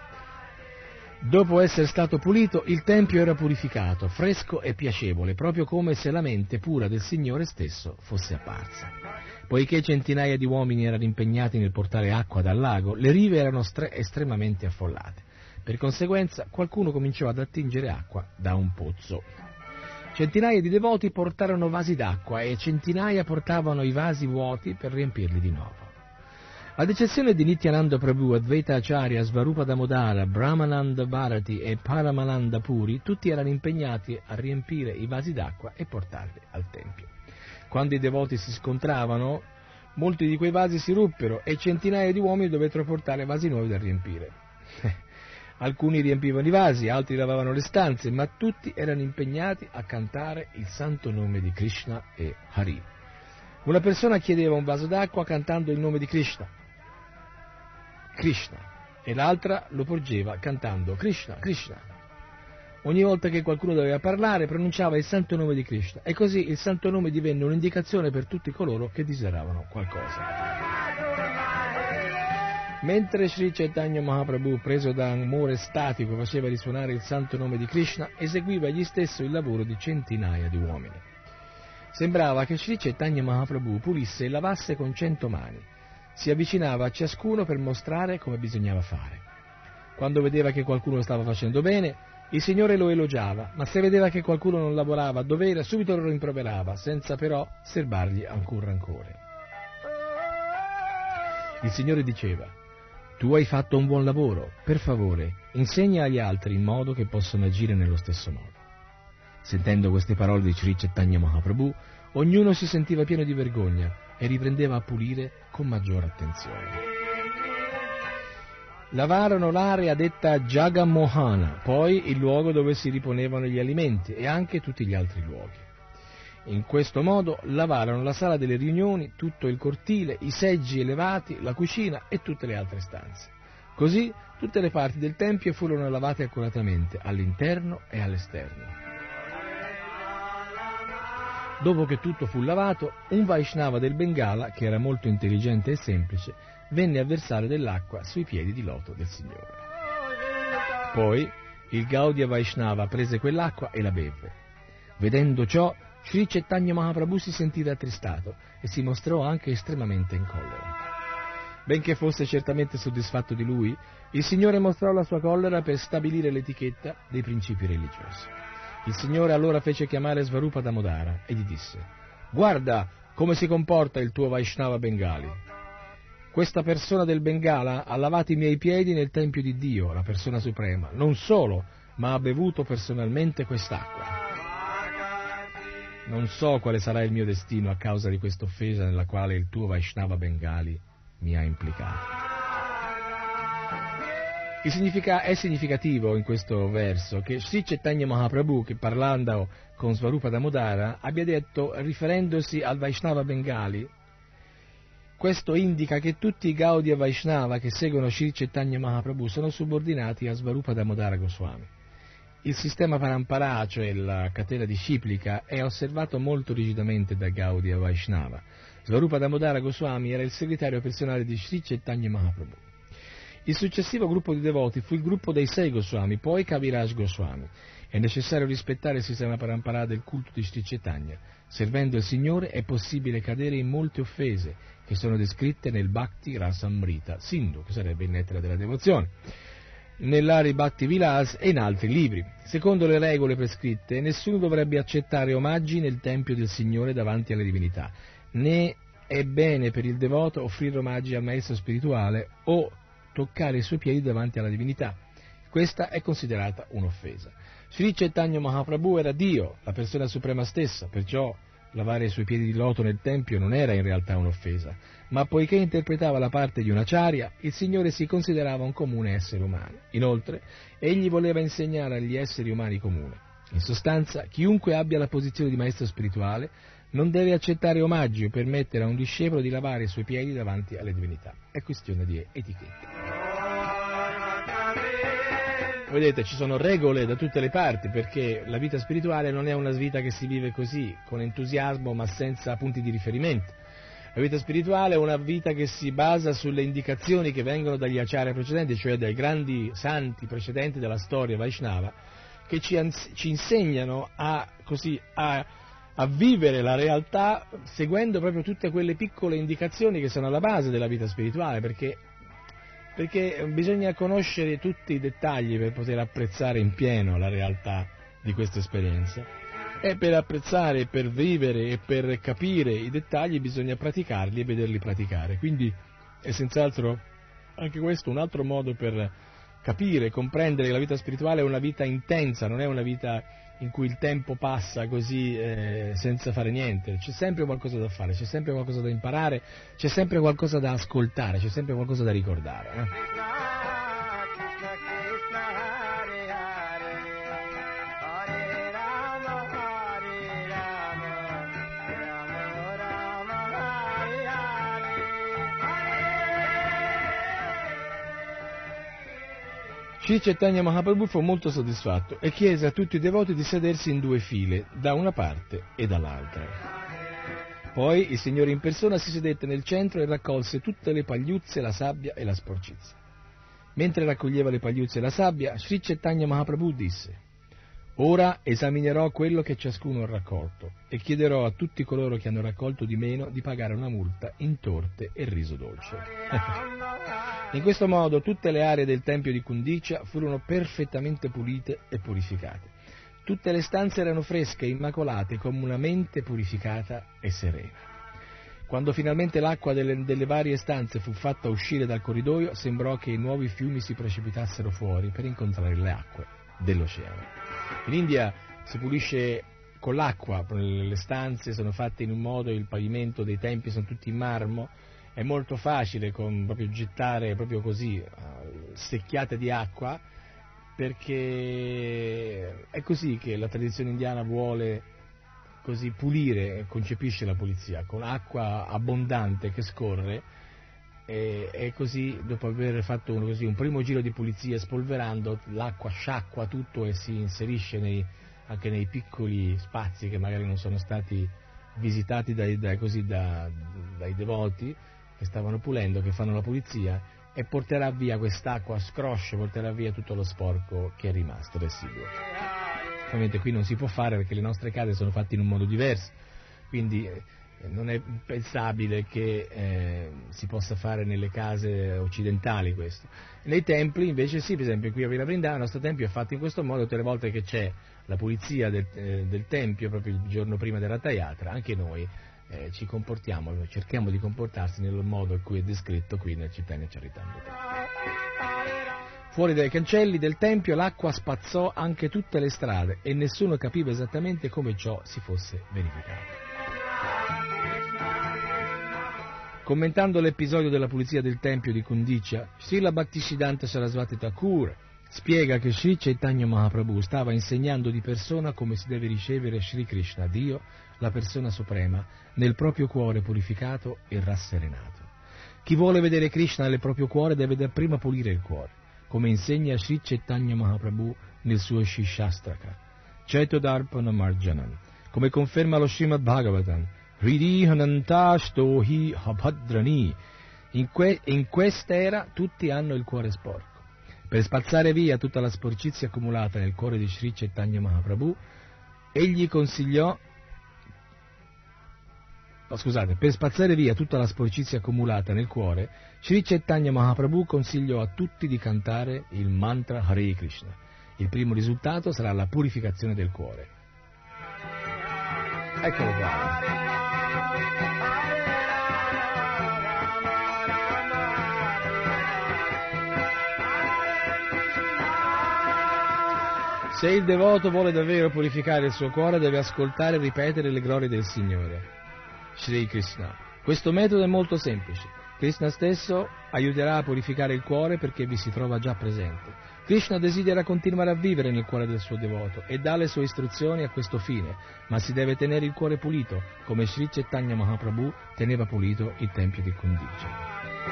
Dopo essere stato pulito, il tempio era purificato, fresco e piacevole, proprio come se la mente pura del Signore stesso fosse apparsa. Poiché centinaia di uomini erano impegnati nel portare acqua dal lago, le rive erano stre- estremamente affollate. Per conseguenza, qualcuno cominciò ad attingere acqua da un pozzo. Centinaia di devoti portarono vasi d'acqua e centinaia portavano i vasi vuoti per riempirli di nuovo. Ad eccezione di Nityananda Prabhu, Advaita Acharya, Svarupa Damodara, Brahmananda Bharati e Paramananda Puri, tutti erano impegnati a riempire i vasi d'acqua e portarli al tempio. Quando i devoti si scontravano, molti di quei vasi si ruppero e centinaia di uomini dovettero portare vasi nuovi da riempire. Alcuni riempivano i vasi, altri lavavano le stanze, ma tutti erano impegnati a cantare il santo nome di Krishna e Hari. Una persona chiedeva un vaso d'acqua cantando il nome di Krishna, Krishna, e l'altra lo porgeva cantando Krishna, Krishna. Ogni volta che qualcuno doveva parlare pronunciava il santo nome di Krishna e così il santo nome divenne un'indicazione per tutti coloro che desideravano qualcosa. Mentre Sri Chaitanya Mahaprabhu, preso da un amore statico, faceva risuonare il santo nome di Krishna, eseguiva egli stesso il lavoro di centinaia di uomini. Sembrava che Sri Chaitanya Mahaprabhu pulisse e lavasse con cento mani. Si avvicinava a ciascuno per mostrare come bisognava fare. Quando vedeva che qualcuno lo stava facendo bene, il Signore lo elogiava, ma se vedeva che qualcuno non lavorava a dovere, subito lo rimproverava, senza però serbargli alcun rancore. Il Signore diceva: «Tu hai fatto un buon lavoro, per favore, insegna agli altri in modo che possano agire nello stesso modo». Sentendo queste parole di Sri Chaitanya Mahaprabhu, ognuno si sentiva pieno di vergogna e riprendeva a pulire con maggiore attenzione. Lavarono l'area detta Jagamohana, poi il luogo dove si riponevano gli alimenti e anche tutti gli altri luoghi. In questo modo lavarono la sala delle riunioni, tutto il cortile, i seggi elevati, la cucina e tutte le altre stanze. Così tutte le parti del tempio furono lavate accuratamente, all'interno e all'esterno. Dopo che tutto fu lavato, un Vaishnava del Bengala, che era molto intelligente e semplice, venne a versare dell'acqua sui piedi di loto del Signore. Poi il Gaudiya Vaishnava prese quell'acqua e la beve. Vedendo ciò, Sri Chaitanya Mahaprabhu si sentì rattristato e si mostrò anche estremamente in collera. Benché fosse certamente soddisfatto di lui, il Signore mostrò la sua collera per stabilire l'etichetta dei principi religiosi. Il Signore allora fece chiamare Svarupa Damodara e gli disse: «Guarda come si comporta il tuo Vaishnava Bengali. Questa persona del Bengala ha lavato i miei piedi nel Tempio di Dio, la persona suprema. Non solo, ma ha bevuto personalmente quest'acqua. Non so quale sarà il mio destino a causa di questa offesa nella quale il tuo Vaishnava Bengali mi ha implicato». Il significa, è significativo in questo verso che Sri Chaitanya Mahaprabhu, che parlando con Svarupa Damodara, abbia detto, riferendosi al Vaishnava Bengali, questo indica che tutti i Gaudiya Vaishnava che seguono Sri Chaitanya Mahaprabhu sono subordinati a Svarupa Damodara Goswami. Il sistema parampara, cioè la catena disciplica, è osservato molto rigidamente da Gaudiya Vaishnava. Svarupa Damodara Goswami era il segretario personale di Sri Chaitanya Mahaprabhu. Il successivo gruppo di devoti fu il gruppo dei sei Goswami, poi Kaviraj Goswami. È necessario rispettare il sistema parampara del culto di Sri Chaitanya. Servendo il Signore è possibile cadere in molte offese che sono descritte nel Bhakti Rasamrita Sindhu, che sarebbe il nettare della devozione, nell'Ari Bhakti Vilas e in altri libri. Secondo le regole prescritte, nessuno dovrebbe accettare omaggi nel Tempio del Signore davanti alle divinità, né è bene per il devoto offrire omaggi al maestro spirituale o toccare i suoi piedi davanti alla divinità. Questa è considerata un'offesa. Sri Chaitanya Mahaprabhu era Dio, la persona suprema stessa, perciò lavare i suoi piedi di loto nel Tempio non era in realtà un'offesa, ma poiché interpretava la parte di un acharya, il Signore si considerava un comune essere umano. Inoltre, egli voleva insegnare agli esseri umani comuni. In sostanza, chiunque abbia la posizione di maestro spirituale non deve accettare omaggi o permettere a un discepolo di lavare i suoi piedi davanti alle divinità. È questione di etichetta. Vedete, ci sono regole da tutte le parti, perché la vita spirituale non è una vita che si vive così, con entusiasmo ma senza punti di riferimento. La vita spirituale è una vita che si basa sulle indicazioni che vengono dagli acharya precedenti, cioè dai grandi santi precedenti della storia Vaishnava, che ci, ci insegnano a, così, a, a vivere la realtà seguendo proprio tutte quelle piccole indicazioni che sono alla base della vita spirituale, perché perché bisogna conoscere tutti i dettagli per poter apprezzare in pieno la realtà di questa esperienza. E per apprezzare, per vivere e per capire i dettagli bisogna praticarli e vederli praticare. Quindi è senz'altro anche questo un altro modo per capire e comprendere che la vita spirituale è una vita intensa, non è una vita in cui il tempo passa così eh, senza fare niente. C'è sempre qualcosa da fare, c'è sempre qualcosa da imparare, c'è sempre qualcosa da ascoltare, c'è sempre qualcosa da ricordare. Eh? Sri Chaitanya Mahaprabhu fu molto soddisfatto e chiese a tutti i devoti di sedersi in due file, da una parte e dall'altra. Poi il Signore in persona si sedette nel centro e raccolse tutte le pagliuzze, la sabbia e la sporcizia. Mentre raccoglieva le pagliuzze e la sabbia, Sri Chaitanya Mahaprabhu disse: «Ora esaminerò quello che ciascuno ha raccolto e chiederò a tutti coloro che hanno raccolto di meno di pagare una multa in torte e riso dolce». In questo modo tutte le aree del tempio di Kundicia furono perfettamente pulite e purificate. Tutte le stanze erano fresche e immacolate come una mente purificata e serena. Quando finalmente l'acqua delle, delle varie stanze fu fatta uscire dal corridoio, sembrò che i nuovi fiumi si precipitassero fuori per incontrare le acque dell'oceano. In India si pulisce con l'acqua, le stanze sono fatte in un modo, il pavimento dei templi sono tutti in marmo. È molto facile con, proprio gettare proprio così uh, secchiate di acqua, perché è così che la tradizione indiana vuole così pulire e concepisce la pulizia, con acqua abbondante che scorre, e, e così dopo aver fatto un, così, un primo giro di pulizia spolverando, l'acqua sciacqua tutto e si inserisce nei, anche nei piccoli spazi che magari non sono stati visitati dai, dai, così, da, dai devoti che stavano pulendo, che fanno la pulizia, e porterà via quest'acqua a scroscio, porterà via tutto lo sporco che è rimasto residuo. Ovviamente qui non si può fare perché le nostre case sono fatte in un modo diverso, quindi eh, non è pensabile che eh, si possa fare nelle case occidentali questo. Nei templi invece sì, per esempio qui a Villa Vrindana il nostro tempio è fatto in questo modo, tutte le volte che c'è la pulizia del, eh, del tempio, proprio il giorno prima della Ratayatra, anche noi Eh, ci comportiamo, cerchiamo di comportarsi nel modo in cui è descritto qui nel Chaitanya Charitamrita. Fuori dai cancelli del tempio l'acqua spazzò anche tutte le strade e nessuno capiva esattamente come ciò si fosse verificato. Commentando l'episodio della pulizia del tempio di Kundicia, Srila Bhaktisiddhanta Sarasvati Thakur spiega che Sri Chaitanya Mahaprabhu stava insegnando di persona come si deve ricevere Sri Krishna, Dio, la persona suprema, nel proprio cuore purificato e rasserenato. Chi vuole vedere Krishna nel proprio cuore deve dapprima pulire il cuore. come insegna Sri Chaitanya Mahaprabhu nel suo Shishastraka, Chaitodarpana Marjanam, come conferma lo Srimad Bhagavatam, Hridi Hanantastohi Habhadrani. In, que- in quest'era tutti hanno il cuore sporco. Per spazzare via tutta la sporcizia accumulata nel cuore di Sri Chaitanya Mahaprabhu, egli consigliò Oh, scusate, per spazzare via tutta la sporcizia accumulata nel cuore, Sri Chaitanya Mahaprabhu consigliò a tutti di cantare il mantra Hare Krishna. Il primo risultato sarà la purificazione del cuore. Eccolo qua. Se il devoto vuole davvero purificare il suo cuore, deve ascoltare e ripetere le glorie del Signore, Shri Krishna. Questo metodo è molto semplice. Krishna stesso aiuterà a purificare il cuore perché vi si trova già presente. Krishna desidera continuare a vivere nel cuore del suo devoto e dà le sue istruzioni a questo fine, ma si deve tenere il cuore pulito, come Sri Chaitanya Mahaprabhu teneva pulito il tempio di Kundicha.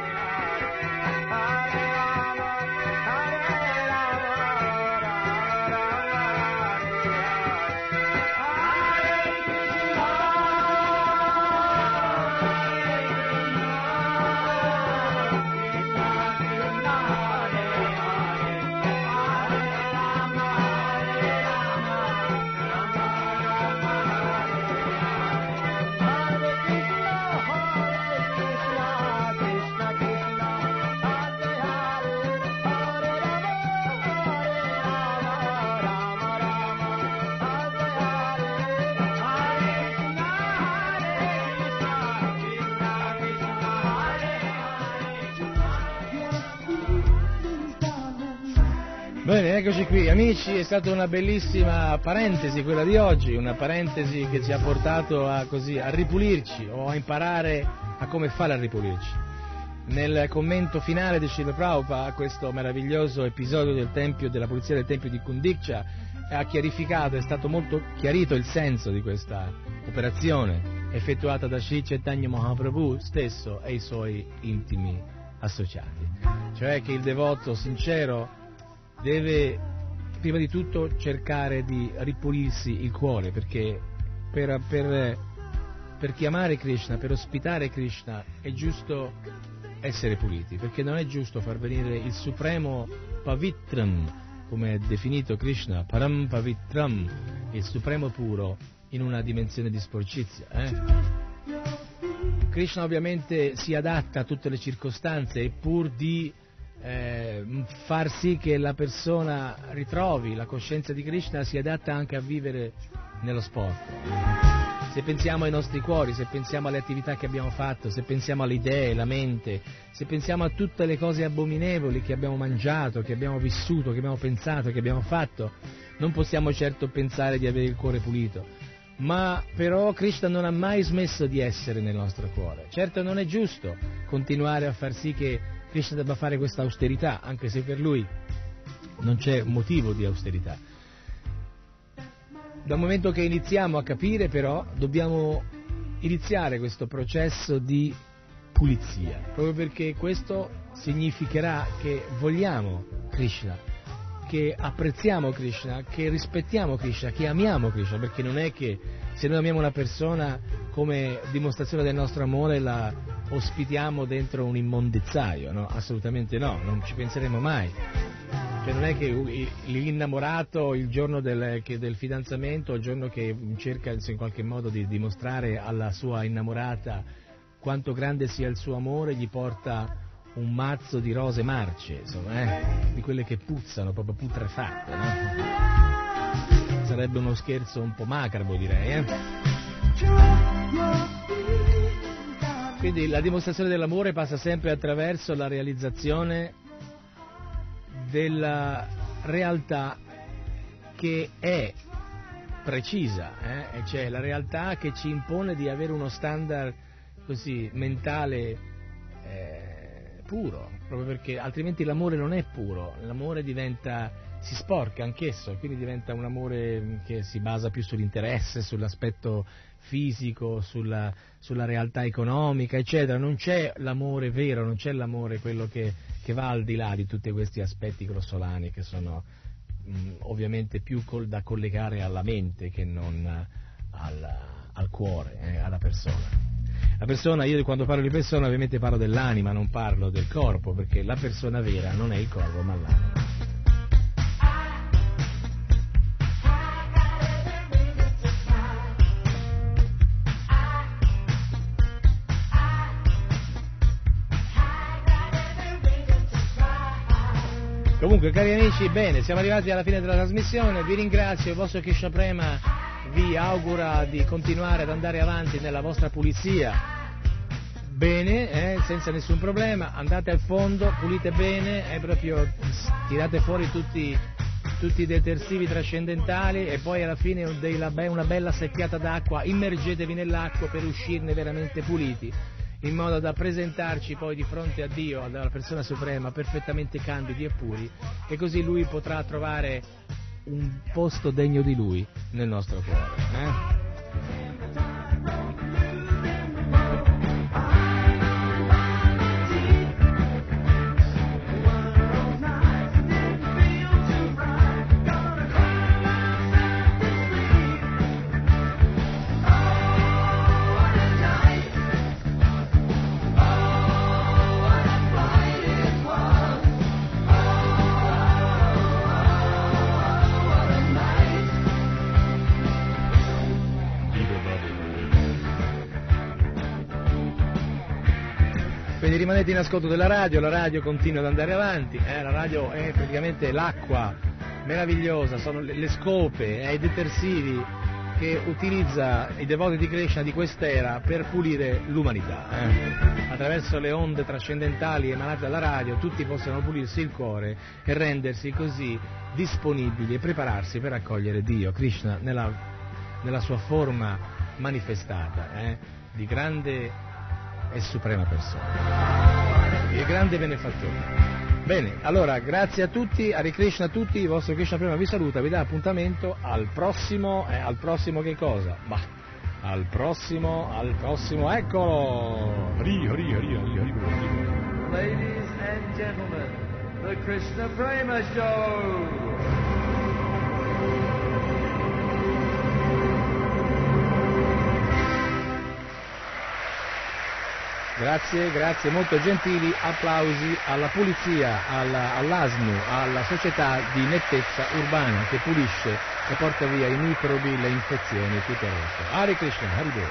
Bene, eccoci qui amici, è stata una bellissima parentesi quella di oggi, una parentesi che ci ha portato a, così, a ripulirci o a imparare a come fare a ripulirci. Nel commento finale di Srila Prabhupada a questo meraviglioso episodio del tempio, della pulizia del tempio di Kundicha, ha chiarificato, è stato molto chiarito il senso di questa operazione effettuata da Sri Chaitanya Mahaprabhu stesso e i suoi intimi associati, cioè che il devoto sincero deve prima di tutto cercare di ripulirsi il cuore, perché per, per, per chiamare Krishna, per ospitare Krishna è giusto essere puliti, perché non è giusto far venire il supremo pavitram, come è definito Krishna, param pavitram, il supremo puro, in una dimensione di sporcizia. Eh? Krishna ovviamente si adatta a tutte le circostanze e pur di Eh, far sì che la persona ritrovi la coscienza di Krishna si adatta anche a vivere nello sporco. Se pensiamo ai nostri cuori, se pensiamo alle attività che abbiamo fatto, se pensiamo alle idee, la mente, se pensiamo a tutte le cose abominevoli che abbiamo mangiato, che abbiamo vissuto, che abbiamo pensato, che abbiamo fatto, non possiamo certo pensare di avere il cuore pulito. Ma però Krishna non ha mai smesso di essere nel nostro cuore. Certo non è giusto continuare a far sì che Krishna debba fare questa austerità, anche se per lui non c'è motivo di austerità. Dal momento che iniziamo a capire, però, dobbiamo iniziare questo processo di pulizia, proprio perché questo significherà che vogliamo Krishna, che apprezziamo Krishna, che rispettiamo Krishna, che amiamo Krishna, perché non è che se noi amiamo una persona come dimostrazione del nostro amore la ospitiamo dentro un immondezzaio, no? Assolutamente no, non ci penseremo mai. Cioè non è che l'innamorato il giorno del, che del fidanzamento, il giorno che cerca in qualche modo di dimostrare alla sua innamorata quanto grande sia il suo amore, gli porta un mazzo di rose marce, insomma, eh? Di quelle che puzzano, proprio putrefatte, no? Sarebbe uno scherzo un po' macabro, direi, eh? Quindi la dimostrazione dell'amore passa sempre attraverso la realizzazione della realtà che è precisa, eh? E cioè la realtà che ci impone di avere uno standard così mentale eh, puro, proprio perché altrimenti l'amore non è puro, l'amore diventa si sporca anch'esso, quindi diventa un amore che si basa più sull'interesse, sull'aspetto fisico, sulla, sulla realtà economica, eccetera. Non c'è l'amore vero, non c'è l'amore quello che, che va al di là di tutti questi aspetti grossolani che sono mh, ovviamente più col, da collegare alla mente che non al, al cuore, eh, alla persona. La persona, io quando parlo di persona ovviamente parlo dell'anima, non parlo del corpo, perché la persona vera non è il corpo ma l'anima. Comunque, cari amici, bene, siamo arrivati alla fine della trasmissione, vi ringrazio, il vostro Krishna Prema vi augura di continuare ad andare avanti nella vostra pulizia, bene, eh, senza nessun problema, andate al fondo, pulite bene, eh, proprio tirate fuori tutti, tutti i detersivi trascendentali e poi alla fine una bella secchiata d'acqua, immergetevi nell'acqua per uscirne veramente puliti, in modo da presentarci poi di fronte a Dio, alla persona suprema, perfettamente candidi e puri, e così Lui potrà trovare un posto degno di Lui nel nostro cuore. Eh? Quindi rimanete in ascolto della radio, la radio continua ad andare avanti, eh, la radio è praticamente l'acqua meravigliosa, sono le, le scope, eh, i detersivi che utilizza i devoti di Krishna di quest'era per pulire l'umanità. Eh. Attraverso le onde trascendentali emanate dalla radio tutti possono pulirsi il cuore e rendersi così disponibili e prepararsi per accogliere Dio, Krishna, nella, nella sua forma manifestata, eh, di grande e suprema persona, il grande benefattore. Bene, allora grazie a tutti, Hare Krishna a tutti, il vostro Krishna Prema vi saluta, vi dà appuntamento al prossimo, eh, al prossimo che cosa? Bah, al prossimo, al prossimo, eccolo! Hari, hari, hari, hari, hari, hari. Ladies and gentlemen, the Krishna Prema Show! Grazie, grazie, molto gentili, applausi alla pulizia, alla, all'A S N U, alla società di nettezza urbana che pulisce e porta via i microbi, le infezioni e tutto il resto. Hare Krishna, Hare Krishna.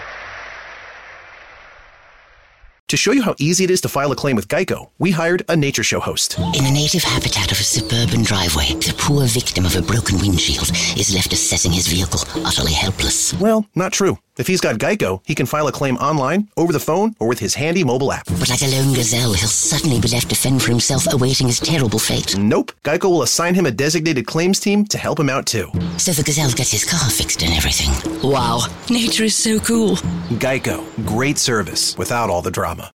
To show you how easy it is to file a claim with Geico, we hired a nature show host. In the native habitat of a suburban driveway, the poor victim of a broken windshield is left assessing his vehicle, utterly helpless. Well, not true. If he's got Geico, he can file a claim online, over the phone, or with his handy mobile app. But like a lone gazelle, he'll suddenly be left to fend for himself, awaiting his terrible fate. Nope. Geico will assign him a designated claims team to help him out too. So the gazelle gets his car fixed and everything. Wow, nature is so cool. Geico. Great service without all the drama.